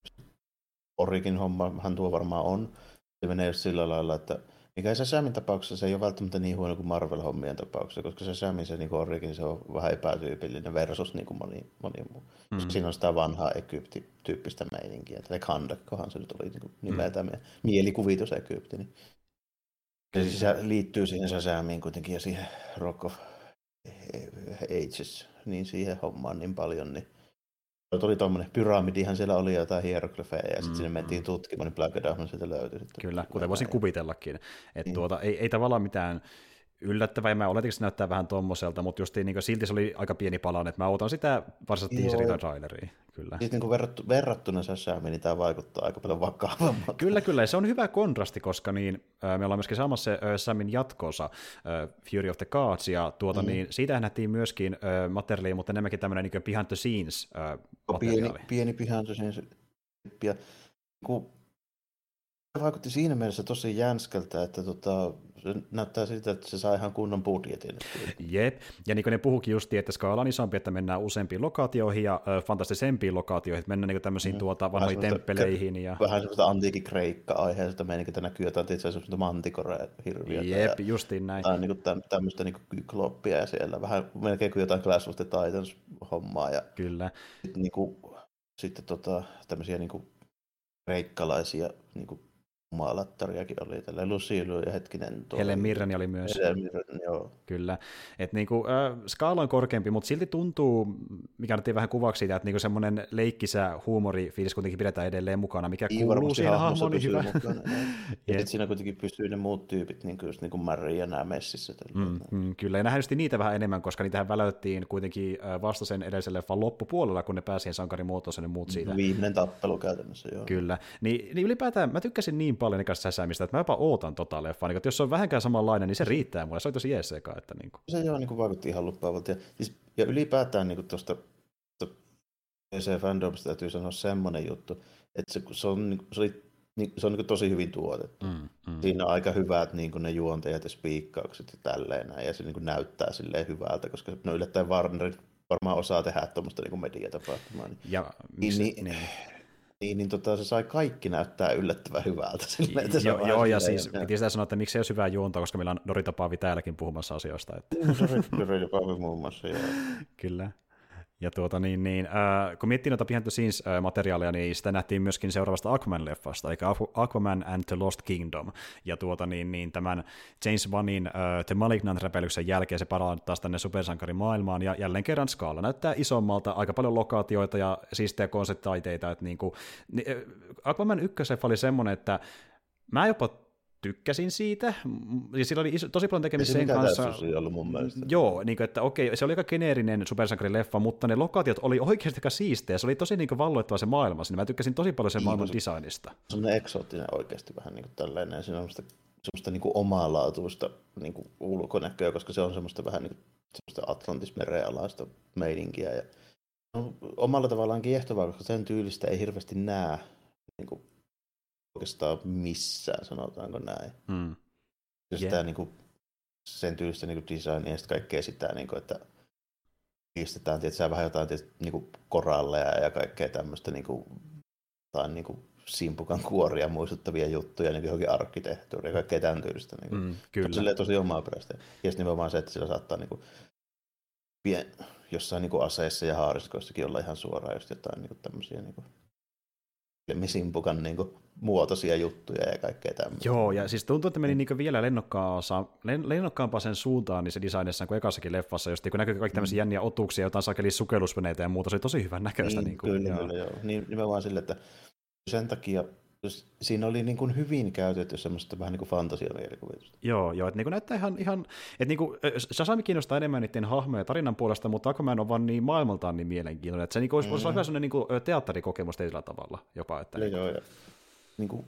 Orikin hommahan tuo varmaan on, se menee just sillä lailla, että mikä Shazamin tapauksessa se ei ole välttämättä niin huono kuin Marvel-hommien tapauksessa, koska Shazamin se niin Orikin se on vähän epätyypillinen versus niin kuin moni muu. Koska siinä on sitä vanhaa Egypti-tyyppistä meininkiä, että Kandakohan se nyt oli niin nimeltään mielikuvitus Egypti. Niin. Se liittyy siihen Shazamiin kuitenkin ja siihen Rock of Ages, niin siihen hommaan niin paljon, niin tuli tuommoinen pyramidihan siellä oli jotain hieroglyfejä, ja sitten sinne mentiin tutkimaan, niin Black Adam sieltä löytyi. Kyllä, kuten voisin kuvitellakin. Että ei tavallaan mitään yllättävää, mä oletin, että se näyttää vähän tommoselta, mutta justiin niin silti se oli aika pieni palanen, että mä odotan sitä varsinaista teaseria tai traileria. Kyllä. Sitten niin verrattuna Shazamiin, niin tämä vaikuttaa aika paljon vakavammalta. Kyllä, ja se on hyvä kontrasti, koska me ollaan myöskin saamassa se Shazamin jatkoosa Fury of the Gods, ja siitä nähtiin myöskin materiaalia, mutta enemmänkin tämmöinen niin behind the scenes materiaali. Pieni behind the scenes. Ja se vaikutti siinä mielessä tosi jänskältä, että se näyttää siltä, että se saa ihan kunnon budjetin. Jep, ja niin kuin ne puhukin justiin, että skaala on isompi, että mennään useampiin lokaatioihin ja fantastisempiin lokaatioihin, että mennään niin tämmöisiin vanhoihin temppeleihin. Vähän semmoista antiikin kreikka-aiheesta meininkin, että näkyy jotain tietysti semmoista mantikorea-hirviötä. Jep, justiin näin. Tai niin tämmöistä niin kykloppia ja siellä vähän melkein kuin jotain Clash of the Titans-hommaa. Ja kyllä. Sitten tämmöisiä niin kreikkalaisia niin maalattariakin oli, tällä Lucilu ja hetkinen. Helen Mirren oli myös. Joo. Kyllä. Että skaala on korkeampi, mutta silti tuntuu, mikä annettiin vähän kuvaksi siitä, että semmoinen leikkisä huumorifiilis kuitenkin pidetään edelleen mukana, mikä kuuluu siihen hahmoon niin hyvä. Ja siinä kuitenkin pystyy ne muut tyypit, niin kuin Mary ja nämä messissä. Kyllä, ja nähdään niitä vähän enemmän, koska niitähän väläyttiin kuitenkin vasta sen edellisen leffan loppupuolella, kun ne pääsi siihen sankarimuotoisen ja muut siitä. Viimeinen tappelu käytännössä, joo. Kyllä. Niin ylipäätään mä tykkäsin niin paljon Shazamista, että mä jopa ootan leffaa. Niin, että jos se on vähänkään samanlainen, niin se riittää mulle. Se oli tosi jees eka. Että Se vaikutti ihan luppaavalta. Ja ylipäätään tuosta DC-fandomista täytyy sanoa semmoinen juttu, että se on tosi hyvin tuotettu. Siinä on aika hyvät ne juontajat ja spiikkaukset ja tälleen. Ja se näyttää silleen hyvältä, koska yllättäen Warner varmaan osaa tehdä tuommoista mediatapahtumaa. Se sai kaikki näyttää yllättävän hyvältä. Joo, ja siis piti sitä sanoa, että miksi ei ole hyvää juontaa, koska meillä on Dorita Paavi täälläkin puhumassa asioista. Dorita Paavi muun muassa, joo. Kyllä. Ja kun miettii noita behind the scenes materiaalia, niin sitä nähtiin myöskin seuraavasta Aquaman-leffasta, eli Aquaman and the Lost Kingdom. Ja tämän James Wannin The Malignant-räpäilyksen jälkeen se palaa taas tänne supersankarimaailmaan, ja jälleen kerran skaala näyttää isommalta, aika paljon lokaatioita ja siistejä konseptitaiteita. Aquaman 1 oli semmoinen, että mä jopa tykkäsin siitä, ja sillä oli tosi paljon tekemistä sen kanssa. Ei ollut mun mielestä. Joo, että okei, se oli aika geneerinen supersankarileffa, mutta ne lokaatiot oli oikeasti aika siistejä, se oli tosi valloittava se maailma, niin mä tykkäsin tosi paljon sen maailman designista. Semmoinen eksoottinen oikeasti vähän tällainen, ja siinä on semmoista omalaatuista ulkonäköä, koska se on semmoista vähän semmoista Atlantis-meren alaista meininkiä. Ja on omalla tavallaan kiehtovaa, koska sen tyylistä ei hirveästi näe niin kuin, oikeastaan missään, sanotaanko näin. Sitä niin kuin, sen tyylistä niin kuin designia ja sitten kaikkea sitä, niin kuin, että pistetään tietysti vähän jotain niin kuin koralleja ja kaikkea tämmöistä niin kuin, niin kuin simpukan kuoria muistuttavia juttuja, niin johonkin arkkitehtuuria ja kaikkea tämän tyylistä. Niin kyllä. Tosi omaperäistä. Ja sitten nimenomaan se, että sillä saattaa niin kuin, jossain niin kuin aseissa ja haariskoissakin olla ihan suoraan just jotain niin kuin tämmöisiä niin kuin simpukan niin kuin muotoisia juttuja ja kaikkea tämmöistä. Joo, ja siis tuntuu, että meni niin vielä lennokkaampaa sen suuntaan niin se designissa kuin ekassakin leffassa, just kun näkyy kaikki tämmöisiä jänniä otuksia, jotain sakeli sukellusveneitä ja muuta, se oli tosi hyvän näköistä. Kyllä, joo. Niin, nimenomaan sille, että sen takia siinä oli niin kuin hyvin käytetty semmoista vähän niin kuin fantasiamielikuvitusta. Joo, että niin näyttää ihan että niin kuin, Shazam kiinnostaa enemmän niiden hahmoja ja tarinan puolesta, mutta Aquaman on vaan niin maailmaltaan niin mielenkiintoinen, että se niin olisi hyvä sellainen niin kuin teatterikokemus tietyllä tavalla jopa. Että joo, ja niin kuin,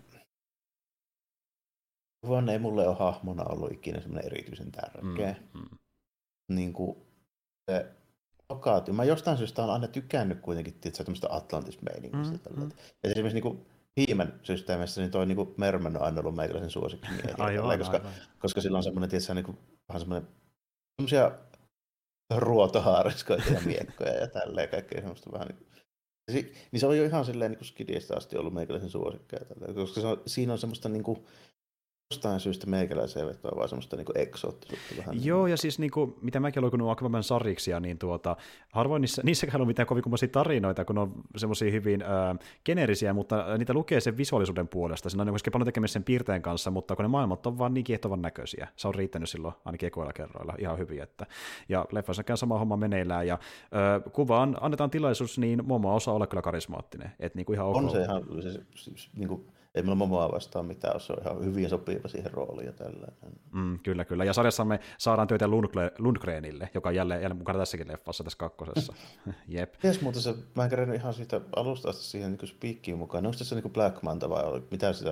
vaan ei mulle ole hahmona ollut ikinä semmoinen erityisen tärkeä. Niin kuin se lokaatio. Mä jostain syystä olen aina tykännyt kuitenkin tämmöistä Atlantis-meiningistä. Esimerkiksi niin kuin He-Man systeemissä niin toi niin Merman on aina ollut meikäläisen suosikkimiehiä. Koska sillä on semmoinen, tietysti, niin kuin, vähän semmoisia ruotohaariskoita ja miekkoja ja tälleen kaikkea semmoista vähän niin se on jo ihan silleen niin Skidistä asti ollut meikäläisen suosikkeja. Koska siinä on semmoista niin kuin, jostain syystä meikäläiseen vetoa vaan semmoista niinku eksoottisuutta vähän. Joo, ja siis niinku, mitä mäkin olen lukenut Aquaman sarjiksia, niin harvoin niissäkään on mitään kovin kummoisia tarinoita, kun on semmoisia hyvin geneerisiä, mutta niitä lukee sen visuaalisuuden puolesta. Siinä on kuitenkin paljon tekemistä sen piirteen kanssa, mutta kun ne maailmat on vaan niin kiehtovan näköisiä. Se on riittänyt silloin ainakin ekoilla kerroilla ihan hyvin. Ja leffassakin sama homma meneillään, ja kuvaan annetaan tilaisuus, niin Momoa osaa olla kyllä karismaattinen. Niinku ihan on se ihan, niinku ei meillä Momoa vastaan mitään, se on ihan hyvin sopiva siihen rooliin ja tällainen. Kyllä. Ja sarjassa me saadaan työtä Lundgrenille, joka on jälleen mukana tässäkin leffassa, tässä kakkosessa. Jep. Ties muuten se, mä en kerennyt ihan siitä alusta asti siihen niin spiikkiin mukaan. Onko tässä niin Black Manta vai mitä sitä?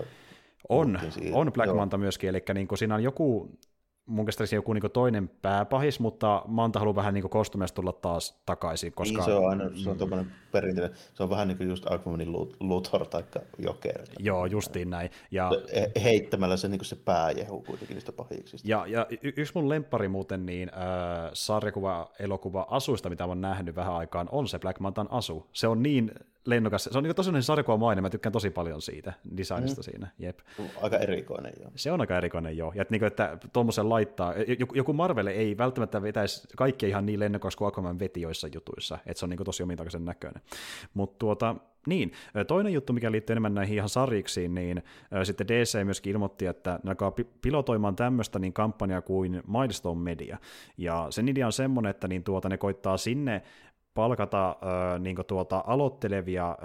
On Black Manta myöskin, eli niin siinä on joku mun käsittääkseni joku niin toinen pääpahis, mutta Manta haluaa vähän niin kostumeesta tulla taas takaisin. Koska niin, se on tommoinen perinteinen, se on vähän niin kuin just Aquamanin Luthor tai Joker. Joo, justiin näin. Ja heittämällä se, niin se pää jehuu kuitenkin niistä pahiksista. Ja yksi mun lemppari muuten niin sarjakuva-elokuva asuista, mitä mä oon nähnyt vähän aikaan, on se Black Mantan asu. Se on niin lennokas. Se on niin tosiaan sarjakuvamainen, mä tykkään tosi paljon siitä designista siinä. Jep. Aika erikoinen, joo. Se on aika erikoinen, joo. Ja että niin tuommoisen laittaa, joku Marvel ei välttämättä vetäisi kaikkea ihan niin lennokas kuin Aquaman veti joissa jutuissa, että se on niin tosi omintaikaisen näköinen. Mutta niin, toinen juttu, mikä liittyy enemmän näihin ihan sarjiksiin, niin sitten DC myöskin ilmoitti, että ne alkaa pilotoimaan tämmöistä niin kampanjaa kuin Milestone Media. Ja sen idea on semmoinen, että niin ne koittaa sinne palkata aloittelevia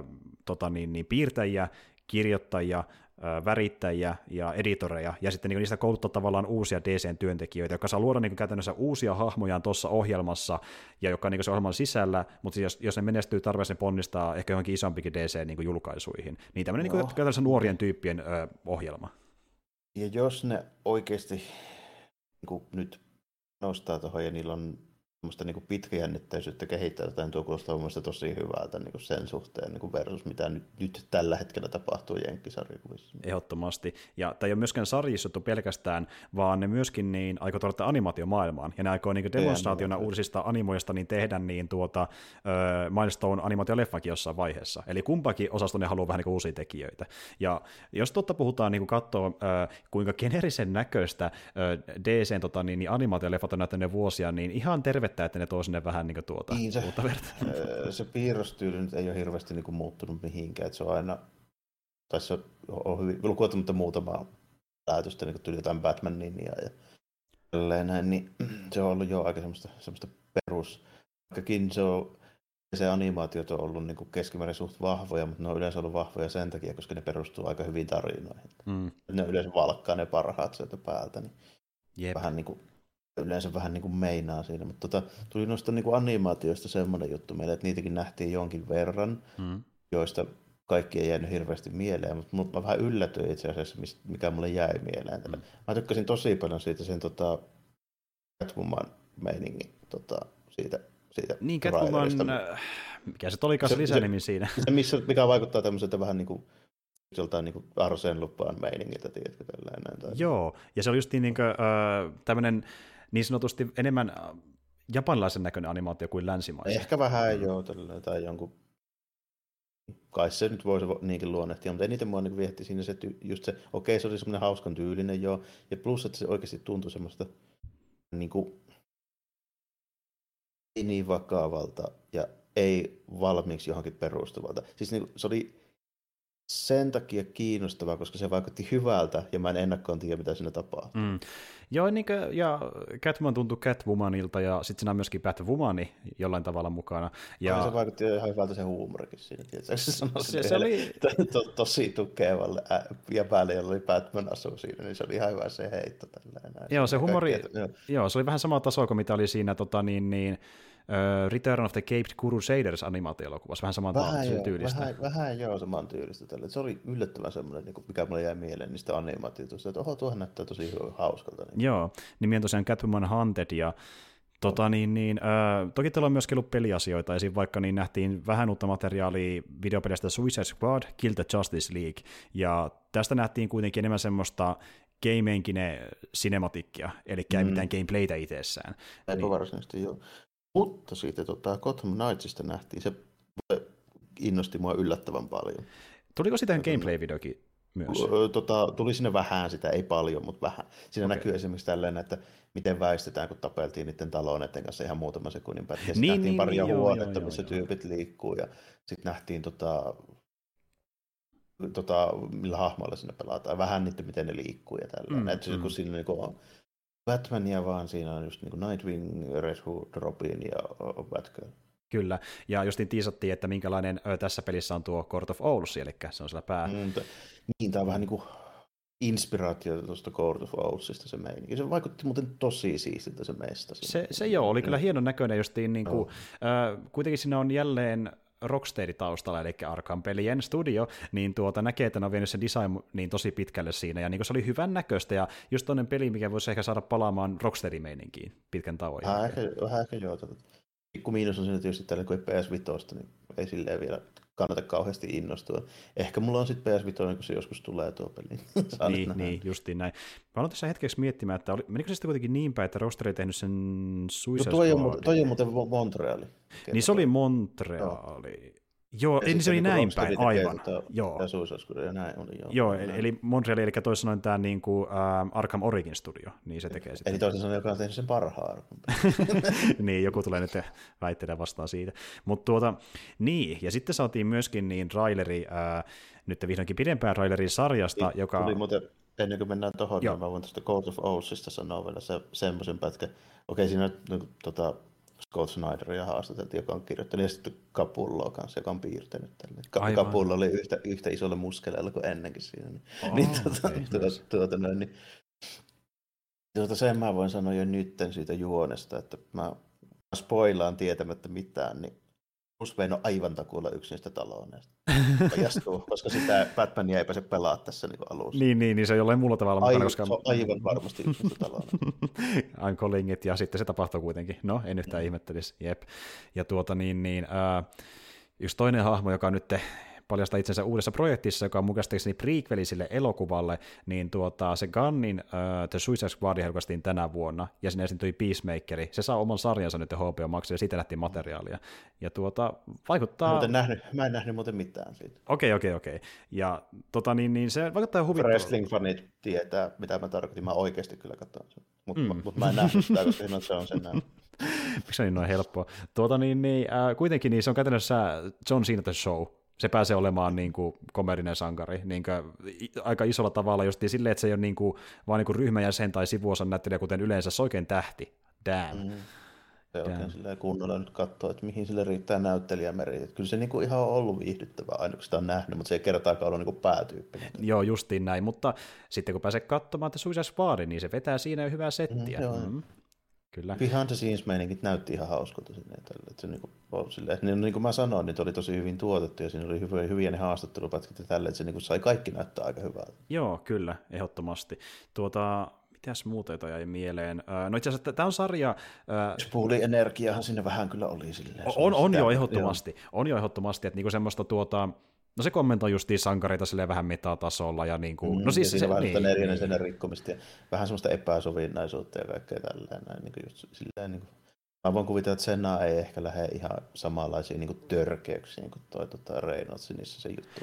piirtäjiä, kirjoittajia, värittäjiä ja editoreja, ja sitten niistä kouluttaa tavallaan uusia DCn-työntekijöitä, jotka saa luoda käytännössä uusia hahmojaan tuossa ohjelmassa, ja joka on se ohjelman sisällä, mutta jos ne menestyy tarpeeksi, ne ponnistaa ehkä johonkin isompikin DC-julkaisuihin. Niin tämmöinen käytännössä nuorien tyyppien ohjelma. Ja jos ne oikeasti nyt nostaa tuohon, ja niillä on semmoista pitkäjännitteisyyttä kehittää jotain, tuo kuulostaa mun mielestä tosi hyvältä sen suhteen versus mitä nyt tällä hetkellä tapahtuu jenkkisarjakuvissa. Ehdottomasti. Ja tämä ei ole myöskään sarjissuttu pelkästään, vaan ne myöskin aikoo tuoda animaatiomaailmaan. Ja ne aikoo demonstraationa uusista animoista tehdä Milestone animaatioleffakin jossain vaiheessa. Eli kumpakin osasto ne haluaa vähän uusia tekijöitä. Ja jos puhutaan katsoa, kuinka geneerisen näköistä DCn animaatioleffat on näyttänyt vuosia, niin ihan tervettä, että ne tuo sinne vähän uutta verta. Se piirrostyyli nyt ei ole hirveästi muuttunut mihinkään, että se on aina, tai se on hyvin, lukuottamatta muutamaa lähetystä, tyyli jotain Batman-nimiä ja näin, niin se on ollut jo aika semmoista perus, vaikkakin se animaatiot on ollut keskimäärin suht vahvoja, mutta ne on yleensä ollut vahvoja sen takia, koska ne perustuu aika hyvin tarinoihin. Ne yleensä valkkaa ne parhaat sieltä päältä, niin yleensä vähän meinaa siinä, mutta tuli noista animaatioista semmoinen juttu meille, että niitäkin nähtiin jonkin verran, joista kaikki ei jäänyt hirveästi mieleen, mutta mä vähän yllätyin itse asiassa, mikä mulle jäi mieleen. Mä tykkäsin tosi paljon siitä sen Catwoman meiningin siitä niin Catwoman, mikä se olikaan se lisänimi siinä? Mikä vaikuttaa tämmöiseltä vähän niin kuin joltain niin Arsène Lupin meiningiltä, tiedätkö, tällainen. Joo, ja se oli just niin tämmöinen niin sanotusti enemmän japanilaisen näköinen animaatio kuin länsimaisen. Ehkä vähän joo, tai jonkun, kai se nyt voisi niinkin luonnehtia, mutta eniten mua niin viehätti siinä se, just se, okei, se oli semmoinen hauskan tyylinen joo, ja plus, että se oikeasti tuntui semmoista niin kuin, ei niin vakavalta ja ei valmiiksi johonkin perustuvalta. Siis niin, se oli sen takia kiinnostavaa, koska se vaikutti hyvältä ja mä en ennakkoon tiedä, mitä siinä tapahtuu. Joo, ja Catwoman tuntui Catwomanilta ja sitten siinä on myöskin Batwomani jollain tavalla mukana. Ja se vaikutti ihan hyvältä se huumorikin siinä. Se oli tosi tukevalle ja päälle, jolla oli Batman asuu siinä, niin se oli ihan hyvä se heitto. Joo, se humori, se oli vähän sama taso kuin mitä oli siinä Return of the Caped Crusaders animaatio-elokuvassa, vähän saman tyylistä. Vähän joo, saman tyylistä. Se oli yllättävän semmoinen, mikä mulle jäi mieleen niistä animaatioista, että tuohan näyttää tosi hauskalta. Joo, nimi on tosiaan Catwoman Hunted, ja toki teillä on myöskin ollut peliasioita, esim. Vaikka niin nähtiin vähän uutta materiaalia videopelistä Suicide Squad, Kill the Justice League, ja tästä nähtiin kuitenkin enemmän semmoista gameenkinen cinematikkia, eli ei mitään gameplaytä itsessään. Eipä varsinaisesti joo. Mutta siitä Gotham Knightsista nähtiin, se innosti mua yllättävän paljon. Tuliko sitä gameplay-videokin myös? Tuli sinne vähän sitä, ei paljon, mutta vähän. Siinä näkyy esimerkiksi tällainen, että miten väistetään, kun tapeltiin niiden taloneiden kanssa ihan muutaman sekunnin pätkä. Sitten nähtiin paria huonetta, missä tyypit liikkuu, ja sitten nähtiin millä hahmoilla sinne pelataan, vähän niitä, miten ne liikkuu ja tällainen. Kun siinä niinku on Batmania, vaan siinä on just niinku Nightwing, Red Hood, Robin ja Batgirl. Kyllä, ja justiin tiisattiin, että minkälainen tässä pelissä on tuo Court of Owls, eli se on siellä pää. Niin, tämä on vähän niin kuin inspiraatio tuosta Court of Owlsista se meininki. Se vaikutti muuten tosi siistiltä se mesta. Se joo, oli kyllä hienon näköinen justiin, niin kuin, kuitenkin siinä on jälleen Rocksteady taustalla, eli Arkham-pelien studio, niin näkee, että ne on vienyt sen design niin tosi pitkälle siinä, ja niin se oli hyvän näköistä, ja just toinen peli, mikä voisi ehkä saada palaamaan Rocksteady-meininkiin pitkän tauon jälkeen. Vähän ehkä joo. Pikku miinus on siinä tietysti tällä, kun ei PS5, niin ei silleen vielä kannata kauheasti innostua. Ehkä mulla on sitten PS5, kun se joskus tulee tuo peli. niin, justiin näin. Mä aloin tässä hetkeksi miettimään, että menikö se sitten kuitenkin niin päin, että Roster ei tehnyt sen Suicide Squad? Toi on muuten Montreali. Niin se oli Montreali. Joo, niin se oli näin päin, aivan. Joo. Ja näin oli, joo, eli Montreal, eli toisin sanoen tämä niin kuin, Arkham Origin Studio, niin se tekee sitä. Eli toisin sanoen, joka on tehnyt sen parhaan. Niin, joku tulee nyt väittelemään vastaan siitä. Mutta niin, ja sitten saatiin myöskin niin traileri, nyt vihdoinkin pidempään trailerin sarjasta, joka... Tuli muuten, ennen kuin mennään tuohon, niin mä voin tuosta Court of Owlsista sanoa vielä semmoisen pätkän. Okei, siinä Scott Snyderia haastateltiin, joka on kirjoittanut, ja sitten Capulloa kanssa, joka on piirtänyt tälle. Capullo oli yhtä isolla muskeleilla kuin ennenkin siinä. Sen mä voin sanoa jo nytten siitä juonesta, että mä spoilaan tietämättä mitään, niin Bruce Wayne on aivan takuulla yksi niistä taloneista. Koska sitä Batmania ei pääse pelaa tässä niin alussa. Niin se on jollain muulla tavalla mukana. Koska... Se on aivan varmasti yksi niistä taloneista. I'm calling it, ja sitten se tapahtuu kuitenkin. No, en yhtään ihmettelisi. Jep. Ja yksi toinen hahmo, joka nyt paljastaa itsensä uudessa projektissa, joka on mukaisesti prequeli sille elokuvalle, niin se Gunnin The Suicide Squad julkaistiin tänä vuonna, ja sinne esiintyi Peacemakeri. Se saa oman sarjansa nyt HBO Maxille, ja siitä nähtiin materiaalia. Ja vaikuttaa... Mä en nähnyt muuten mitään siitä. Okei. Ja se vaikuttaa huvittavalta. Wrestling-fanit tietää, mitä mä tarkoitin. Mä oikeasti kyllä katson sen. Mutta mä en nähnyt sitä, koska se on sen näin. Miksi on niin helppoa? Kuitenkin niin se on käytännössä John Cena The Show. Se pääsee olemaan niin kuin komerinen sankari niin kuin aika isolla tavalla, just silleen, että se ei ole niin kuin, vaan niin kuin ryhmäjäsen tai sivuosan näyttelijä, kuten yleensä, se oikein tähti. Damn. Se oikein silleen kunnolla nyt katsoo, että mihin sille riittää näyttelijämeri. Kyllä se niin kuin ihan on ollut viihdyttävää, aina kun sitä on nähnyt, mutta se ei kertaakaan ollut niin kuin päätyyppinen. Joo, justiin näin, mutta sitten kun pääsee katsomaan The Suicide Squadin, niin se vetää siinä jo hyvää settiä. Kyllä. Behind the scenes meiningit näytti ihan hauskalta sinne. Että niin kuin mä sanoin, niin oli tosi hyvin tuotettu ja siinä oli hyviä ne haastattelupätkät ja tälle, että se niin kuin sai kaikki näyttää aika hyvältä. Joo, kyllä, ehdottomasti. mitäs muuta jotain jäi mieleen? No itse asiassa tämä on sarja... Spooli-energiahan siinä vähän kyllä oli silleen. On jo ehdottomasti. On jo ehdottomasti, että niinku semmoista no se kommentoi justiin sankareita silleen vähän metatasolla ja niinku... No siis se vähän niin. Sen rikkomista ja vähän semmoista epäsovinnaisuutta ja kaikkea tälleen. Niinku just silleen niinku... Mä voin kuvitella, että Senna ei ehkä lähde ihan samanlaisiin niin törkeyksiin kuin toi Reynolds niissä se juttu.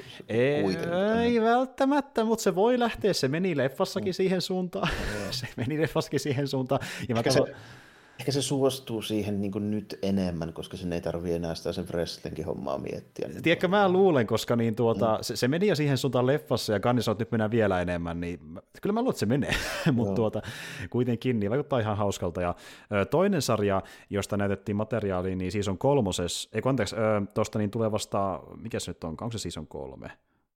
Ei välttämättä, mutta se voi lähteä. Se meni leffassakin siihen suuntaan. Se meni leffassakin siihen suuntaan. Ja ehkä se suostuu siihen niin kuin nyt enemmän, koska sen ei tarvitse enää sitä sen wrestlingin hommaa miettiä. Tiedätkö, mä luulen, koska niin se meni jo siihen suuntaan leffassa ja Gunni sanoi, että nyt mennään vielä enemmän, niin kyllä mä luulen, että se menee, mutta kuitenkin niin vaikuttaa ihan hauskalta. Ja toinen sarja, josta näytettiin materiaalia, niin season 3, tuosta niin tulevasta, mikä se nyt onko se season 3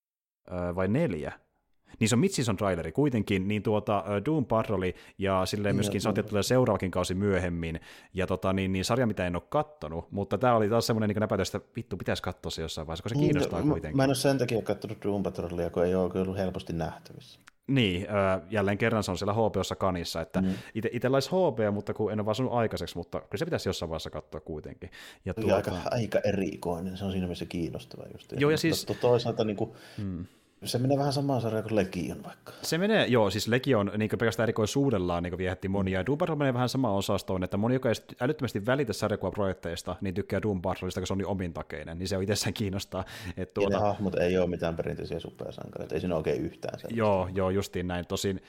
vai 4? Niin se on mid-season traileri kuitenkin, niin Doom Patroli, ja silleen myöskin sanottiin, että tulee seuraavakin kausi myöhemmin, ja niin sarja, mitä en ole kattonut, mutta tämä oli taas semmoinen niin näpäytys, että vittu, pitäisi katsoa se jossain vaiheessa, koska se kiinnostaa kuitenkin. Mä en ole sen takia katsonut Doom Patrolia, kun ei ole ollut helposti nähtävissä. Niin, jälleen kerran se on siellä HBOssa kanissa, että itsellä olisi HBO, mutta kun en ole vaan sanonut aikaiseksi, mutta kyllä se pitäisi jossain vaiheessa katsoa kuitenkin. Ja aika erikoinen, se on siinä mielessä kiinnostava just. Joo, ja siis... Toisaalta niin kuin, se menee vähän samaan sarjaan kuin Legion vaikka. Se menee, joo, siis Legion niin pelkästään erikoisuudellaan niin viehätti monia, ja Doom Patrol menee vähän samaan osastoon, että moni, joka ei älyttömästi välitä sarjakuvaprojekteista, niin tykkää Doom Patrolista, koska se on niin omintakeinen, niin se on itsessään kiinnostaa. Että ja ne hahmot ei ole mitään perinteisiä supersankareita, ei siinä oikein yhtään sellaista. Joo, justiin näin. Tosin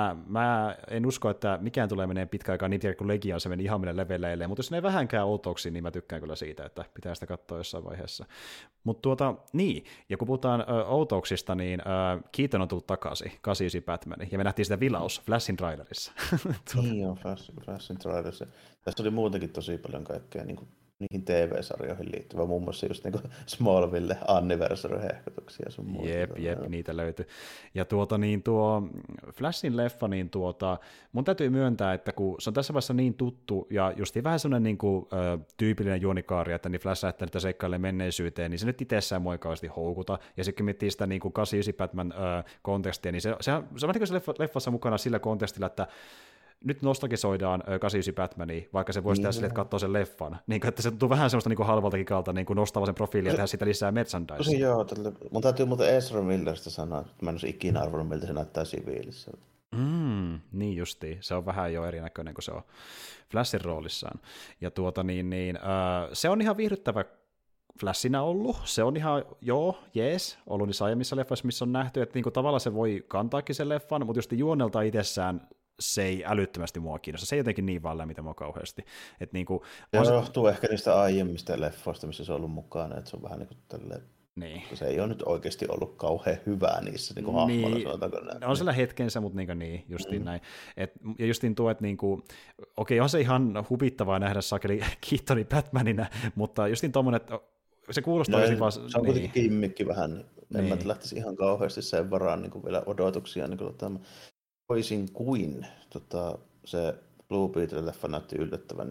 mä en usko, että mikään tulee menee pitkä aikaa niin kuin Legion, se meni ihan mille leveleille, mutta jos ne ei vähänkään outouksia, niin mä tykkään kyllä siitä, että pitää sitä katsoa jossain vaiheessa. Mutta niin, ja kun puhutaan outouksista, niin Keaton on tullut takaisin, 89 Batman, ja me nähtiin sitä vilaus Flashin trailerissa. Niin joo, Flashin trailerissa. Tässä oli muutenkin tosi paljon kaikkea niin kuin niihin TV-sarjoihin liittyvää, muun muassa just niin kuin Smallville anniversary-hehkutuksia sun muuta. Jep, niitä löytyi. Ja tuo Flashin leffa, niin mun täytyy myöntää, että kun se on tässä vaiheessa niin tuttu, ja justiin vähän semmoinen niin kuin, tyypillinen juonikaari, että niin Flash lähtee niitä seikkailemaan menneisyyteen, niin se nyt itsessään mua ei kauheasti houkuta. Ja sitten kun miettii sitä niin kuin 89 Batman-kontekstia, niin se on vähän niin kuin leffassa mukana sillä kontekstilla, että nyt nostalgisoidaan 89 Batmania, vaikka se voisi tehdä sille, että katsoo sen leffan. Niin, että se tuntuu vähän semmoista niin halvalta kikalta niin nostaa sen profiilia ja tehdä sitä lisää merchandise. Joo, mun täytyy muuten Ezra Milleristä sanoa, että mä en olisi ikinä arvonnut, miltä se näyttää siviilissä. Niin justiin, se on vähän jo erinäköinen kuin se on Flashin roolissaan. Ja se on ihan viihdyttävä Flashina ollut, se on ihan, ollut niissä aiemmissa leffoissa, missä on nähty, että niinku tavallaan se voi kantaakin sen leffan, mutta just juonelta itsessään se ei älyttömästi mua kiinnosta. Se ei jotenkin niin vaan lämmitä mua kauheasti. Et niinku, se johtuu ehkä niistä aiemmista leffoista, missä se on ollut mukana, että se on vähän niin kuin tälleen. Niin. Se ei ole nyt oikeasti ollut kauhean hyvää niissä niin hahmoilla. On siellä hetkensä, mutta niin justiin näin. Ja justiin tuo, että okei, on se ihan huvittavaa nähdä sakeli Keatonin Batmanina, mutta justiin tuommoinen, että se kuulostaa vaan... Se on kuitenkin kimmikki vähän. En mä lähtisi ihan kauheasti sen varaan niin vielä odotuksia. Toisin kuin se Blue Beetle-leffa näytti yllättävän,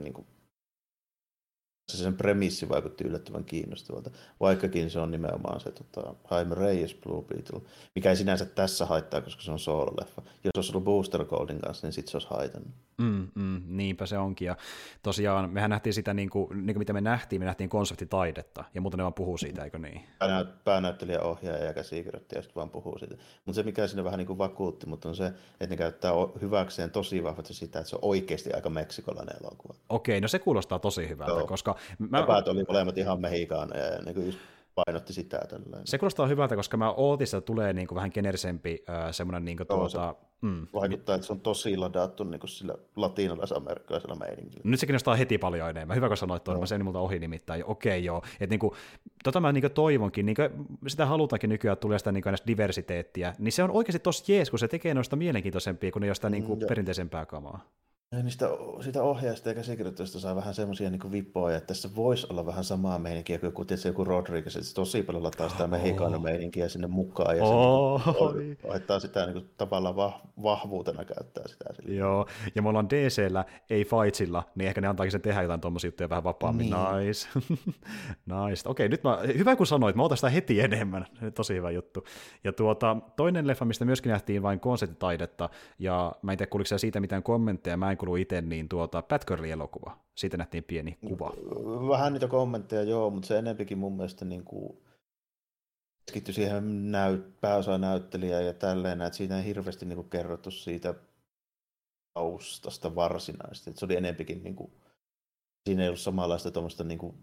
sen premissi vaikutti yllättävän kiinnostavalta, vaikkakin se on nimenomaan se Jaime Reyes Blue Beetle, mikä ei sinänsä tässä haittaa, koska se on soololeffa. Jos olisi ollut Booster Goldin kanssa, niin sitten se olisi haitannut. Niinpä se onkin, ja tosiaan mehän nähtiin sitä, niin kuin mitä me nähtiin konseptitaidetta, ja muuten ne vaan puhuu siitä, eikö niin? Päänäyttelijä, ohjaaja ja käsikirjoittaja sitten vaan puhuu siitä. Mutta se, mikä sinne vähän niin kuin vakuutti, mutta on se, että ne käyttää hyväkseen tosi vahvasti sitä, että se on oikeasti aika meksikolainen elokuva. Okei, no se kuulostaa tosi hyvältä, koska... Päät oli molemmat ihan mehikaaneja, ja niin just painotti sitä tällainen. Se kuulostaa hyvältä, koska mä ootin, että tulee niin kuin vähän generisempi semmoinen... Vaikuttaa, että se on tosi ladattu niin kuin sillä latinalais-amerikkalaisella meiningillä. Nyt se kiinnostaa heti paljon enemmän. Hyvä, kun sanoit tuon, mä sen multa ohi nimittäin. Okei, joo. Että niin kuin, mä niin kuin toivonkin, niin kuin sitä halutaankin nykyään tulee sitä niin kuin diversiteettiä, niin se on oikeasti tosi jees, kun se tekee noista mielenkiintoisempia, kun ne jostain niin kuin perinteisempää kamaa. Siitä ohjaajasta ja käsikirjoittajasta saa vähän semmoisia niin vippoja, että tässä voisi olla vähän samaa meininkiä kuin tietysti joku Rodriguez, että se tosi paljon lataa sitä mehikano-meininkiä sinne mukaan ja se niin laittaa sitä niin tavallaan vahvuutena käyttää sitä. Joo, ja me ollaan DC:llä, ei Fightsilla, niin ehkä ne antaakin sen tehdä jotain tuommoisia juttuja vähän vapaammin. Niin. Nice. Nice. Okei, nyt hyvä kun sanoit, mä otan sitä heti enemmän. Tosi hyvä juttu. Ja toinen leffa, mistä myöskin nähtiin vain konseptitaidetta, ja mä en tiedä kuuliko siitä mitään kommentteja, mä en kuulu itse, niin Batgirl-elokuva. Siitä nähtiin pieni kuva. Vähän niitä kommentteja, joo, mutta se enempikin mun mielestä niin kuin keskittyi siihen pääosanäyttelijään ja tälleen, että siinä ei hirveästi niin kuin kerrottu siitä taustasta varsinaisesti. Että se oli enempikin, niin kuin, siinä ei ollut samanlaista tuommoista niin kuin,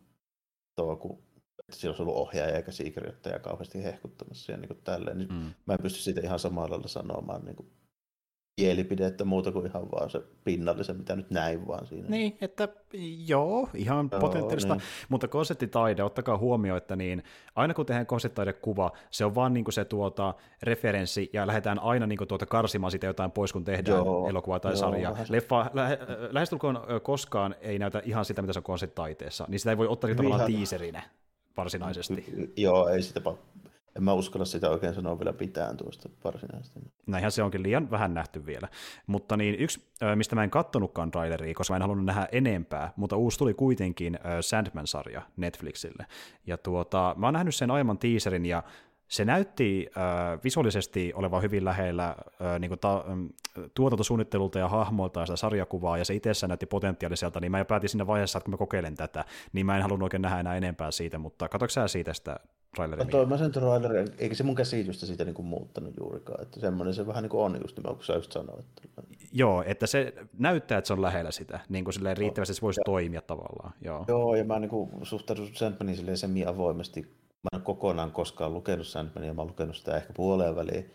että siinä olisi ollut ohjaaja ja käsikirjoittaja kauheasti hehkuttamassa ja niin kuin tälleen. Niin mä en pysty siitä ihan samalla lailla sanomaan niin kuin mielipidettä muuta kuin ihan vaan se pinnallisen, mitä nyt näin vaan siinä. Niin, että joo, ihan potentiaalista, niin. Mutta konseptitaide, ottakaa huomioon, että niin, aina kun tehdään konseptitaidekuva, se on vaan niin kuin se referenssi, ja lähdetään aina niin kuin karsimaan sitä jotain pois, kun tehdään elokuva tai sarja. Leffa lähestulkoon koskaan ei näytä ihan sitä, mitä se on konseptitaiteessa, niin sitä ei voi ottaa tavallaan tiiserinä varsinaisesti. Joo, ei sitä en mä uskalla sitä oikein sanoa vielä pitään tuosta varsinaisesti. Näinhän se onkin liian vähän nähty vielä. Mutta niin yksi, mistä mä en kattonutkaan traileria, koska mä en halunnut nähdä enempää, mutta uusi tuli kuitenkin Sandman-sarja Netflixille. Ja mä oon nähnyt sen aiemman teaserin, ja se näytti visuaalisesti olevan hyvin lähellä tuotantosuunnittelulta ja hahmoilta ja sitä sarjakuvaa, ja se itsessään näytti potentiaaliselta, niin mä jo päätin siinä vaiheessa, että kun mä kokeilen tätä, niin mä en halunnut oikein nähdä enää enempää siitä, mutta katsoitko sä siitä sitä traileria? Katsoin mä sen trailerin, eikä se mun käsitystä siitä niin kuin muuttanut juurikaan, että semmoinen se vähän niin kuin on just nimenomaan, kun sä just sanoit. Joo, että se näyttää, että se on lähellä sitä, niin kuin silleen riittävästi, että se voisi toimia tavallaan. Joo, ja mä niin kuin suhtaudun Sandmanin silleen semi-avoimesti. Mä en kokonaan koskaan lukenut Sandmania, mä oon lukenut sitä ehkä puoleen väliin.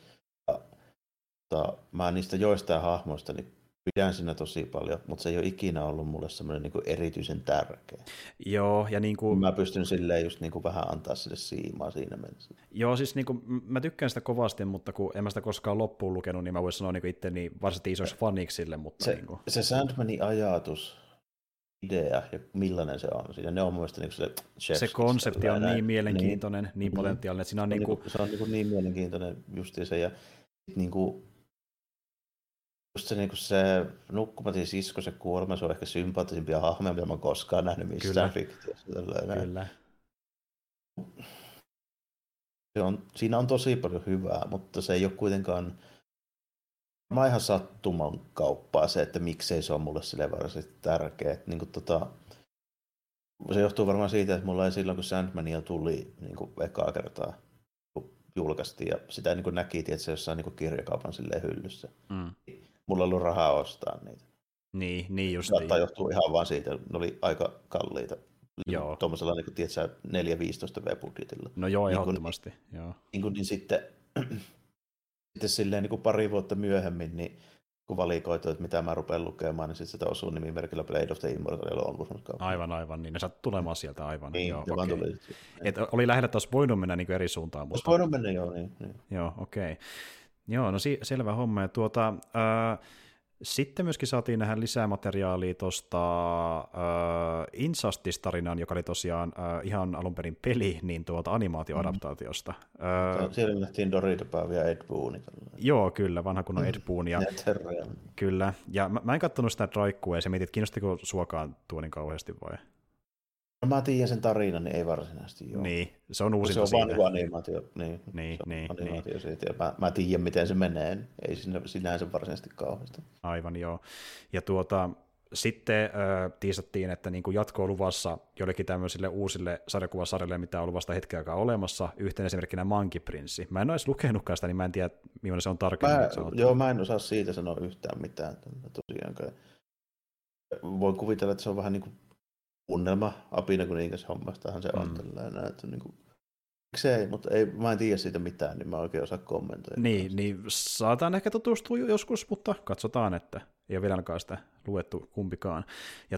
Mä niistä joistain hahmoista niin pidän siinä tosi paljon, mutta se ei ole ikinä ollut mulle semmoinen niin kuin erityisen tärkeä. Joo, ja niin kuin mä pystyn silleen just niin kuin vähän antaa sille siimaa siinä mielessä. Joo, siis niin kuin, mä tykkään sitä kovasti, mutta kun en mä sitä koskaan loppuun lukenut, niin mä voisin sanoa niin kuin itteni varsinaisesti isoiksi faniksi sille, mutta se, niin kuin se Sandmanin ajatus, idea ja millainen se on siinä, ne on mun mielestä niin se konsepti on niin mielenkiintoinen, niin potentiaalinen, että siinä on se on niin mielenkiintoinen justiinsa, ja niin kuin just se, niin se nukkumatin sisko, se kuolema, se on ehkä sympaattisimpia hahmoja, mitä mä oon koskaan nähnyt missään fiktiossa. Kyllä. Siinä on tosi paljon hyvää, mutta se ei ole kuitenkaan mä ihan sattuman kauppaa se, että miksei se on mulle silleen varsinaisesti tärkeä. Niin kuin se johtuu varmaan siitä, että mulla ei silloin, kun Sandmania tuli niin kuin ekaa kertaa julkaistiin, ja sitä niin kuin näki, että se jossain niin kuin kirjakaupan silleen hyllyssä. Mulla ei ollut rahaa ostaa niitä. Niin just niin. Tai johtuu ihan vaan siitä, että ne oli aika kalliita. Joo. Tuommoisella niin 4-15 V-budjetilla. No joo, ehdottomasti. Niin sitten silleen niin kuin pari vuotta myöhemmin, niin kun valikoitu, että mitä mä rupean lukemaan, niin sitten sitä osuu nimimerkillä Blade of the Immortal Onward. Aivan, niin ne saat tulemaan sieltä aivan. Niin, joo, okay. Tuli. Et oli lähellä, että olisi voinut mennä niin eri suuntaan. Olisi voinut mennä, joo. Niin. Joo, okei. Okay. Joo, no selvä homma. Ja sitten myöskin saatiin nähdä lisää materiaalia tuosta Injustice-tarinaan, joka oli tosiaan ihan alun perin peli, niin animaatioadaptaatiosta. Siellä nähtiin Dorito ja Ed Boon. Joo, kyllä, vanha kunnon Ed Boon. Kyllä, ja mä en katsonut sitä Draikkua, ja se mietit, kiinnostiko suokaan tuo niin kauheasti vai? No mä tiedän sen tarinan, niin ei varsinaisesti joo. Niin, se on uusinta siitä. Se on vaan animaatio. Niin. Siitä, ja mä tiedän, miten se menee. Ei sinänsä varsinaisesti kauheasti. Aivan, joo. Ja sitten tiisattiin, että niin kuin jatko on luvassa joillekin tämmöisille uusille sarjakuvasarjoille, mitä on ollut vasta hetken aikaa olemassa. Yhtenä esimerkkinä Monkey Prince. Mä en ole edes lukenutkaan sitä, niin mä en tiedä, millainen se on tarkemmin. Mä en osaa siitä sanoa yhtään mitään. Tosiaankaan. Voin kuvitella, että se on vähän niin kuin unelma apina kuningas hommastahan se on tällainen, että niin kuin, miksei, mutta mä en tiedä siitä mitään, niin mä oikein osaa kommentoida. Niin saataan ehkä tutustua joskus, mutta katsotaan, että ei ole vielä ainakaan sitä luettu kumpikaan. Ja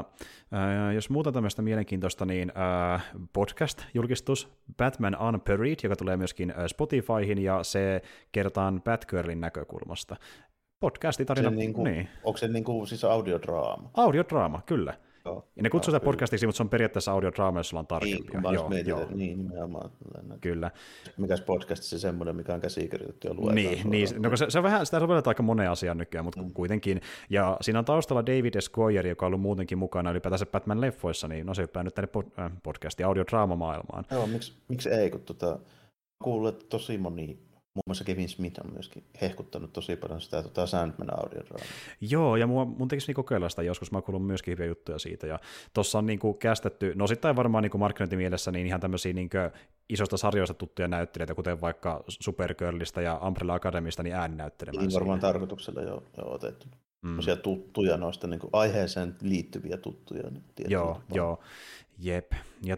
jos muuta tämmöistä mielenkiintoista, niin podcast-julkistus Batman Unburied, joka tulee myöskin Spotifyhin, ja se kertaan Batgirlin näkökulmasta. Podcastitarina, niin. Onko se siis audiodraama? Audiodraama, kyllä. Joo, Ja ne kutsuu sitä podcastiksi, mutta se on periaatteessa audiodraama, jos sulla on tarkempia. Niin, nimenomaan. Kyllä. Mikäs podcast se semmoinen, mikä on käsikirjoitettu ja luetaan? Niin. No, se on vähän, sitä sovelletaan aika moneen asiaan nykyään, mutta kuitenkin. Ja siinä on taustalla David S. Goyer, joka on ollut muutenkin mukana ylipäätänsä Batman-leffoissa, niin se hyppää nyt tänne podcastin audiodraamamaailmaan. Joo, miksi ei, kun kuullut, että tosi moni, muun muassa Kevin Smith on myöskin hehkuttanut tosi paljon sitä Sandman audiodraamaa. Joo, ja mun tekisi kokeilla sitä joskus, mä oon kuullut myöskin hyviä juttuja siitä, ja tuossa on kästetty, no osittain varmaan markkinointimielessä niin ihan tämmöisiä isosta sarjoista tuttuja näyttelijöitä, kuten vaikka Supergirlista ja Umbrella Academista, niin ääninäyttelemään. Niin varmaan tarkoituksella jo otettu. Sellaisia tuttuja noista aiheeseen liittyviä tuttuja. Joo, jep. Ja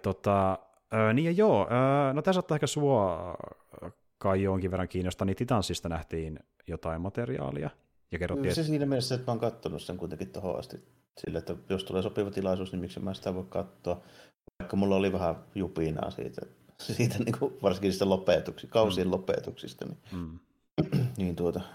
no tässä ottaa ehkä sua kai jonkin verran kiinnostaa, niin Titansista nähtiin jotain materiaalia. Ja kerrottiin, se siinä mielessä, että mä oon katsonut sen kuitenkin tohon asti. Sillä, että jos tulee sopiva tilaisuus, niin miksi mä sitä voi katsoa. Vaikka mulla oli vähän jupinaa siitä varsinkin sitä kausien lopetuksista. Niin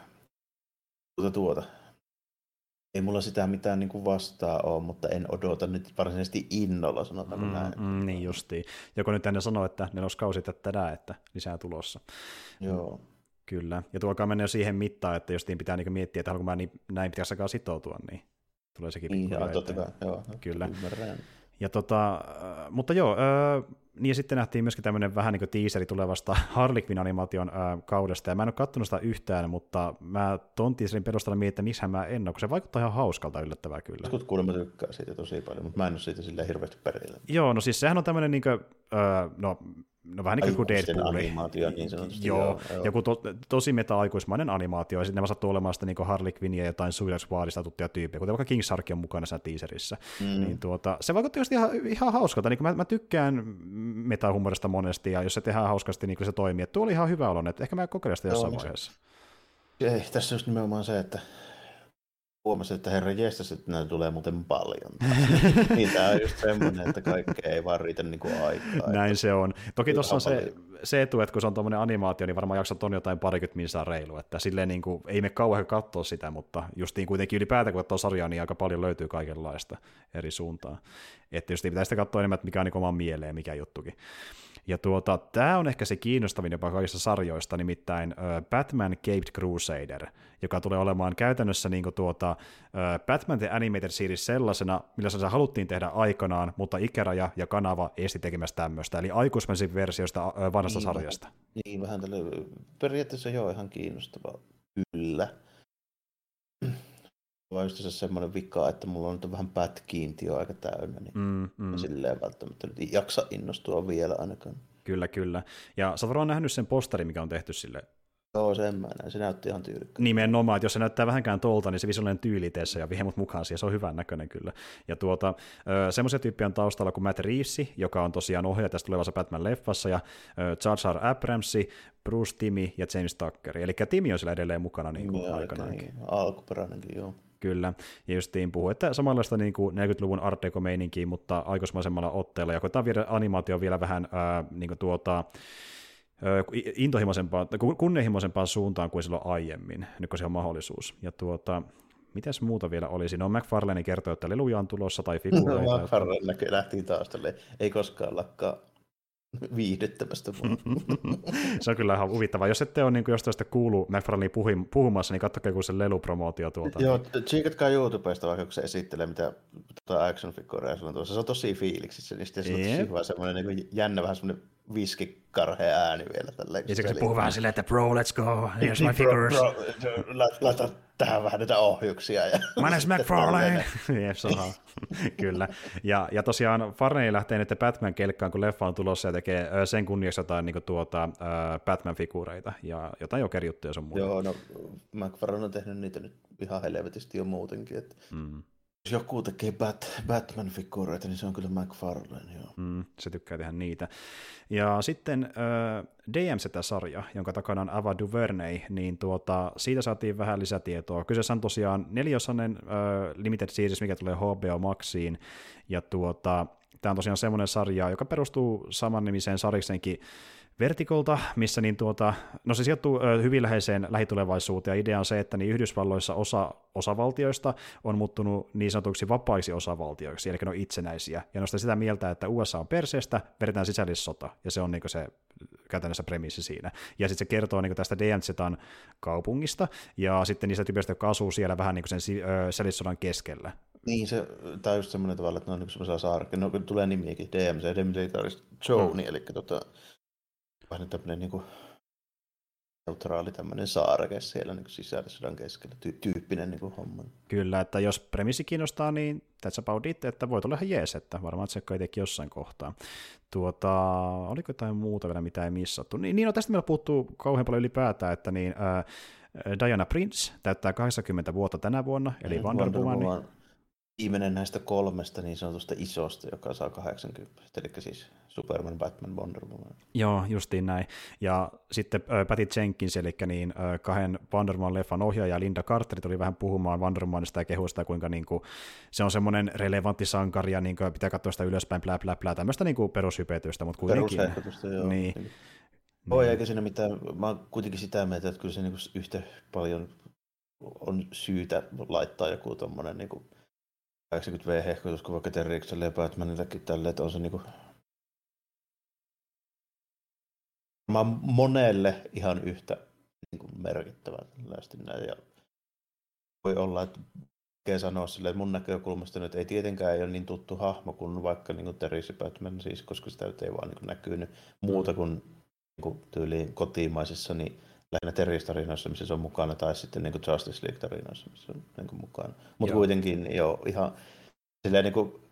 ei mulla sitä mitään vastaa ole, mutta en odota nyt varsinaisesti innolla, sanotaan näin. Niin justiin. Joku nyt ennen sanoi, että neloskausi tänään, että lisää tulossa. Joo. Kyllä. Ja tuokaa mennä jo siihen mittaan, että jos pitää miettiä, että haluanko mä näin pitäisi aikaa sitoutua, niin tulee sekin pikkuhiljaa. Totta kai, joo. Kyllä. Ymmärrän. Ja mutta joo, niin ja sitten nähtiin myöskin tämmöinen vähän teaseri tulevasta Harley Quinn-animaation kaudesta, ja mä en ole katsonut sitä yhtään, mutta mä ton teaserin perusteella mietin, että missähän mä en ole, kun se vaikuttaa ihan hauskalta yllättävää kyllä. Jotkut kuulemma tykkää siitä tosi paljon, mutta mä en ole siitä silleen hirveästi perillä. Joo, no siis sehän on tämmöinen no vähän niin kuin Deadpool. Animaatio, niin sanotusti. Joo. Joku tosi meta-aikuismainen animaatio, ja sitten ne sattuu olemaan sitä Harley Quinnia ja jotain Suicide Squadista tuttuja tyyppejä, kuten vaikka King Shark on mukana siinä teaserissä. Niin se vaikutti just ihan hauskalta. Niin mä tykkään meta-humorista monesti, ja jos se tehdään hauskasti, niin se toimii. Että tuo oli ihan hyvä olo, että ehkä mä kokeilen sitä jossain vaiheessa. Ei, tässä on just nimenomaan se, että huomasin, että herran jestas, että näitä tulee muuten paljon. Niin tämä on just semmoinen, että kaikkea ei vaan riitä aikaa. Näin se on. Toki tuossa on se etu, että kun se on tuommoinen animaatio, niin varmaan jaksat on jotain parikymmentä minsaa reilu. Että silleen ei me kauan katsoa sitä, mutta justiin kuitenkin ylipäätään, kun katsoo sarjaa, niin aika paljon löytyy kaikenlaista eri suuntaan. Että justiin pitää sitä katsoa enemmän, että mikä on omaan mieleen, mikä juttukin. Ja tämä on ehkä se kiinnostavin jopa kaikista sarjoista, nimittäin Batman Caped Crusader, joka tulee olemaan käytännössä Batman The Animated Series sellaisena, millä se haluttiin tehdä aikanaan, mutta ikäraja ja kanava esti tekemässä tämmöistä, eli aikuismaisen versiosta vanhasta sarjasta. Niin, vähän periaatteessa joo, ihan kiinnostavaa, kyllä. Vaan just se semmoinen vika, että mulla on nyt vähän pätkiintiö aika täynnä, niin silleen välttämättä nyt jaksa innostua vielä ainakaan. Kyllä. Ja sä oot varmaan nähnyt sen posterin, mikä on tehty sille. Joo, sen mä näin. Se näytti ihan tyylikkäältä. Nimenomaan, että jos se näyttää vähänkään tolta, niin se visuaalinen tyyli teessä ja vie mut mukaan siihen, se on hyvän näköinen kyllä. Ja semmoisia tyyppiä on taustalla kuin Matt Reeves, joka on tosiaan ohjaaja tässä tulevassa Batman-leffassa, ja J.J. Abrams, Bruce Timm ja James Tucker. Eli Timmy on siellä edelleen mukana aikanaankin. Alkuperäinenkin, joo. Kyllä, ja justiin puhuu, että samanlaista 40-luvun Art Deco-meininkiä, mutta aikuismaisemmalla otteella, ja koetaan viedä animaatio vielä vähän intohimoisempaan, kunnianhimoisempaan suuntaan kuin silloin aiemmin, nyt kun se on mahdollisuus. Ja mitäs muuta vielä olisi? No McFarlane kertoo, että leluja on tulossa tai figuureita. No McFarlane lähti taas tälleen, ei koskaan lakkaa viihdyttävästä. Se on kyllä ihan huvittavaa. Jos ette ole jostain sitä kuulu McFarlane puhumassa, niin katsokaa joku se lelupromootio tuolta. Joo, tsiikatkaa YouTubesta vaikka, kun se esittelee, mitä action figureja sulla on tuossa. Se on tosi fiiliksissä, niin sitten se on tosi hyvä semmoinen jännä, vähän semmoinen viskikarhea ääni vielä. Ja se puhuu vähän silleen, että bro, let's go, here's my figures. Laita tähän vähän näitä ohjuksia. My name's McFarlane. Jep, se on kyllä. Ja tosiaan Farlane lähtee nyt Batman-kelkkaan, kun leffa on tulossa ja tekee sen kunniaksi jotain Batman-figureita ja jotain jokerjuttuja sun muuta. Joo, no McFarlane on tehnyt niitä nyt ihan helvetisti jo muutenkin. Että jos joku tekee Batman-figureita, niin se on kyllä McFarlane, joo. Se tykkää tehdä niitä. Ja sitten DMZ-sarja, jonka takana on Ava DuVernay, niin siitä saatiin vähän lisätietoa. Kyseessä on tosiaan 4-osainen limited series, mikä tulee HBO Maxiin, ja tämä on tosiaan semmoinen sarja, joka perustuu samannimiseen sarjiksenkin Vertikolta, missä se sijoittuu hyvin läheiseen lähitulevaisuuteen, ja idea on se, että niin Yhdysvalloissa osa osavaltioista on muuttunut niin sanotuksi vapaiksi osavaltioiksi, eli ne on itsenäisiä, ja nostaa sitä mieltä, että USA on perseestä, vedetään sisällissota, ja se on niin se käytännössä premissi siinä. Ja sitten se kertoo niin tästä DNZ:n kaupungista, ja sitten niistä tyypeistä, jotka asuu siellä vähän niin sen sisällissodan keskellä. Niin, tämä on just semmoinen tavalla, että ne on niin semmoisia saarkkeja, no tulee nimiäkin, DMZ, Demilitaris Zone, eli vähän tämmöinen niin neutraali tämmöinen saareke siellä niin sisällissodan keskellä, tyyppinen niin homma. Kyllä, että jos premissi kiinnostaa, niin that's about it, että voi tulla ihan jees, että varmaan tsekkaa itsekin jossain kohtaa. Oliko jotain muuta vielä, mitä ei missattu? Niin, tästä meillä puuttuu kauhean paljon ylipäätään, että Diana Prince täyttää 80 vuotta tänä vuonna, eli Wonder Woman. Viimeinen näistä 3 niin sanotusta isosta, joka saa 80, eli siis Superman, Batman, Wonder Woman. Joo, justiin näin. Ja sitten Patty Jenkins, eli 2 Wonder Woman-leffan ohjaaja Linda Carter tuli vähän puhumaan Wonder Womanista ja kehuista, kuinka se on semmoinen relevantti sankari ja pitää katsoa sitä ylöspäin, plää, tämmöistä perushypetystä, mutta kuitenkin. Perushehkutusta, joo. Niin. Eikä siinä mitään, mä oon kuitenkin sitä mieltä, että kyllä se yhtä paljon on syytä laittaa joku tommonen 80V-hehkutus, kun vaikka Terrikselle ja Batmanillekin tälleen, että on se monelle ihan yhtä merkittävä näin. Ja voi olla, että sanoa silleen, että mun näkökulmasta nyt ei tietenkään ole niin tuttu hahmo kuin vaikka Terry Batman, siis, koska sitä ei vaan näkynyt muuta kuin tyyliin kotimaisissa, niin lähinnä Terry-tarinoissa, missä se on mukana, tai sitten Justice League-tarinoissa, missä se on mukana. Mutta kuitenkin jo ihan silleen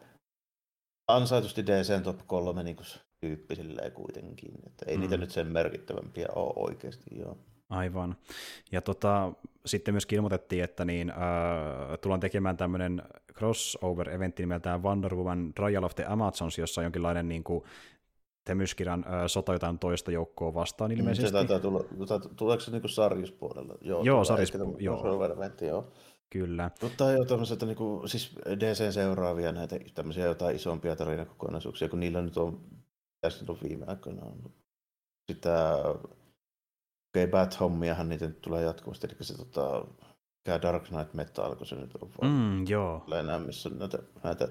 ansaitusti DC:n top 3 tyyppi silleen kuitenkin, että ei niitä nyt sen merkittävämpiä ole oikeasti, joo. Aivan. Ja sitten myöskin ilmoitettiin, että tullaan tekemään tämmöinen crossover-eventti nimeltään Wonder Woman Trial of the Amazons, jossa on jonkinlainen Temyskiran sota jotain toista joukkoa vastaan ilmeisesti. Se taitaa tuleeko se sarjispuolella? Joo, sarjispuolella. Joo. Kyllä. Mutta jo tämmöiseltä, siis DC:n seuraavia näitä tämmöisiä jotain isompia tarinakokonaisuuksia, kun niillä nyt on, tässä on viime aikoina ollut sitä Bat-hommiahan niitä nyt tulee jatkuvasti, eli se Dark Knight Metal, kun se nyt on vaan. Joo. Enää, missä näitä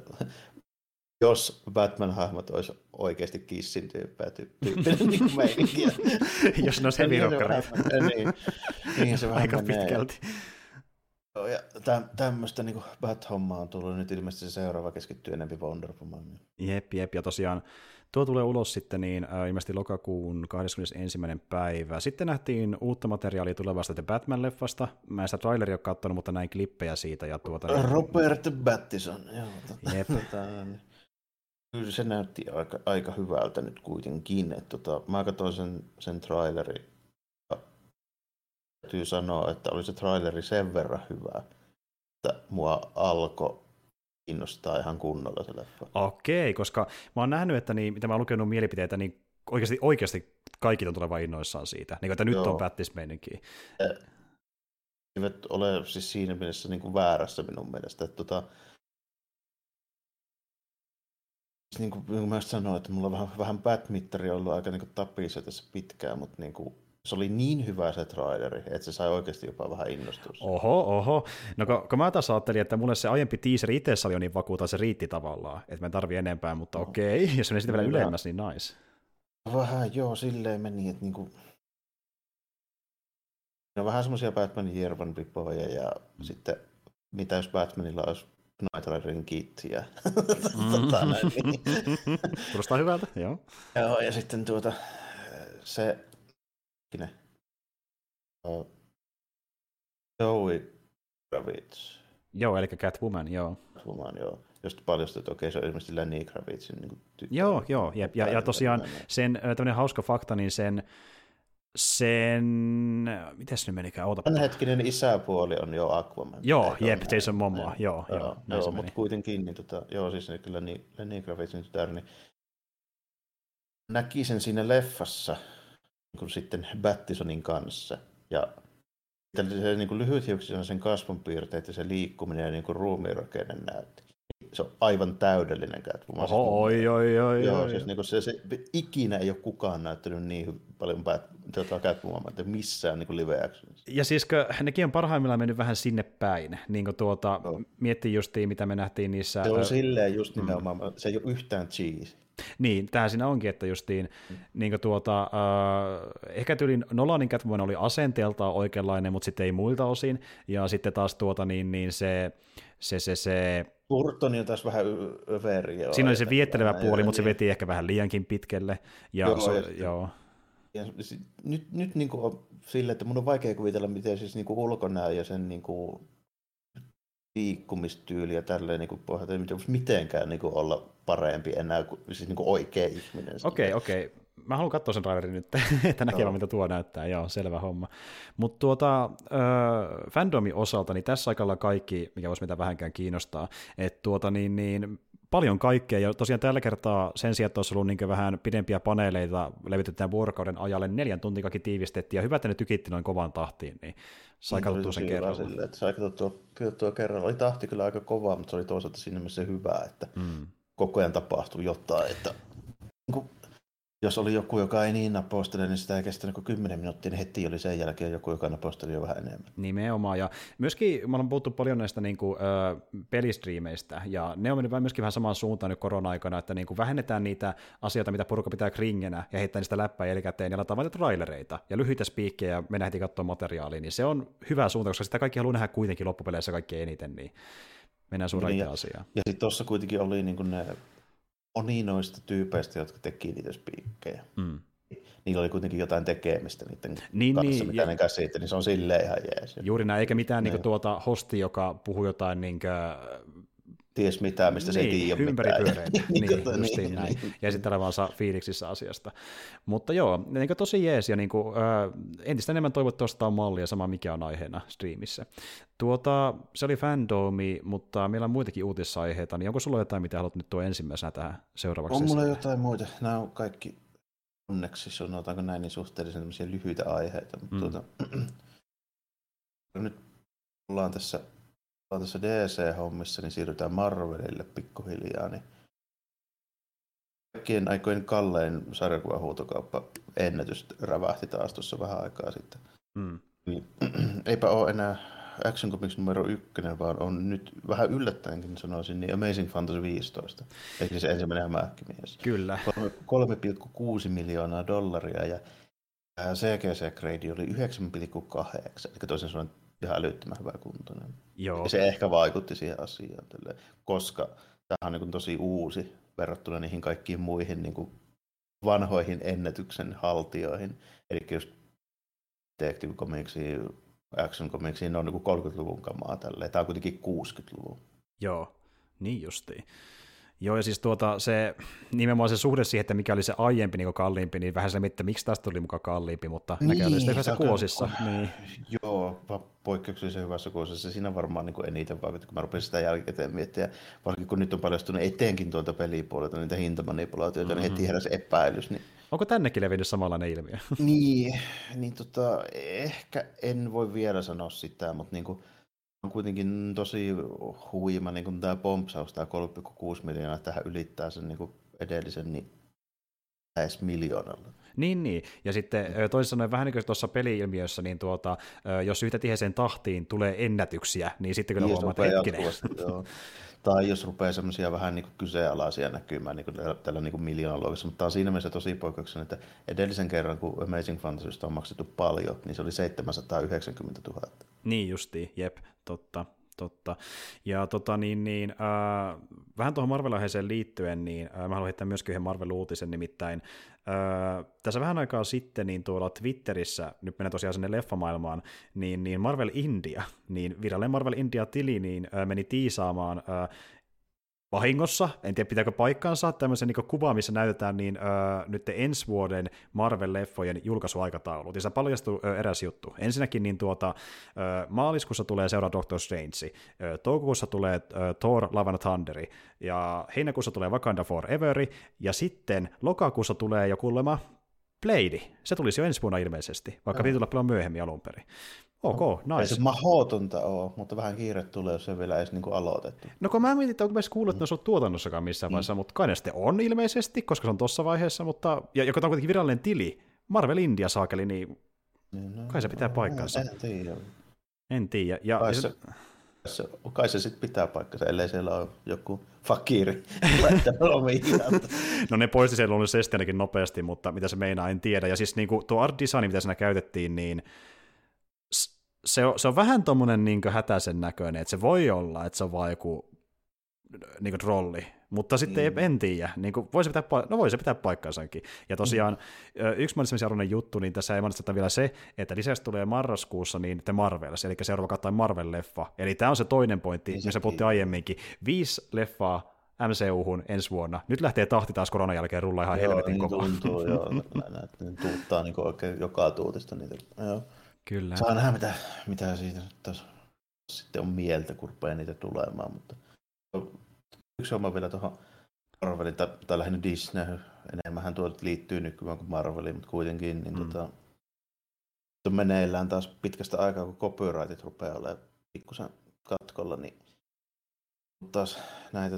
jos Batman-hahmot olisi oikeasti kissin tyyppinen meininkiä. Jos ne olisi heavy-rockereita. Niin se vähän aika menee. pitkälti. Joo, ja tämmöistä Bat-hommaa on tullut nyt ilmeisesti se seuraava keskittyy enemmän Wonder Womaniin. Jep, ja tosiaan tuo tulee ulos sitten ilmeisesti lokakuun 21. päivä. Sitten nähtiin uutta materiaalia tulevasta The Batman-leffasta. Mä en sitä traileria ole katsonut, mutta näin klippejä siitä. Ja Robert Pattinson, joo. Jep. Kyllä se näytti aika hyvältä nyt kuitenkin. Että mä katsoin sen trailerin. Täytyy sanoa, että oli se traileri sen verran hyvä, että mua alkoi innostaa ihan kunnolla se leffa. Okei, koska mä oon nähnyt, että mitä mä oon lukenut mielipiteitä, niin oikeasti kaikki on tulevan innoissaan siitä. Että nyt on Battis-meininkiä. Eivät ole siis siinä mielessä väärässä minun mielestä. Että niin kuin mä sanoin, että mulla on vähän Bat-mittari ollut aika tapissa tässä pitkään, mutta se oli niin hyvä se traileri, että se sai oikeasti jopa vähän innostusta. Oho. No kun mä taas ajattelin, että mulle se aiempi teaseri itsessä oli jo niin vakuuta, se riitti tavallaan, että mä en tarvii enempää, mutta okei, jos menee sitten vielä ylemmäs, niin nice. Vähän joo, silleen meni, että on vähän semmoisia Batmanin Jervan rippoja ja sitten mitä jos Batmanilla olisi Night Riderin kittiä. Kuulostaa hyvältä, joo. Joo, ja sitten se Zoe Kravitz. Joo, eli Catwoman, joo. Catwoman, joo. Josta paljastui, että okei, se on ilmeisesti Lenny Kravitzin tyyppi. Joo, jep. Ja tosiaan sen tämmöinen hauska fakta, niin sen miten se nyt menikään? Tämänhetkinen isäpuoli on jo Aquaman. Joo, jep, Jason Momoa, joo, mutta kuitenkin, niin siis kyllä Lenny Kravitzin tytär, niin näki sen siinä leffassa niin sitten Battisonin kanssa, ja se lyhythiuksisena sen kasvonpiirteet ja se liikkuminen ja ruumiinrakenne näytti. se on aivan täydellinen Catwoman. Oho, oi. Joo, siis niin se ikinä ei ole kukaan näyttänyt niin paljon Catwoman missään niin live actionissa. Ja siis nekin on parhaimmillaan mennyt vähän sinne päin, niin kuin miettii justiin, mitä me nähtiin niissä. Se on silleen just nimenomaan, se ei ole yhtään cheese. Niin, tämähän siinä onkin, että justiin niin ehkä tyylin Nolanin Catwoman oli asenteeltaan oikeanlainen, mutta sitten ei muilta osin, ja sitten taas se Burton on taas vähän överi. Siinä oli se viettelevä puoli, mutta se veti ehkä vähän liiankin pitkälle. Joo. Ja nyt niin kuin on silleen, että mun on vaikea kuvitella, miten siis niin kuin ulkonäö ja sen niin kuin liikkumistyyli ja tälleen niin pohjalta, että mitenkään niin kuin olla parempi enää kuin siis niin kuin oikea ihminen. Okei. Mä haluan katsoa sen trailerin nyt, että näkemään, mitä tuo näyttää. Joo, selvä homma. Mutta fandomin osalta, niin tässä aikalla kaikki, mikä voisi mitä vähänkään kiinnostaa, että paljon kaikkea, ja tosiaan tällä kertaa sen sijaan, että olisi ollut niin vähän pidempiä paneeleita, levitetään vuorokauden ajalle, 4 tuntia kaikki tiivistettiin, ja hyvä, että ne tykitti noin kovaan tahtiin, niin sai katsottua sen kerran. Sai katsottua kerran. Oli tahti kyllä aika kovaa, mutta se oli toisaalta siinä mielessä hyvä, että koko ajan tapahtui jotain, että jos oli joku, joka ei niin napostele, niin sitä ei kestänyt kuin 10 minuuttia, niin heti oli sen jälkeen joku, joka naposteli jo vähän enemmän. Nimenomaan, ja myöskin me ollaan puhuttu paljon näistä pelistriimeistä, ja ne on mennyt myöskin vähän samaan suuntaan nyt korona-aikana, että vähennetään niitä asioita, mitä porukka pitää kringenä, ja heittää niistä läppää jälkikäteen, ja laitetaan vain trailereita, ja lyhyitä spiikkejä, ja mennään heti katsomaan materiaalia, niin se on hyvä suunta, koska sitä kaikki haluaa nähdä kuitenkin loppupeleissä kaikkein eniten, niin mennään suoraan itse asiaan. Ja sitten tuossa kuitenkin oli niin kuin ne moni noista tyypeistä, jotka teki niitä spiikkejä. Niillä oli kuitenkin jotain tekemistä niiden kanssa, mitä ne käsitti, niin se on silleen ihan jees. Juuri näin, eikä mitään hosti, joka puhuu jotain ties mitään, mistä se ei tiedä mitään. Justiin näin. Ja sitten vaan saa fiiliksissä asiasta. Mutta joo, tosi jees, ja entistä enemmän toivottavasti on mallia, sama mikä on aiheena striimissä. Se oli fandomi, mutta meillä on muitakin uutisaiheita, niin onko sulla jotain, mitä haluat nyt tuo ensimmäisenä tähän seuraavaksi? On mulla jotain muita. Nämä on kaikki onneksi, sanotaanko näin, niin suhteellisen lyhyitä aiheita. Mutta nyt ollaan tässä DC-hommissa, niin siirrytään Marvelille pikkuhiljaa. Niin kaikkien aikojen kallein sarjakuvahuutokauppa ennätys rävähti taas tuossa vähän aikaa sitten. Eipä ole enää Action Comics numero 1, vaan on nyt vähän yllättäenkin sanoisin, niin Amazing Fantasy 15. Eli se ensimmäinen hämähäkkimies. Kyllä. $3,6 miljoonaa ja CGC-grade oli 9,8, eli toisin sanoen ihan älyttömän hyvä kuntoinen. Joo. Ja se ehkä vaikutti siihen asiaan, koska tämä on niin tosi uusi verrattuna niihin kaikkiin muihin niin vanhoihin ennätyksen haltijoihin. Eli just Detective Comicsiin, Action Comicsiin, ne on niin 30-luvun kamaa tälleen. Tämä on kuitenkin 60-luvun. Joo, niin justiin. Joo, ja siis se, nimenomaan se suhde siihen, että mikä oli se aiempi niin kalliimpi, niin vähän se, että miksi tästä tuli mukaan kalliimpi, mutta näkään oli sitten hyvässä kuosissa. Niin. Joo, poikkeuksellisen hyvässä kuosissa. Siinä varmaan niin eniten vaikutti, kun mä rupesin sitä jälkikäteen miettiä. Varsinkin kun nyt on paljastunut etenkin tuolta pelipuolelta niitä hintamanipulaatioita, niin heti heräsi epäilys. Niin onko tännekin levinnyt samanlainen ilmiö? niin ehkä en voi vielä sanoa sitä, mutta on kuitenkin tosi huima niin tämä pompsaus, tämä 3,6 miljoonaa, tähän ylittää sen edellisen niin lähes miljoonalla. Niin. Ja sitten toisin sanoen vähän niin kuin tuossa peli-ilmiössä, niin jos yhtä tiheeseen tahtiin tulee ennätyksiä, niin sitten kyllä huomaa, että hetkinen. Tai jos rupeaa semmoisia vähän niin kuin kyseenalaisia näkymään niin kuin tällä niin kuin miljoonaluokassa, mutta tämä on siinä mielessä tosi poikkeuksellinen, että edellisen kerran, kun Amazing Fantasysta on maksettu paljon, niin se oli 790 000. Niin justiin, jep, totta. Ja vähän tuohon Marvel-aiheeseen liittyen, niin mä haluan heittää myöskin yhden Marvel-uutisen, nimittäin tässä vähän aikaa sitten niin tuolla Twitterissä, nyt mennään tosiaan sinne leffamaailmaan, niin Marvel India, niin virallinen Marvel India-tili niin meni tiisaamaan vahingossa, en tiedä pitääkö paikkaansa, tämmöisen niin kuvaa, missä näytetään nyt ensi vuoden Marvel-leffojen julkaisuaikataulut. Ja se paljastui eräs juttu. Ensinnäkin maaliskuussa tulee seuraava Doctor Strange, toukokuussa tulee Thor Love and Thunder, ja heinäkuussa tulee Wakanda Forever, ja sitten lokakuussa tulee jo kuulemma Blade, se tulisi jo ensi vuonna ilmeisesti, vaikka piti tulla paljon myöhemmin alun perin. Ok, nice. Ei se mahdotonta ole, mutta vähän kiire tulee, jos se vielä edes niin kuin aloitettu. No kun mä mietin, että onko mä kuullut, että ne on ollut tuotannossakaan missään vaiheessa, mutta kai ne sitten on ilmeisesti, koska se on tossa vaiheessa, mutta, ja joka on kuitenkin virallinen tili, Marvel India saakeli, niin kai se pitää paikkansa. En tiedä. Ja kai se sitten pitää paikkansa, ellei siellä ole joku fakiri. No ne poisti sen luonnollisesti ainakin nopeasti, mutta mitä se meinaa, en tiedä. Ja siis niin kuin tuo art design, mitä siinä käytettiin, niin se on vähän tommonen niin kuin hätäisen näköinen, että se voi olla, että se on vaan joku niin kuin trolli, mutta sitten en tiedä, niin kuin voi se pitää paikkansakin. Ja tosiaan yksi mainitsemisen arvoinen juttu, niin tässä ei mainiteta vielä se, että lisäksi tulee marraskuussa niin The Marvels, eli seuraava katsoa Marvel-leffa. Eli tämä on se toinen pointti, missä puhuttiin aiemminkin. 5 leffaa MCU-hun ensi vuonna. Nyt lähtee tahti taas koronan jälkeen rullaa ihan helvetin niin koko. Tuntuu, joo. Ne tuuttaa niin oikein joka tuutista niitä. Joo. Kyllä. Saa nähdä, mitä siitä sitten on mieltä, kun rupeaa niitä tulemaan. Mutta yksi homma vielä tuohon Marvelin, tai lähinnä Disney. Enemmänhän tuo liittyy nykyään kuin Marveliin, mutta kuitenkin niin on meneillään taas pitkästä aikaa, kun copyrightit rupeaa olemaan pikkusen katkolla, niin taas näitä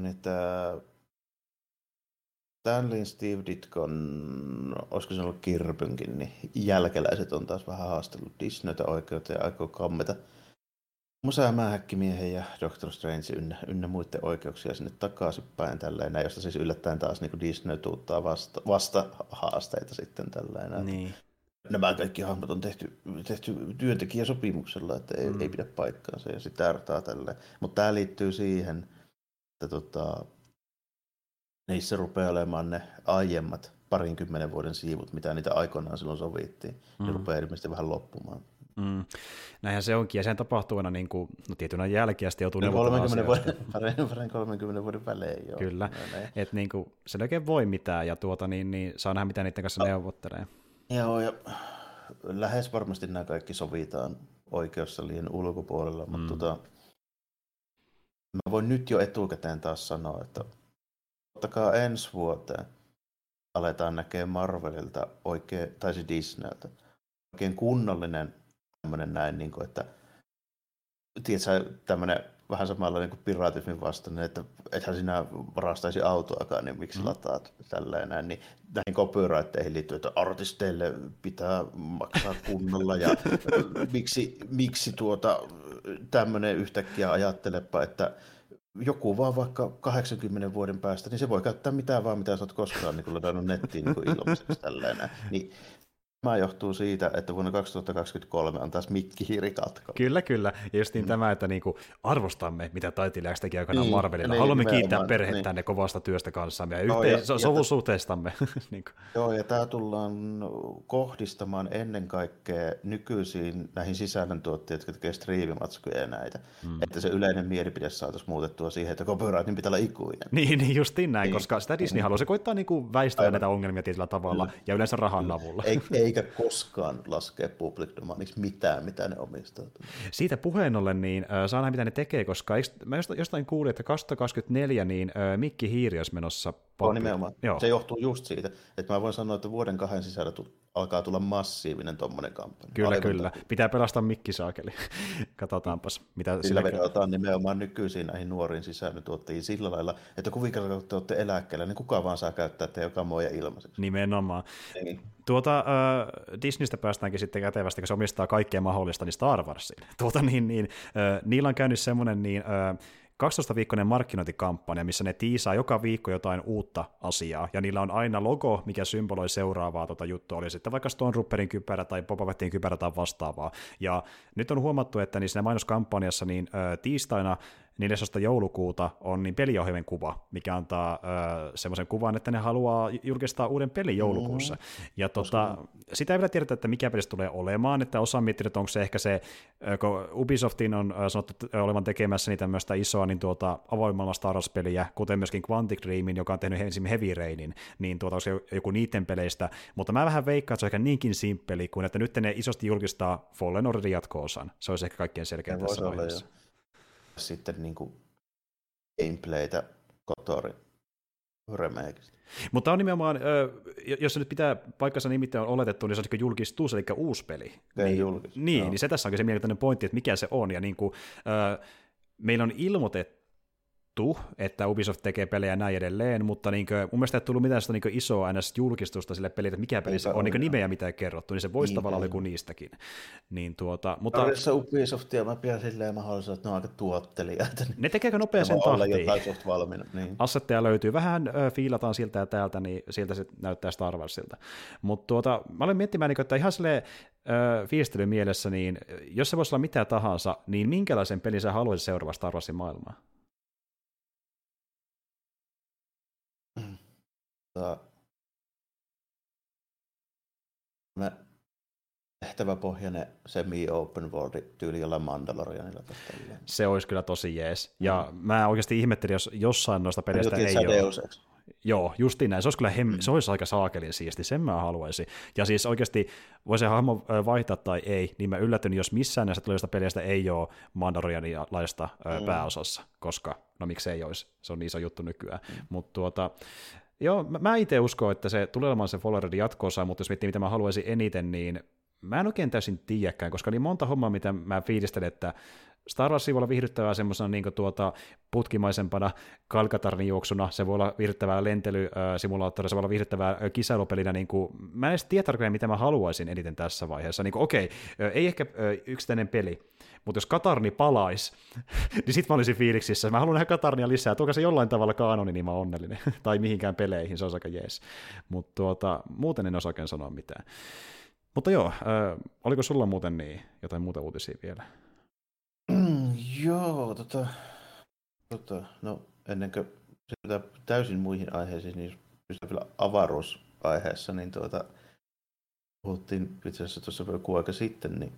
Stanley Steve Ditkon, olisiko se ollut Kirpynkin, niin jälkeläiset on taas vähän haastellut Disneytä oikeuteen ja aikoo kammeta Musa-häkkimiehen ja Doctor Strange ynnä muiden oikeuksia sinne takaisinpäin tällainen, josta siis yllättäen taas niin Disney tuuttaa vasta haasteita sitten tällainen. Niin. Nämä kaikki hahmot on tehty työntekijäsopimuksella, että ei pidä paikkaansa ja sitä ärtää tälleen. Mutta tämä liittyy siihen, että niissä rupeaa olemaan ne aiemmat 20 vuoden siivut, mitä niitä aikoinaan silloin sovittiin. Ne rupeaa ilmeisesti vähän loppumaan. Näinhän se onkin, ja sehän tapahtuu aina niin kuin, tietynä jälkeen, ja sitten joutuu neuvottelemaan Parin 30 vuoden välein, joo. Kyllä, että niin kuin, se ei oikein voi mitään, ja niin saa nähdä, mitä niiden kanssa neuvottelee. Joo, ja lähes varmasti nämä kaikki sovitaan oikeussalien ulkopuolella, mutta mä voin nyt jo etukäteen taas sanoa, että ottakaa ensi vuoteen aletaan näkemään Marvelilta oikein, tai siis Disneyltä, oikein kunnollinen tämmöinen näin, niin kuin, että tiedätkö, tämmöinen vähän samalla kuin piraatismin vastainen, että ethän sinä varastaisi autoakaan, niin miksi lataat tällainen, niin näihin copyrighteihin liittyy, että artisteille pitää maksaa kunnolla ja miksi tämmöinen yhtäkkiä ajattelepa, että joku vaan vaikka 80 vuoden päästä, niin se voi käyttää mitään vaan, mitä sä oot koskaan niin ladannut nettiin niin ilmaiseksi tällainen. Niin tämä johtuu siitä, että vuonna 2023 on taas mikkihiirikatko. Kyllä. Ja just niin tämä, että niinku arvostamme, mitä taiteilijaksi teki aikanaan Marvelilla. Haluamme kiittää perhettänne kovasta työstä kanssamme ja sovusuhteistamme. Joo, ja tämä tullaan kohdistamaan ennen kaikkea nykyisiin näihin sisällöntuottajia, jotka tekee striimimatskuja ja näitä. Että se yleinen mielipide saataisiin muutettua siihen, että copyrightin pitää olla ikuinen. Niin justiin näin, koska sitä Disney haluaa. Se koittaa niinku väistää näitä ongelmia tietyllä tavalla ja yleensä rahan avulla. Eikä koskaan laskea public domainiksi mitään, mitä ne omistaa. Siitä puheen ollen, niin saa nähdä, mitä ne tekee, koska mä jostain kuulin, että 2024 niin Mikki Hiiri olisi menossa. Nimenomaan. Joo. Se johtuu just siitä, että mä voin sanoa, että vuoden 2 sisällä alkaa tulla massiivinen tommonen kampanja. Kyllä. Pitää pelastaa Mikki saakeli. Katsotaanpas. Mitä sillä vedotaan nimenomaan nykyisiin näihin nuoriin sisällöntuottajiin sillä lailla, että kuvitellaan, että olette eläkkeellä, niin kuka vaan saa käyttää teidän kamoja ilmaiseksi. Nimenomaan. Niin. Disneystä päästäänkin sitten kätevästi, kun se omistaa kaikkea mahdollista, niin Star Warsiin. Niillä on käynyt semmoinen 12-viikkoinen markkinointikampanja, missä ne tiisaa joka viikko jotain uutta asiaa, ja niillä on aina logo, mikä symboloi seuraavaa juttua, oli sitten vaikka Stormtrooperin kypärä tai Boba Fettin kypärä tai vastaavaa. Ja nyt on huomattu, että niin siinä mainoskampanjassa niin tiistaina 14. joulukuuta on niin peliohjelmien kuva, mikä antaa semmoisen kuvan, että ne haluaa julkistaa uuden pelin joulukuussa. Ja sitä ei vielä tiedetä, että mikä pelissä tulee olemaan, että osa miettii, että onko se ehkä se, kun Ubisoftin on sanottu olevan tekemässä niin tämmöistä isoa niin avoimella Star Wars-peliä, kuten myöskin Quantic Dreamin, joka on tehnyt ensin Heavy Rainin, niin onko se joku niiden peleistä, mutta mä vähän veikkaan, että se on ehkä niinkin simppeli, kuin että nyt ne isosti julkistaa Fallen Orderin jatko-osan. Se olisi ehkä kaikkein selkeä tässä vaiheessa. Sitten niin kuin gameplaytä kotori. remakeista. Mutta on nimenomaan, jos se nyt pitää paikkansa nimittäin on oletettu, niin se on julkistus, eli uusi peli. Niin se tässä onkin se mielenkiintoinen pointti, että mikä se on. Ja niin kuin, meillä on ilmoitettu, että Ubisoft tekee pelejä näin edelleen, mutta niin kuin, mun mielestä ei tullut mitään sitä niin isoa NS-julkistusta sille pelille, että mikä peli se on, niin nimeä mitä kerrottu, niin se voisi tavallaan olla joku niistäkin. Niin, mutta tarvitsen Ubisoftia, mä pidän silleen mahdollisuus, että ne on aika tuottelijaita. Ne tekeekö nopean sen tahtiin? Niin. Assetteja löytyy, vähän fiilataan siltä ja täältä, niin siltä se näyttää Star Warsilta. Mutta mä olen miettimään, että ihan silleen fiistelyn mielessä, niin jos se voisi olla mitä tahansa, niin minkälaisen pelin sä haluaisit seuraava Star Warsin maailmaa? Tehtäväpohjainen semi-open world tyyli jollain Mandalorianilla. Se olisi kyllä tosi jees. Ja mä oikeasti ihmettelin, jos jossain noista peleistä ei ole. Joo, justiin näin. Se olisi kyllä se olisi aika saakelin siisti, sen mä haluaisin. Ja siis oikeasti, voi se hahmo vaihtaa tai ei, niin mä yllätyn, jos missään näistä tulevista peleistä ei ole Mandalorianilaista pääosassa, koska, no miksei olisi, se on niin iso juttu nykyään. Mutta joo, mä itse uskon, että se tulee olemaan se Fallen jatkoosa, mutta jos miettii, mitä mä haluaisin eniten, niin mä en oikein täysin tiedäkään, koska niin monta hommaa, mitä mä fiilistelen, että Star Wars voi olla viihdyttävää semmoisena niin putkimaisempana Kalkatarnin juoksuna, se voi olla viihdyttävää lentelysimulaattorina, se voi olla viihdyttävää kisailupelinä, niin kuin, mä en edes tiedä tarkemmin, mitä mä haluaisin eniten tässä vaiheessa. Niin okei, ei ehkä yksittäinen peli, mutta jos Katarni palaisi, niin sit mä olisin fiiliksissä. Mä haluan nähdä Katarnia lisää, tuokaa se jollain tavalla kanoni, niin mä oon onnellinen. Tai mihinkään peleihin, se on aika jees. Mutta muuten en osaa oikein sanoa mitään. Mutta joo, oliko sulla muuten niin jotain muuta uutisia vielä? Joo, no ennen kuin täysin muihin aiheisiin, niin pystytään vielä avaruusaiheessa, niin puhuttiin itse asiassa tuossa joku aika sitten, niin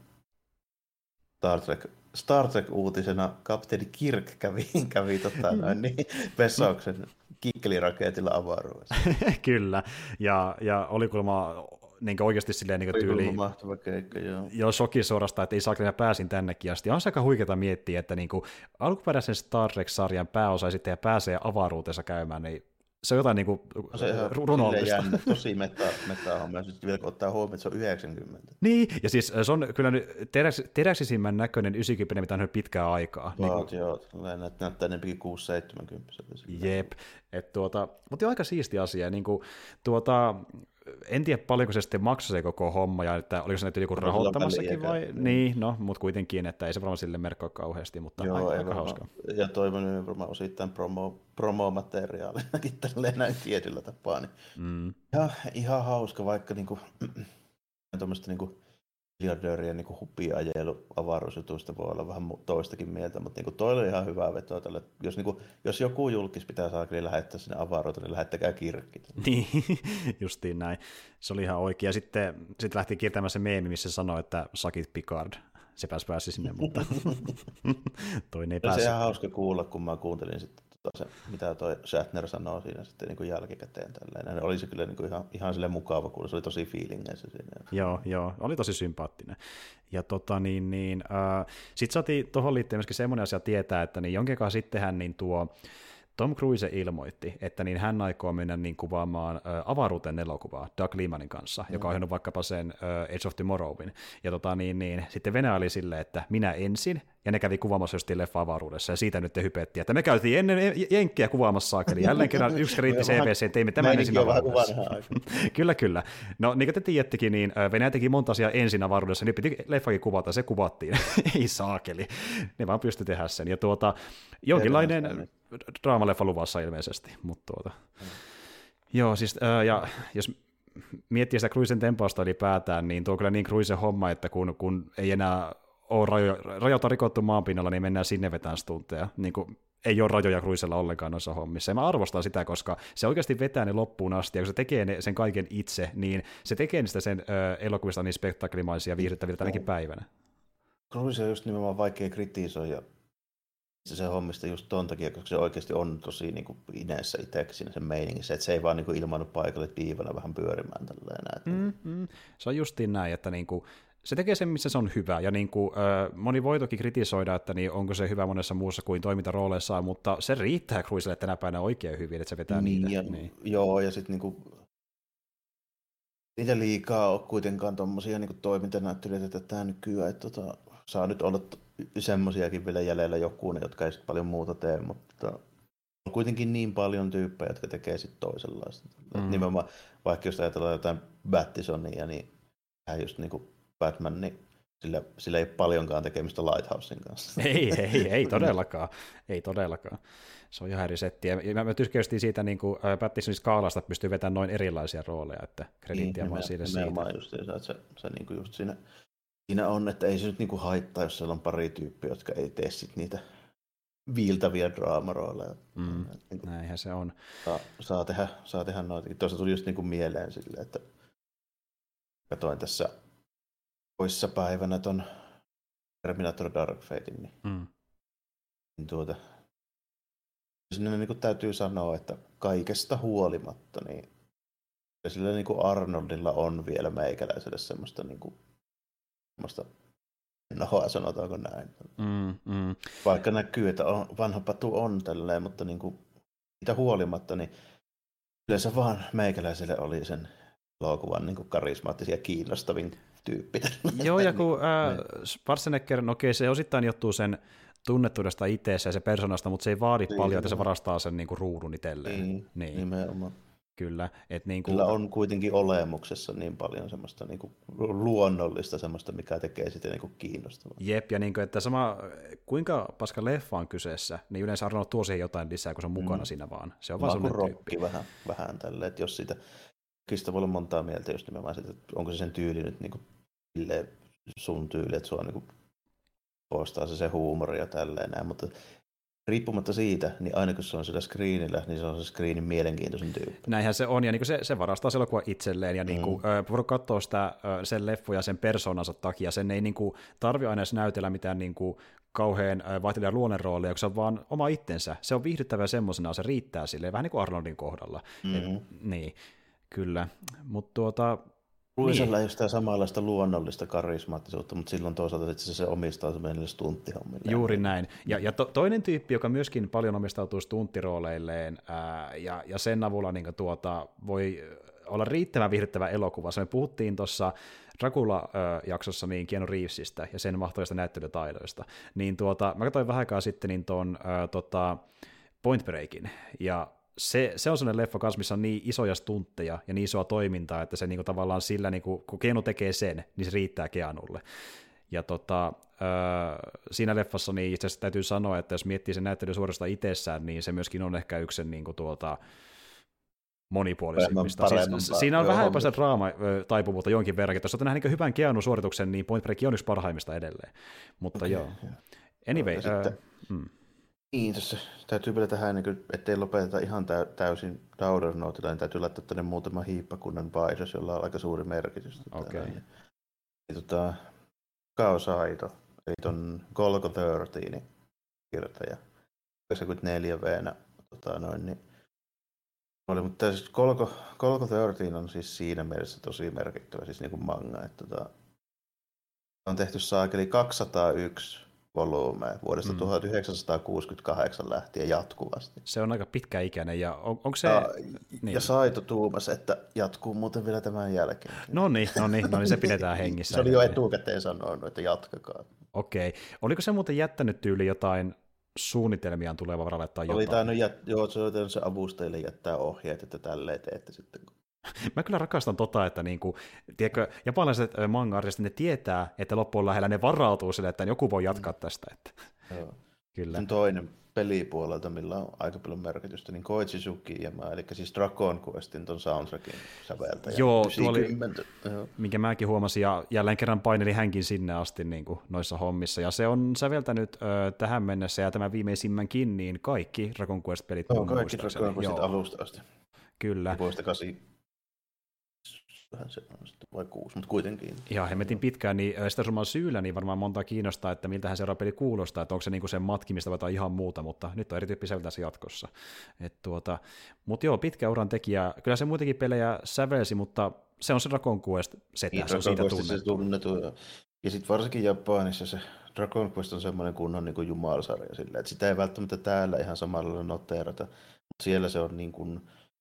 Star Trek-uutisena kapteeni Kirk kävi niin, Pessauksen kikkelirakeetilla avaruudessa. Kyllä, ja oli kuulemma niin oikeasti silleen niin tyyliin, mahtava keikka, joo. Joo, shokin suorastaan, että ei saa, mä pääsin tännekin asti. On se aika huikeata miettiä, että niin kuin alkuperäisen Star Trek-sarjan pääosa ja pääsee avaruutensa käymään, niin se on jotain niin kuin runollista. Tosi meta-homma, ja sitten vielä kun ottaa huomioon, että se on 90. Niin, ja siis se on kyllä nyt teräksisimmän näköinen 90, mitä on nyt pitkää aikaa. Joo, näyttää enemmänkin 6-70. Jep, mutta aika siisti asia, niin kuin, en tiedä paljonko se sitten maksoi se koko homma, ja että oliko se nyt joku rahoittamassakin vai? Niin, no, mutta kuitenkin, että ei se varmaan sille merkkaa kauheasti, mutta joo, aika hauska. Ja toivon varmaan osittain promo-materiaalinakin tälleen näin tietyllä tapaa. Niin. Ihan hauska, vaikka niinku, tuommoista niinku miljardöörien niinku hupiajelu avaruusjutuista voi olla vähän toistakin mieltä, mutta niinku toi oli ihan hyvä veto tälle. Jos joku julkis pitää saakeli lähettää sinne avaruuteen, niin lähettäkää Kirkki. Niin, justiin näin. Se oli ihan oikein. Ja sitten lähti kiertämään se meemi, missä se sanoi, että sakit Picard. Se pääsi sinne, mutta toinen ei pääse. Se ihan hauska kuulla, kun mä kuuntelin sitten mitä toi Shatner sanoo siinä sitten niin kuin jälkikäteen tälleen. Oli se kyllä niin kuin ihan sille mukava kuulla, se oli tosi feelingeissä siinä. Joo, oli tosi sympaattinen. Ja sitten saatiin tuohon liittyen myöskin semmoinen asia tietää, että niin jonkin kanssa sittenhän niin tuo Tom Cruise ilmoitti, että niin hän aikoo mennä niin kuvaamaan avaruuteen elokuvaa Doug Limanin kanssa, joka on ohjannut vaikkapa sen Edge of Tomorrowin. Ja sitten Venäjä oli silleen, että minä ensin, ja ne kävi kuvaamassa jostain leffa avaruudessa, ja siitä nyt te hypettiin, että me käytiin ennen Jenkkiä kuvaamassa saakeli. Jälleen kerran yksi riitti CBC, teimme tämän ensin avaruudessa. Kyllä. No niin kuin te tiedättekin, niin Venäjä teki monta asiaa ensin avaruudessa, niin piti leffakin kuvata, se kuvattiin. Ei saakeli. Ne vaan pystyi tehdä sen. Ja jonkinlainen draamaleffa luvassa ilmeisesti. Joo, siis ja jos miettii sitä Cruisen tempausta ylipäätään, niin tuo on kyllä niin Cruisen homma, että kun ei enää ole rajoita rikottu maanpinnalla, niin mennään sinne vetään stunteja. Niin kuin ei ole rajoja Cruisella ollenkaan noissa hommissa. Ja mä arvostan sitä, koska se oikeasti vetää ne loppuun asti, ja kun se tekee sen kaiken itse, niin se tekee niistä sen elokuvista niin spektaklimaisia viihdyttäviltä tänäkin päivänä. Cruise on just nimenomaan vaikea kritisoida se hommista just ton takia, koska se oikeasti on tosi niin kuin ineessä itsekin siinä sen meiningissä, että se ei vaan niin kuin ilmannut paikalle diivana vähän pyörimään tälleen. Se on justiin näin, että niin kuin, se tekee sen, missä se on hyvä, ja niin kuin, moni voi toki kritisoida, että niin onko se hyvä monessa muussa kuin toimintarooleissaan, mutta se riittää Cruiselle tänä päivänä oikein hyvin, että se vetää niitä. Niin. Joo, ja sitten niinku, niitä liikaa ole kuitenkaan tommosia niinku toimintanäyttelijöitä tätä nykyään, että saa nyt olla semmosiakin vielä jäljellä joku, jotka ei sit paljon muuta tee, mutta on kuitenkin niin paljon tyyppejä, jotka tekee sit toisenlaista. Nimenomaan, vaikka jos ajatellaan jotain Battisonia, niin hän just niinku Batman, niin sillä ei ole paljonkaan tekemistä Lighthousen kanssa. Ei todellakaan. Ei todellakaan. Se on ihan eri setti. Ja mä tyskäystin siitä, niin kuin Pattisonin skaalasta pystyy vetämään noin erilaisia rooleja, että krediittiä vaan sille siitä. Just, että se niin kuin just siinä on, että ei se nyt niin kuin haittaa, jos siellä on pari tyyppiä, jotka ei tee sit niitä viiltäviä draamarooleja. Niin näinhän se on. Saa tehdä noitakin. Tuossa tuli just niin kuin mieleen silleen, että katoin tässä toissa päivänä ton Terminator Dark Fatein, niin sinne niin kuin täytyy sanoa, että kaikesta huolimatta, niin sillä niin kuin Arnoldilla on vielä meikäläiselle semmoista nohoa, sanotaanko näin. Vaikka näkyy, että vanha patu on tälleen, mutta niin kuin, siitä huolimatta, niin yleensä vaan meikäläiselle oli sen elokuvan niin kuin karismaattisia kiinnostavin tyyppi. Joo, ja kun Schwarzenegger, no okei, se osittain johtuu sen tunnettuudesta itseensä ja se persoonasta, mutta se ei vaadi paljon, että se varastaa sen niin kuin ruudun itselleen. Niin. Nimenomaan. Kyllä. Niin kuin... Sillä on kuitenkin olemuksessa niin paljon semmoista niin kuin luonnollista semmoista, mikä tekee sitä niin kuin kiinnostavaa. Jep, ja niin kuin, että sama, kuinka paska leffa on kyseessä, niin yleensä Arnold tuo siihen jotain lisää, kun se on mukana siinä vaan. Se on vaan semmoinen tyyppi. Vähän tälleen, että jos siitä voi olla montaa mieltä, jos nimenomaan sitä, että onko se sen tyyli nyt niin kuin sun tyyli, että sua niin kuin poistaa se huumori ja tälleen näin, mutta riippumatta siitä, niin aina kun se on sillä screenillä, niin se on se screenin mielenkiintoisen tyyppi. Näinhän se on, ja niin se varastaa se elokuva itselleen, ja niin voi katsoa sitä sen leffuja sen persoonansa takia, sen ei niin tarvitse aina edes näytellä mitään niin kuin kauhean vaihtelijan luonnonroolia, kun se on vaan oma itsensä. Se on viihdyttävä semmoisena, se riittää silleen, vähän niin kuin Arnoldin kohdalla. Niin, kyllä, mutta Cruisella ei ole sitä samanlaista luonnollista karismaattisuutta, mutta silloin toisaalta että se omistaa semmoinen stunttihommille. Juuri näin. Ja toinen tyyppi, joka myöskin paljon omistautuu stunttirooleilleen, ja sen avulla niin voi olla riittävän viihdyttävä elokuva. Me puhuttiin tuossa Dracula-jaksossa niin Keanu Reevesistä ja sen mahtavista näyttelytaidoista. Niin mä katsoin vähän aikaa sitten niin Point Breakin, ja se on sellainen leffa kanssa, missä on niin isoja stuntteja ja niin isoa toimintaa, että se niinku tavallaan sillä, niinku, kun Keanu tekee sen, niin se riittää Keanulle. Ja siinä leffassa niin itse asiassa täytyy sanoa, että jos miettii sen näyttelyn suorasta itsessään, niin se myöskin on ehkä yksi sen niinku monipuolisimmista. Siinä on vähän jopa sitä draama-taipumuutta jonkin verran. Jos olet nähnyt hyvän Keanu-suorituksen, niin Point Break on yksi parhaimmista edelleen. Mutta joo. Anyway. Niin, tässä täytyy vielä tähän, ettei lopeteta ihan täysin Downer Notella, niin täytyy laittaa tänne muutama hiippakunnan vaihdos, jolla on aika suuri merkitys. Okay. Kao Saito, eli ton Golgo 13 kirjoittaja, 94V, niin oli, mutta siis Golgo 13 on siis siinä mielessä tosi merkittävä, siis niin kuin manga, että on tehty saakeli 201 volyymeja vuodesta 1968 lähtien jatkuvasti. Se on aika pitkäikäinen, ja onko se... Ja Saito tuumasi, että jatkuu muuten vielä tämän jälkeen. No niin, se pidetään hengissä. Se oli jo etukäteen sanonut, että jatkakaa. Okei. Oliko se muuten jättänyt tyyli jotain suunnitelmiaan tuleva varalle tai jotain? Oli tainnut, se oli se avustajille jättää ohjeet, että tälleen teette sitten. Mä kyllä rakastan että niinku, tiedätkö, japanilaiset manga-artistit, ne tietää, että loppuun lähellä ne varautuu sille, että joku voi jatkaa tästä. Että. Joo. Kyllä. On toinen pelipuolelta, millä on aika paljon merkitystä, niin Koichi Sugiyama, eli siis Dragon Questin ton soundtrackin säveltäjä. Joo, minkä mäkin huomasin, ja jälleen kerran paineli hänkin sinne asti niin kuin noissa hommissa, ja se on säveltänyt tähän mennessä, ja tämän viimeisimmänkin, niin kaikki Dragon Quest-pelit. Kaikki Dragon Questit alusta asti. Kyllä. Vuodesta se on sitten, vai 6, mutta kuitenkin. Ihan hemmetin pitkään, niin sitä summan syyllä niin varmaan monta kiinnostaa, että miltähän seuraava peli kuulostaa, että onko se niinku sen matkimista vai ihan muuta, mutta nyt on erityyppiseltä se jatkossa. Mutta joo, pitkä uran tekijä, kyllä se muitakin pelejä sävelsi, mutta se on se Dragon Quest setä, niin, se on siitä tunnettu. Ja sitten varsinkin Japanissa se Dragon Quest on semmoinen kunnon niin kuin jumalsarja sillä, että sitä ei välttämättä täällä ihan samalla lailla noteerata, mutta siellä se on niin kuin,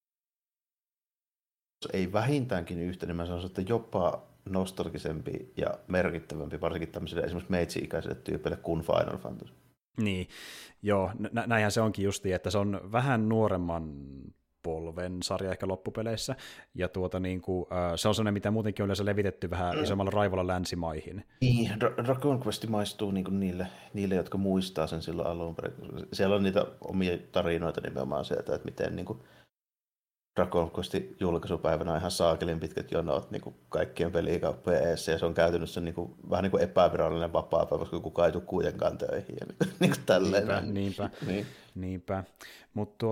ei vähintäänkin yhtä, niin mä sanon, että jopa nostalgisempi ja merkittävämpi, varsinkin tämmöisille esimerkiksi meitsi-ikäisille tyypeille kuin Final Fantasy. Niin, joo, näinhän se onkin justiin, että se on vähän nuoremman polven sarja ehkä loppupeleissä, ja se on sellainen, mitä muutenkin on yleensä levitetty vähän isommalla raivolla länsimaihin. Niin, Dragon Quest maistuu niin kuin niille, jotka muistaa sen silloin alun perin. Siellä on niitä omia tarinoita nimenomaan sieltä, että miten niin kuin Dragon Questin julkaisupäivänä on ihan saakelin pitkät jonot niin kuin kaikkien pelikauppojen eessä, ja se on käytännössä niin kuin, vähän niin kuin epävirallinen vapaapäivä, koska kukaan ei tule kuitenkaan töihin, ja niin kuin tälleen. Niinpä. Mutta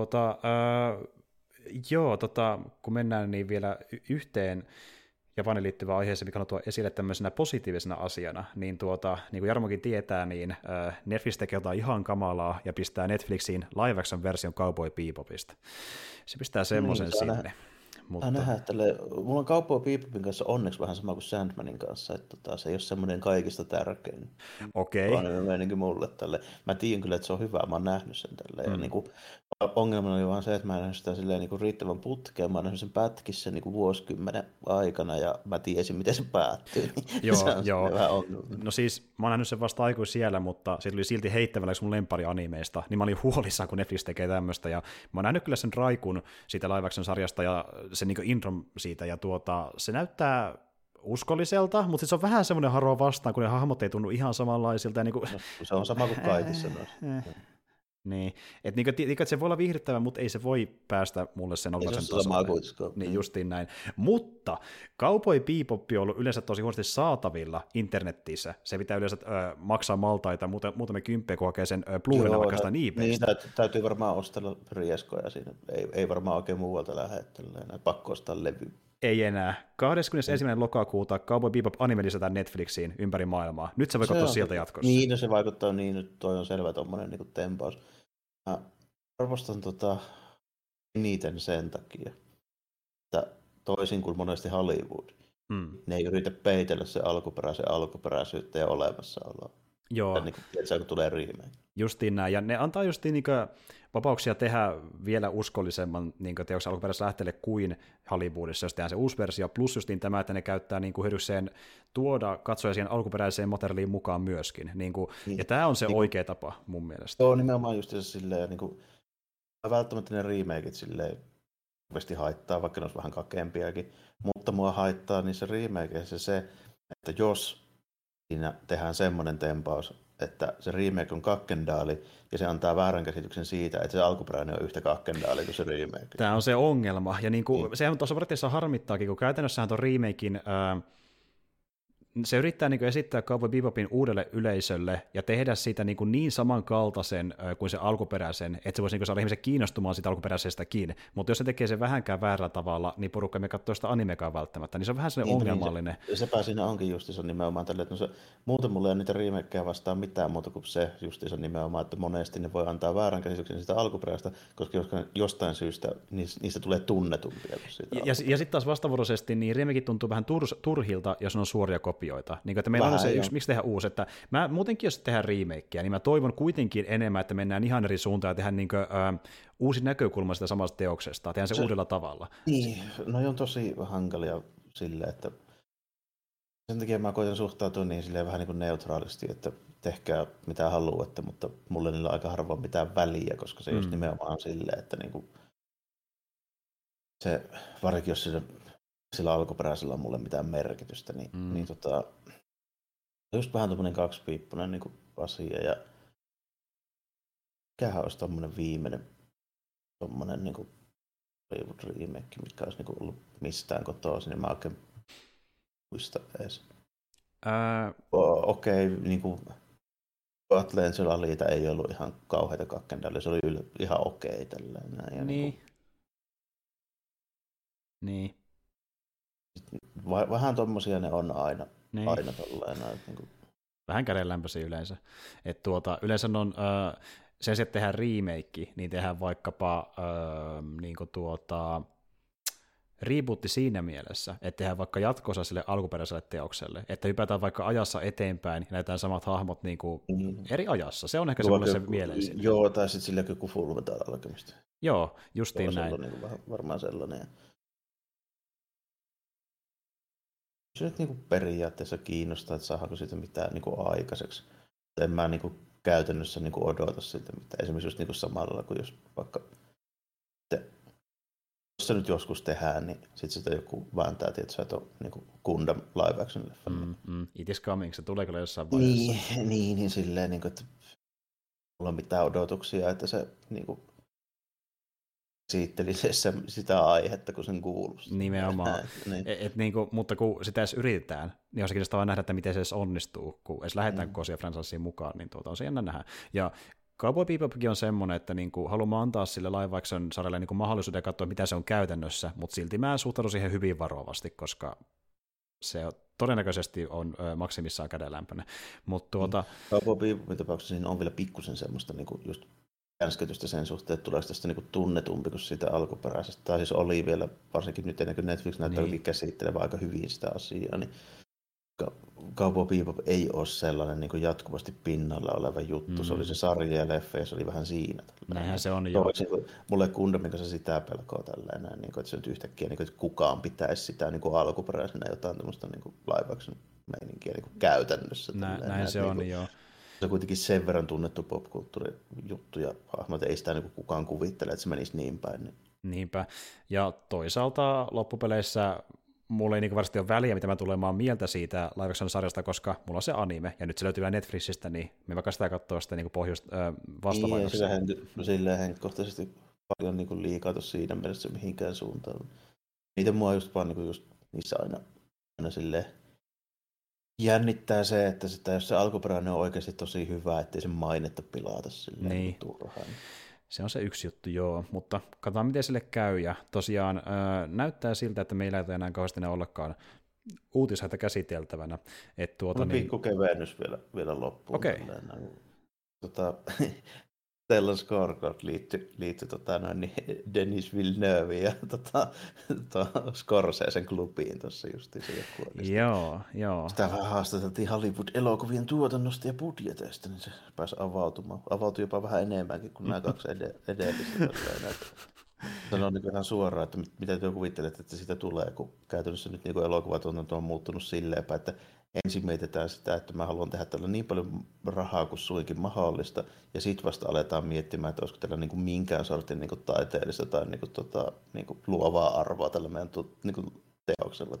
kun mennään niin vielä yhteen Japanin liittyvään aiheeseen, mikä on tuo esille tämmöisenä positiivisena asiana, niin niin kuin Jarmokin tietää, niin Netflix tekee jotain ihan kamalaa ja pistää Netflixiin live action version Cowboy Bebopista. Se pistää semmoisen sinne. Mutta nähdään, että mulla on Cowboy Bebopin kanssa onneksi vähän sama kuin Sandmanin kanssa, että se ei ole semmoinen kaikista tärkein. Okei. Meininkin mulle tälle. Mä tiedän kyllä, että se on hyvä, mä oon nähnyt sen tälleen. Ja niin kuin, ongelma oli vaan se, että mä en nähnyt sitä silleen, niin kuin riittävän putkeen. Mä oon nähnyt sen pätkissä niin kuin vuosikymmenen aikana ja mä tiesin, miten se päättyy. Joo. No siis mä oon nähnyt sen vasta aikuisiellä, mutta se tuli silti heittävällä mun lemparianimeista. Niin mä olin huolissaan, kun Netflix tekee tämmöistä. Ja mä oon nähnyt kyllä sen Raikun siitä live action sarjasta ja sen niin intron siitä. Ja se näyttää uskolliselta, mutta se on vähän semmoinen haroa vastaan, kun ne hahmot ei tunnu ihan samanlaisilta. Ja no, se on sama kuin kaikissa noissa. Niin, että se voi olla viihdyttävä, mutta ei se voi päästä mulle sen ollaisen tasolle. Niin justiin näin. Mutta Cowboy Bebop on ollut yleensä tosi huonosti saatavilla internetissä. Se pitää yleensä maksaa maltaita, muutamia kymppejä, kun hakee sen Blu-raylla vaikka sitä eBaystä. Niin, täytyy varmaan ostella rieskoja siinä. Ei varmaan oikein muualta lähettellä. Pakko ostaa levy. Ei enää. 21. lokakuuta Cowboy Bebop anime lisätään Netflixiin ympäri maailmaa. Nyt se voi katsoa sieltä jatkossa. Niin, no se vaikuttaa niin, että toi on selvä tommonen niin kuin tempaus. Mä arvostan eniten sen takia, että toisin kuin monesti Hollywood, ne ei yritä peitellä se alkuperäisyyttä ja olemassaoloa. Joo. Ja niin kuin, kun tulee remake. Justiin näin, ja ne antaa justiin niin vapauksia tehdä vielä uskollisemman niin teoksen alkuperäisessä lähteelle kuin Hollywoodissa, jos tehdään se uusi versio, plus justiin tämä, että ne käyttää niin hyödykseen tuoda katsoja siihen alkuperäiseen materiaaliin mukaan myöskin. Ja tämä on se oikea tapa mun mielestä. Joo, nimenomaan just se silleen, niin kuin, välttämättä ne remakeit silleen kovasti haittaa, vaikka ne olisi vähän kakeampiakin, mutta mua haittaa niissä remakeissa se, että jos siinä tehdään semmoinen tempaus, että se remake on kakkendaali, ja se antaa väärän käsityksen siitä, että se alkuperäinen on yhtä kakkendaali kuin se remake. Tämä on se ongelma, ja sehän tuossa periaatteessa harmittaakin, kun käytännössähän tuon remakein se yrittää esittää Cowboy Bebopin uudelle yleisölle ja tehdä siitä niin samankaltaisen kuin se alkuperäisen, että se voisi saada ihmiset kiinnostumaan siitä alkuperäisestäkin, mutta jos se tekee sen vähänkään väärällä tavalla, niin porukka ei katsoa sitä animekaan välttämättä, niin se on vähän sellainen ongelmallinen. Sepä siinä onkin justiinsa nimenomaan tälle, että muuten mulla ei ole niitä remakeja vastaan mitään muuta kuin se justiinsa nimenomaan, että monesti ne voi antaa väärän käsityksen sitä alkuperäistä, koska jostain syystä niistä tulee tunnetumpia kuin siitä. Ja sitten taas vastavuoroisesti, niin remake tuntuu vähän turhilta, jos ne on suoria kopioita. Niin, että meillä on se yksi, miksi tehdään uusi, että mä muutenkin, jos tehdään remakeä, niin mä toivon kuitenkin enemmän, että mennään ihan eri suuntaan ja tehdään uusi näkökulma sitä samasta teoksesta, tehdään se uudella tavalla. Niin, no on tosi hankalia silleen, että sen takia mä koitan suhtautua niin silleen vähän niin kuin neutraalisti, että tehkää mitä haluatte, mutta mulle niillä on aika harvoin mitään väliä, koska se just nimenomaan on silleen, että niinku se, varsinkin jos sillä alkuperäisellä on mulle mitään merkitystä, niin just vähän tommonen kaksipiippunen niin asia, ja mikähän olisi tommonen viimeinen tommonen niin Hollywood remake, mitkä olisi niin ollut mistään kotoisin, niin mä oikein muista edes. Okei, niin kuin Atlantic Alita ei ollut ihan kauheita kakkendalle, se oli ihan okei tällainen. Niin. vähän tommosia ne on aina, niin. aina tollainen. Niin vähän kädenlämpöisiä yleensä. Yleensä on, sen sijaan, että tehdään remake, niin tehdään vaikkapa rebootti siinä mielessä, että tehdään vaikka jatko-osa sille alkuperäiselle teokselle, että hypätään vaikka ajassa eteenpäin ja näytetään samat hahmot niin kuin eri ajassa. Se on ehkä semmoinen se mieleisin. Joo, tai sitten sillä joku Full Metal Alchemist. Joo, justiin näin. Niin varmaan sellainen. Se nyt niin periaatteessa kiinnostaa, että saadaanko siitä mitään niin aikaiseksi. En mä niin käytännössä niin odota siltä mitään. Esimerkiksi just niin samalla kuin jos vaikka jos se nyt joskus tehdään, niin sitten sitä joku vääntää, että on niin Gundam live action leffa. It is coming, se tulee kyllä jossain vaiheessa. Niin silleen, niin kuin, että mulla on mitään odotuksia, että se niin kuin, esitteli sitä aihetta, kun sen kuuluu. Nimenomaan. Niin kuin, mutta kun sitä edes yritetään, niin on se kiinnostavaa nähdä, että miten se edes onnistuu, kun edes lähdetään kosia franchiseen mukaan, niin on se jännä nähdä. Ja Cowboy Bebopkin on semmoinen, että niinku haluamme antaa sille live action sarjalle niinku mahdollisuuden katsoa, mitä se on käytännössä, mutta silti mä suhtaudun siihen hyvin varovasti, koska se todennäköisesti on maksimissaan kädenlämpöinen. Cowboy Bebopin tapauksessa siinä on vielä pikkusen semmoista niinku just känskytystä sen suhteen, että tuleeko tästä niinku tunnetumpi kuin sitä alkuperäisestä. Tai siis oli vielä, varsinkin nyt ennen kuin Netflix näyttää käsittelevä aika hyvin sitä asiaa, niin Cowboy Bebop ei ole sellainen niin kuin jatkuvasti pinnalla oleva juttu. Se oli se sarja ja leffa ja se oli vähän siinä. Näinhän se on jo. Mulle Gundamin kanssa sitä pelkoa tällainen, niin kuin, että se nyt yhtäkkiä, niin kuin, että kukaan pitäisi sitä niin kuin alkuperäisenä jotain tämmöistä niin kuin live action meininkiä niin kuin käytännössä. Näin se on, joo. Se on kuitenkin sen verran tunnettu popkulttuurijuttu ja hahmot, ei sitä niin kuin kukaan kuvittele, että se menisi niin päin. Niin. Niinpä. Ja toisaalta loppupeleissä mulla ei niin varsinaisesti ole väliä, mitä mä tulemaan mieltä siitä live action sarjasta, koska mulla on se anime, ja nyt se löytyy vielä Netflixistä, niin me vaikka sitä katsoa sitä niin vastavaikutuksia. Niin, silleen henkkohtaisesti paljon niin liikaa tuossa siinä mielessä mihinkään suuntaan. Niitä mua just vaan niin just niissä aina silleen jännittää se, että sitä, jos se alkuperäinen on oikeasti tosi hyvä, ettei sen mainetta pilata silleen niin turhaan. Se on se yksi juttu, joo, mutta katsotaan miten sille käy, ja tosiaan näyttää siltä, että meillä ei ole enää kauheasti ollakaan uutishaita käsiteltävänä. Pikku kevennys vielä loppuun. Okei. Stellan Skarsgård liittyi Denis Villeneuve ja Scorsesen klubiin tuossa justiin se joku. Joo. Sitä vähän haastateltiin Hollywood-elokuvien tuotannosta ja budjeteista, niin se pääsi avautumaan. Avautui jopa vähän enemmänkin kuin nämä kaksi edellistä. Se on ihan suoraan, että mitä te kuvittelet, että siitä tulee, kun käytännössä nyt niin elokuvatuotanto on muuttunut silleenpä, että ensin mietitään sitä, että mä haluan tehdä tällä niin paljon rahaa kuin suinkin mahdollista, ja sitten vasta aletaan miettimään, että olisiko tällä niin minkään sortin niin taiteellista tai niin luovaa arvoa tällä meidän niin teoksella.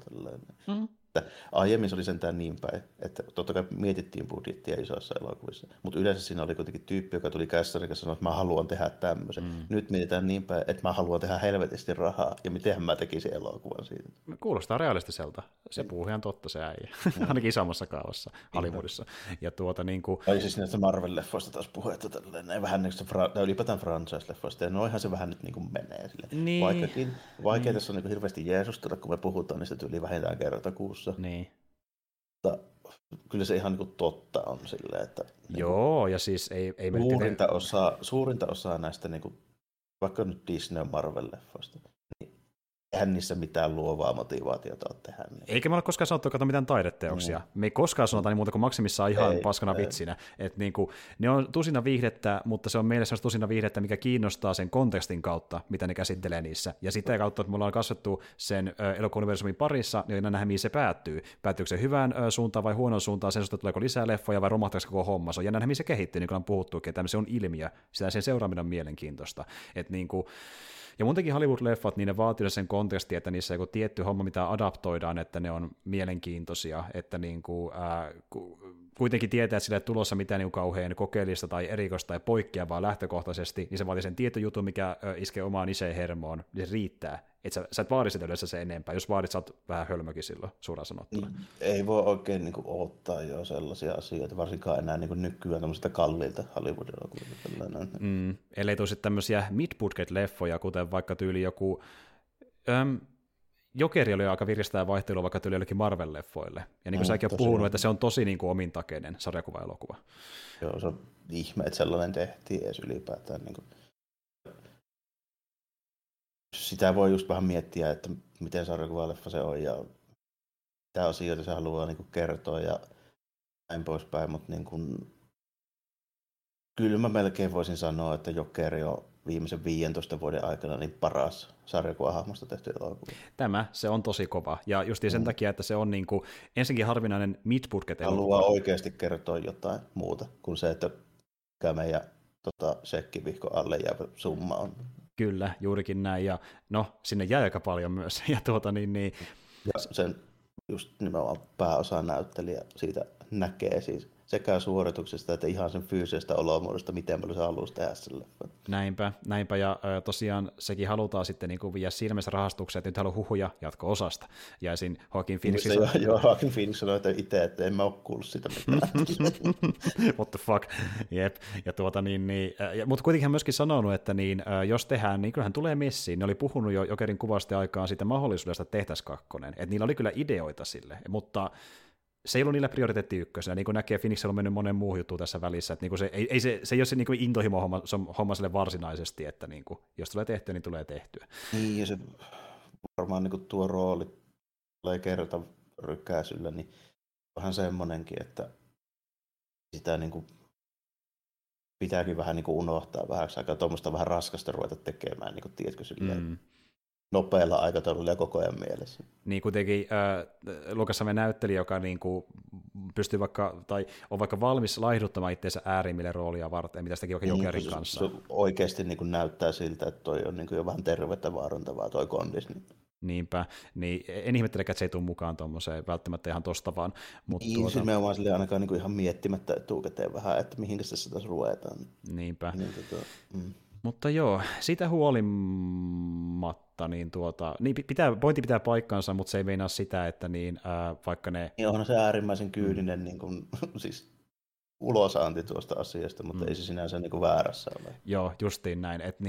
Aiemmin se oli sentään niin päin, että totta kai mietittiin budjettia isoissa elokuvissa, mutta yleensä siinä oli kuitenkin tyyppi, joka tuli kässärin ja sanoi, että mä haluan tehdä tämmöisen. Nyt mietitään niin päin, että mä haluan tehdä helvetisti rahaa, ja mitenhän mä tekisin elokuvan siitä. Kuulostaa realistiselta. Se puhuu ihan totta se äijä, ainakin isommassa kaavassa Hollywoodissa. Ja tai siis näistä Marvel-leffoista taas puhetta tälleen, vähän ylipäätään franchise-leffoista, ja noihan se vähän nyt niin kuin menee sille. Niin. Vaikea tässä on niin hirveästi jeesustella, kun me puhutaan niistä tyyliin vähintään kerta kuussa. Niin. Mutta kyllä se ihan niin kuin totta on silleen, että joo, ja siis ei suurinta osaa näistä niin kuin, vaikka nyt Disney Marvel-leffoista, niin eihän niissä mitään luovaa motivaatiota ole tehdä. Niin. Eikä me ole koskaan sanottu, että mitään taideteoksia. Me ei koskaan sanota niin muuta kuin maksimissaan ihan paskana vitsinä. Että niin kuin, ne on tusina viihdettä, mutta se on meille sellaista tusina viihdettä, mikä kiinnostaa sen kontekstin kautta, mitä ne käsittelee niissä. Ja sitä kautta, että me ollaan kasvettu sen elokuva-universumin parissa, niin nähdään, mihin se päättyy. Päättyykö se hyvään suuntaan vai huonoon suuntaan, sen suhteen, tuleeko lisää leffoja vai romahtaako koko homma. Se on jännä nähdä, mihin se kehittyy, niin kuin on puhuttukin, että se on ilmiö. Sitä sen seuraaminen on mielenkiintoista. Että niin kuin, ja muutenkin Hollywood-leffat, niin ne vaatii sen kontekstin, että niissä joku tietty homma, mitä adaptoidaan, että ne on mielenkiintoisia, että niin kuin, kuitenkin tietää, että sillä ei tulossa mitään niin kauhean kokeellista tai erikoista tai poikkeavaa lähtökohtaisesti, niin se vaatii sen tietyn jutun, mikä iskee omaan iseen hermoon, niin se riittää. Että sä et vaadi sitä yleensä se enempää. Jos vaadit, sä oot vähän hölmökin silloin, suoraan sanottuna. Ei voi oikein niin kuin odottaa jo sellaisia asioita, varsinkaan enää niin kuin nykyään tämmöistä kalliilta Hollywood-elokuvia. Ellei tule sitten tämmöisiä mid-budget-leffoja, kuten vaikka tyyli joku Jokeri oli aika viristää vaihtelua vaikka tuli jollekin Marvel-leffoille. Ja niin kuin säkin oot puhunut, että se on tosi niin kuin omintakeinen sarjakuva-elokuva. Joo, se on ihme, että sellainen tehtiin edes ylipäätään. Niin kuin... Sitä voi just vähän miettiä, että miten sarjakuva-leffa se on ja mitä asioita se haluaa niin kuin kertoa ja näin poispäin, mutta niin kuin... kyllä mä melkein voisin sanoa, että Jokeri on viimeisen 15 vuoden aikana niin paras sarjakuvahahmosta tehty elokuva. Se on tosi kova. Ja justiin sen takia, että se on niin kuin, ensinnäkin harvinainen mid-budget-elokuva. Haluaa oikeasti kertoa jotain muuta kuin se, että mikä meidän sekkivihko alle jäävä summa on. Kyllä, juurikin näin. Ja no, sinne jää aika paljon myös. Ja Ja sen just nimenomaan pääosa näyttelijä siitä näkee siis sekä suorituksesta että ihan sen fyysisestä olomuodosta, miten paljon se haluaisi tehdä sen leffan. Näinpä, ja tosiaan sekin halutaan sitten niin kuin viedä silmässä rahastukseen, että nyt haluaa huhuja jatko-osasta. Ja esim. Joaquin Phoenix... Joaquin Phoenix sanoi, että itse, että en mä ole kuullut sitä mitään. What the fuck, jep. Ja mutta kuitenkin hän myöskin sanonut, että jos tehdään, niin kyllähän tulee messiin. Ne oli puhunut jo Jokerin kuvasta aikaan siitä mahdollisuudesta, että tehtäisiin kakkonen. Että niillä oli kyllä ideoita sille, mutta se ei ollut niillä prioriteetti ykkösenä, niin kuin näkee, Phoenix on mennyt monen muuhun juttuun tässä välissä, että niin se ei ole se niin intohimo-homma sille varsinaisesti, että niin kuin, jos tulee tehtyä, niin tulee tehtyä. Niin, ja se varmaan niin kuin tuo rooli tulee kerta rykäisyllä, niin onhan semmoinenkin, että sitä niin kuin pitääkin vähän niin kuin unohtaa vähäksi aikaa, tuommoista vähän raskasta ruveta tekemään, niin kuin tiedätkö silleen. Nopealla aikataululla ja koko ajan mielessä. Niin kuitenkin Lukas näyttelijä, joka niin kuin pystyy vaikka, tai on vaikka valmis laihduttamaan itseensä äärimmille roolia varten, mitä se teki vaikka Jokerin kanssa. Se oikeasti niin kuin näyttää siltä, että toi on niin kuin jo vähän tervettä vaarantavaa toi kondis. Niinpä, niin en ihmettelekään, että se ei tule mukaan tuommoiseen välttämättä ihan tosta vaan. Niin, nimenomaan silleen ainakaan niin kuin ihan miettimättä etukäteen vähän, että mihinkä tässä taas ruvetaan. Niinpä. Mutta joo, siitä huolimatta, pointti pitää paikkansa, mutta se ei meinaa sitä, että vaikka ne... Niin onhan se äärimmäisen kyyninen niin kuin, siis ulosanti tuosta asiasta, mutta ei se sinänsä niin kuin väärässä ole. Joo, justiin näin, että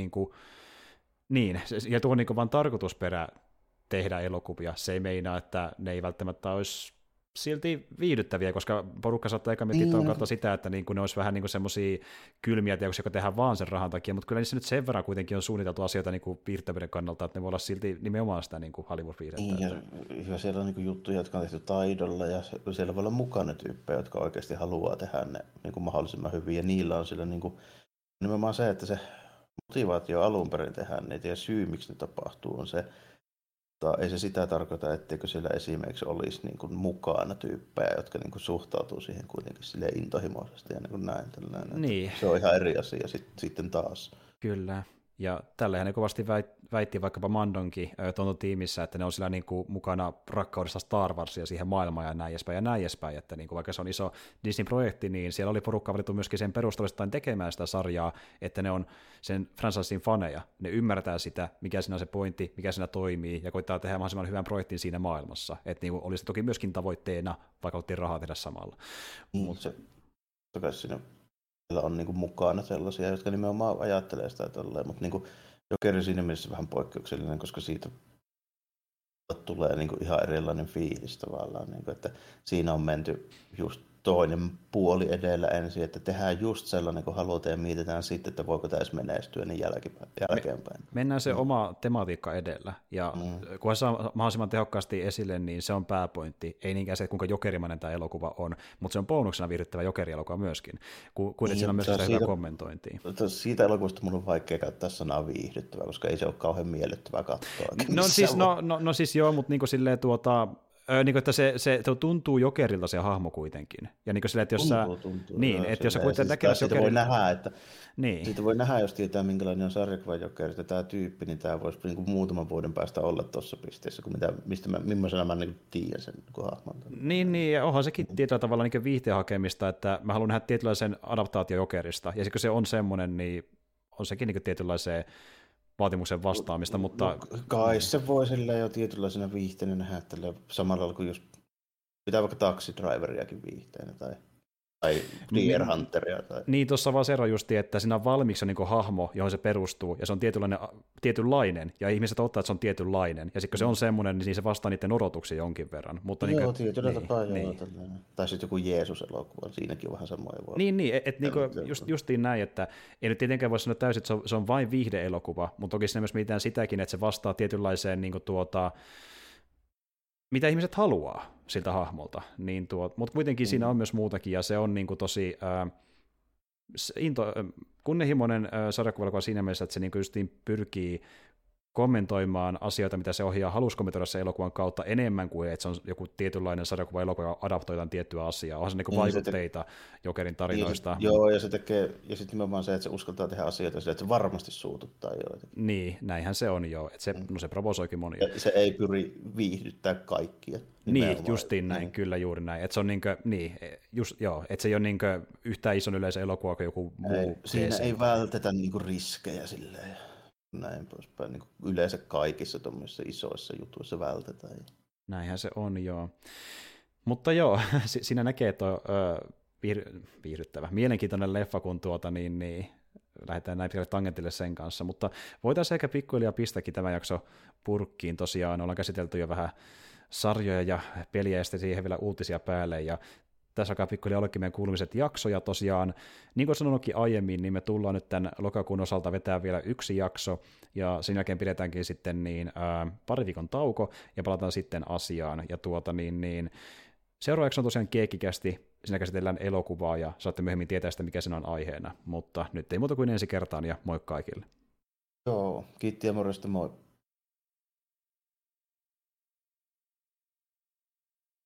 ja tuo on niin kuin vaan tarkoitusperä tehdä elokuvia, se ei meinaa, että ne ei välttämättä olisi silti viihdyttäviä, koska porukka saattaa eka miettiä tuon kautta sitä, että ne olisi vähän niin semmoisia kylmiä teoksia, jotka tehdään vaan sen rahan takia, mutta kyllä niissä nyt sen verran kuitenkin on suunniteltu asioita viihdyttävyyden kannalta, että ne voi olla silti nimenomaan sitä Hollywood-viihdettä. Ja siellä on juttuja, jotka on tehty taidolla, ja siellä voi olla mukana tyyppejä, jotka oikeasti haluaa tehdä ne mahdollisimman hyvin, ja niillä on sillä nimenomaan se, että se motivaatio alun perin tehdä niitä, ja syy, miksi ne tapahtuu, on se, ei se sitä tarkoita, etteikö siellä esimerkiksi olisi niin kuin mukana tyyppejä, jotka niin kuin suhtautuu siihen kuitenkin silleen intohimoisesti ja niin kuin näin. Niin. Se on ihan eri asia sitten taas. Kyllä. Ja tällähän ne kovasti väitti vaikkapa Mandonkin tiimissä, että ne on sillä niin kuin mukana rakkaudesta Star Warsia siihen maailmaan ja näin edespäin, että niin kuin vaikka se on iso Disney-projekti, niin siellä oli porukka valittu myöskin sen perustelustaan tekemään sitä sarjaa, että ne on sen franchisein faneja, ne ymmärtää sitä, mikä siinä on se pointti, mikä siinä toimii, ja koittaa tehdä mahdollisimman hyvän projektin siinä maailmassa, että niin kuin olisi toki myöskin tavoitteena, vaikka oltiin rahaa tehdä samalla. Mutta siinä on niin kuin mukana sellaisia, jotka nimenomaan ajattelee sitä tolleen, mutta niin Jokeri siinä mielessä vähän poikkeuksellinen, koska siitä tulee niin kuin ihan erilainen fiilis tavallaan, niin kuin, että siinä on menty just toinen puoli edellä ensin, että tehdään just sellainen, kun halutaan ja mietitään sitten, että voiko tämä edes menestyä niin jälkeenpäin. Mennään se oma tematiikka edellä, ja kun saa mahdollisimman tehokkaasti esille, niin se on pääpointti. Ei niinkään se, kuinka jokerimainen tämä elokuva on, mutta se on bonuksena viihdyttävä jokerielokuva myöskin, kun siellä on myös se hyvä kommentointi. Siitä elokuvasta mun on vaikea käyttää sanaa viihdyttävä, koska ei se ole kauhean miellyttävää katsoa. No siis joo, mutta niin kuin silleen niin kuin, että se tuntuu Jokerilta se hahmo kuitenkin. Ja niin kuin silleen, että jos tuntuu, niin, että jos sä kuitenkin näkemässä Jokerilta... Voi nähdä, että siitä voi nähdä, jos tietää minkälainen on sarjakuva Jokeri, että tämä tyyppi, niin tämä voisi niin kuin muutaman vuoden päästä olla tuossa pisteessä, kun millaisena mä niin tiedän sen hahmon. Niin, ja onhan sekin tietyllä tavalla niin viihteen hakemista, että mä haluan nähdä tietynlaisen adaptaatio Jokerista, ja kun se on semmoinen, niin on sekin niin tietynlaiseen vaatimuksen vastaamista, mutta... Kai se voi silleen jo tietynlaisena viihteenä nähdä, samalla kuin jos pitää vaikka Taxi Driveriakin viihteenä, tai Tai Deer Hunteria. Tai... Niin, tuossa vaan se ero justi, että siinä on valmiiksi niin hahmo, johon se perustuu, ja se on tietynlainen, ja ihmiset ottaa, että se on tietynlainen, ja sitten kun se on semmoinen, niin se vastaa niiden odotuksia jonkin verran. Mutta joo, tietyllä tapaa joo. Tai sitten joku Jeesus-elokuva, siinäkin on vähän samoja voi. Niin että justiin näin, että ei nyt tietenkään voi sanoa täysin, että se on vain viihde-elokuva, mutta toki siinä myös mitään sitäkin, että se vastaa tietynlaiseen mitä ihmiset haluaa siltä hahmolta, niin mutta kuitenkin siinä on myös muutakin, ja se on niin kuin tosi kunnianhimoinen sarjakuva siinä mielessä, että se niin kuin justiin pyrkii kommentoimaan asioita, mitä se ohjaa halusi kommentoida sen elokuvan kautta enemmän kuin, että se on joku tietynlainen sarjakuva elokuva, joka adaptoidaan tiettyä asiaa. Onhan se niin kuin vaikutteita Jokerin tarinoista. Joo, ja se tekee, ja sitten nimenomaan se, että se uskaltaa tehdä asioita sillä, että se varmasti suututtaa joitakin. Niin, näinhän se on jo. Että se provosoikin monia. Se ei pyri viihdyttää kaikkia. Niin, justiin näin, kyllä juuri näin. Että se on että se ei ole yhtään ison yleisen elokuva kuin joku muu. Siinä ei vältetä riskejä silleen. Näin poispäin. Niin yleensä kaikissa tuommoisissa isoissa jutuissa vältetään. Näinhän se on, joo. Mutta joo, siinä näkee, että on viihdyttävä, mielenkiintoinen leffa, kun lähdetään näin pitkälle tangentille sen kanssa. Mutta voitaisiin ehkä pikkuhiljaa pistääkin tämä jakso purkkiin. Tosiaan ollaan käsitelty jo vähän sarjoja ja peliä ja sitten siihen vielä uutisia päälle. Ja tässä alkaa pikkuhiljaa ollekin meidän kuulumiset jaksoja. Tosiaan, niin kuin sanonutkin aiemmin, niin me tullaan nyt tämän lokakuun osalta vetää vielä yksi jakso, ja sen jälkeen pidetäänkin sitten pari viikon tauko, ja palataan sitten asiaan. Ja seuraava jakso on tosiaan Keekkikästi, siinä käsitellään elokuvaa, ja saatte myöhemmin tietää sitä, mikä siinä on aiheena. Mutta nyt ei muuta kuin ensi kertaan, ja moi kaikille. Joo, kiitti ja morjesta, moi.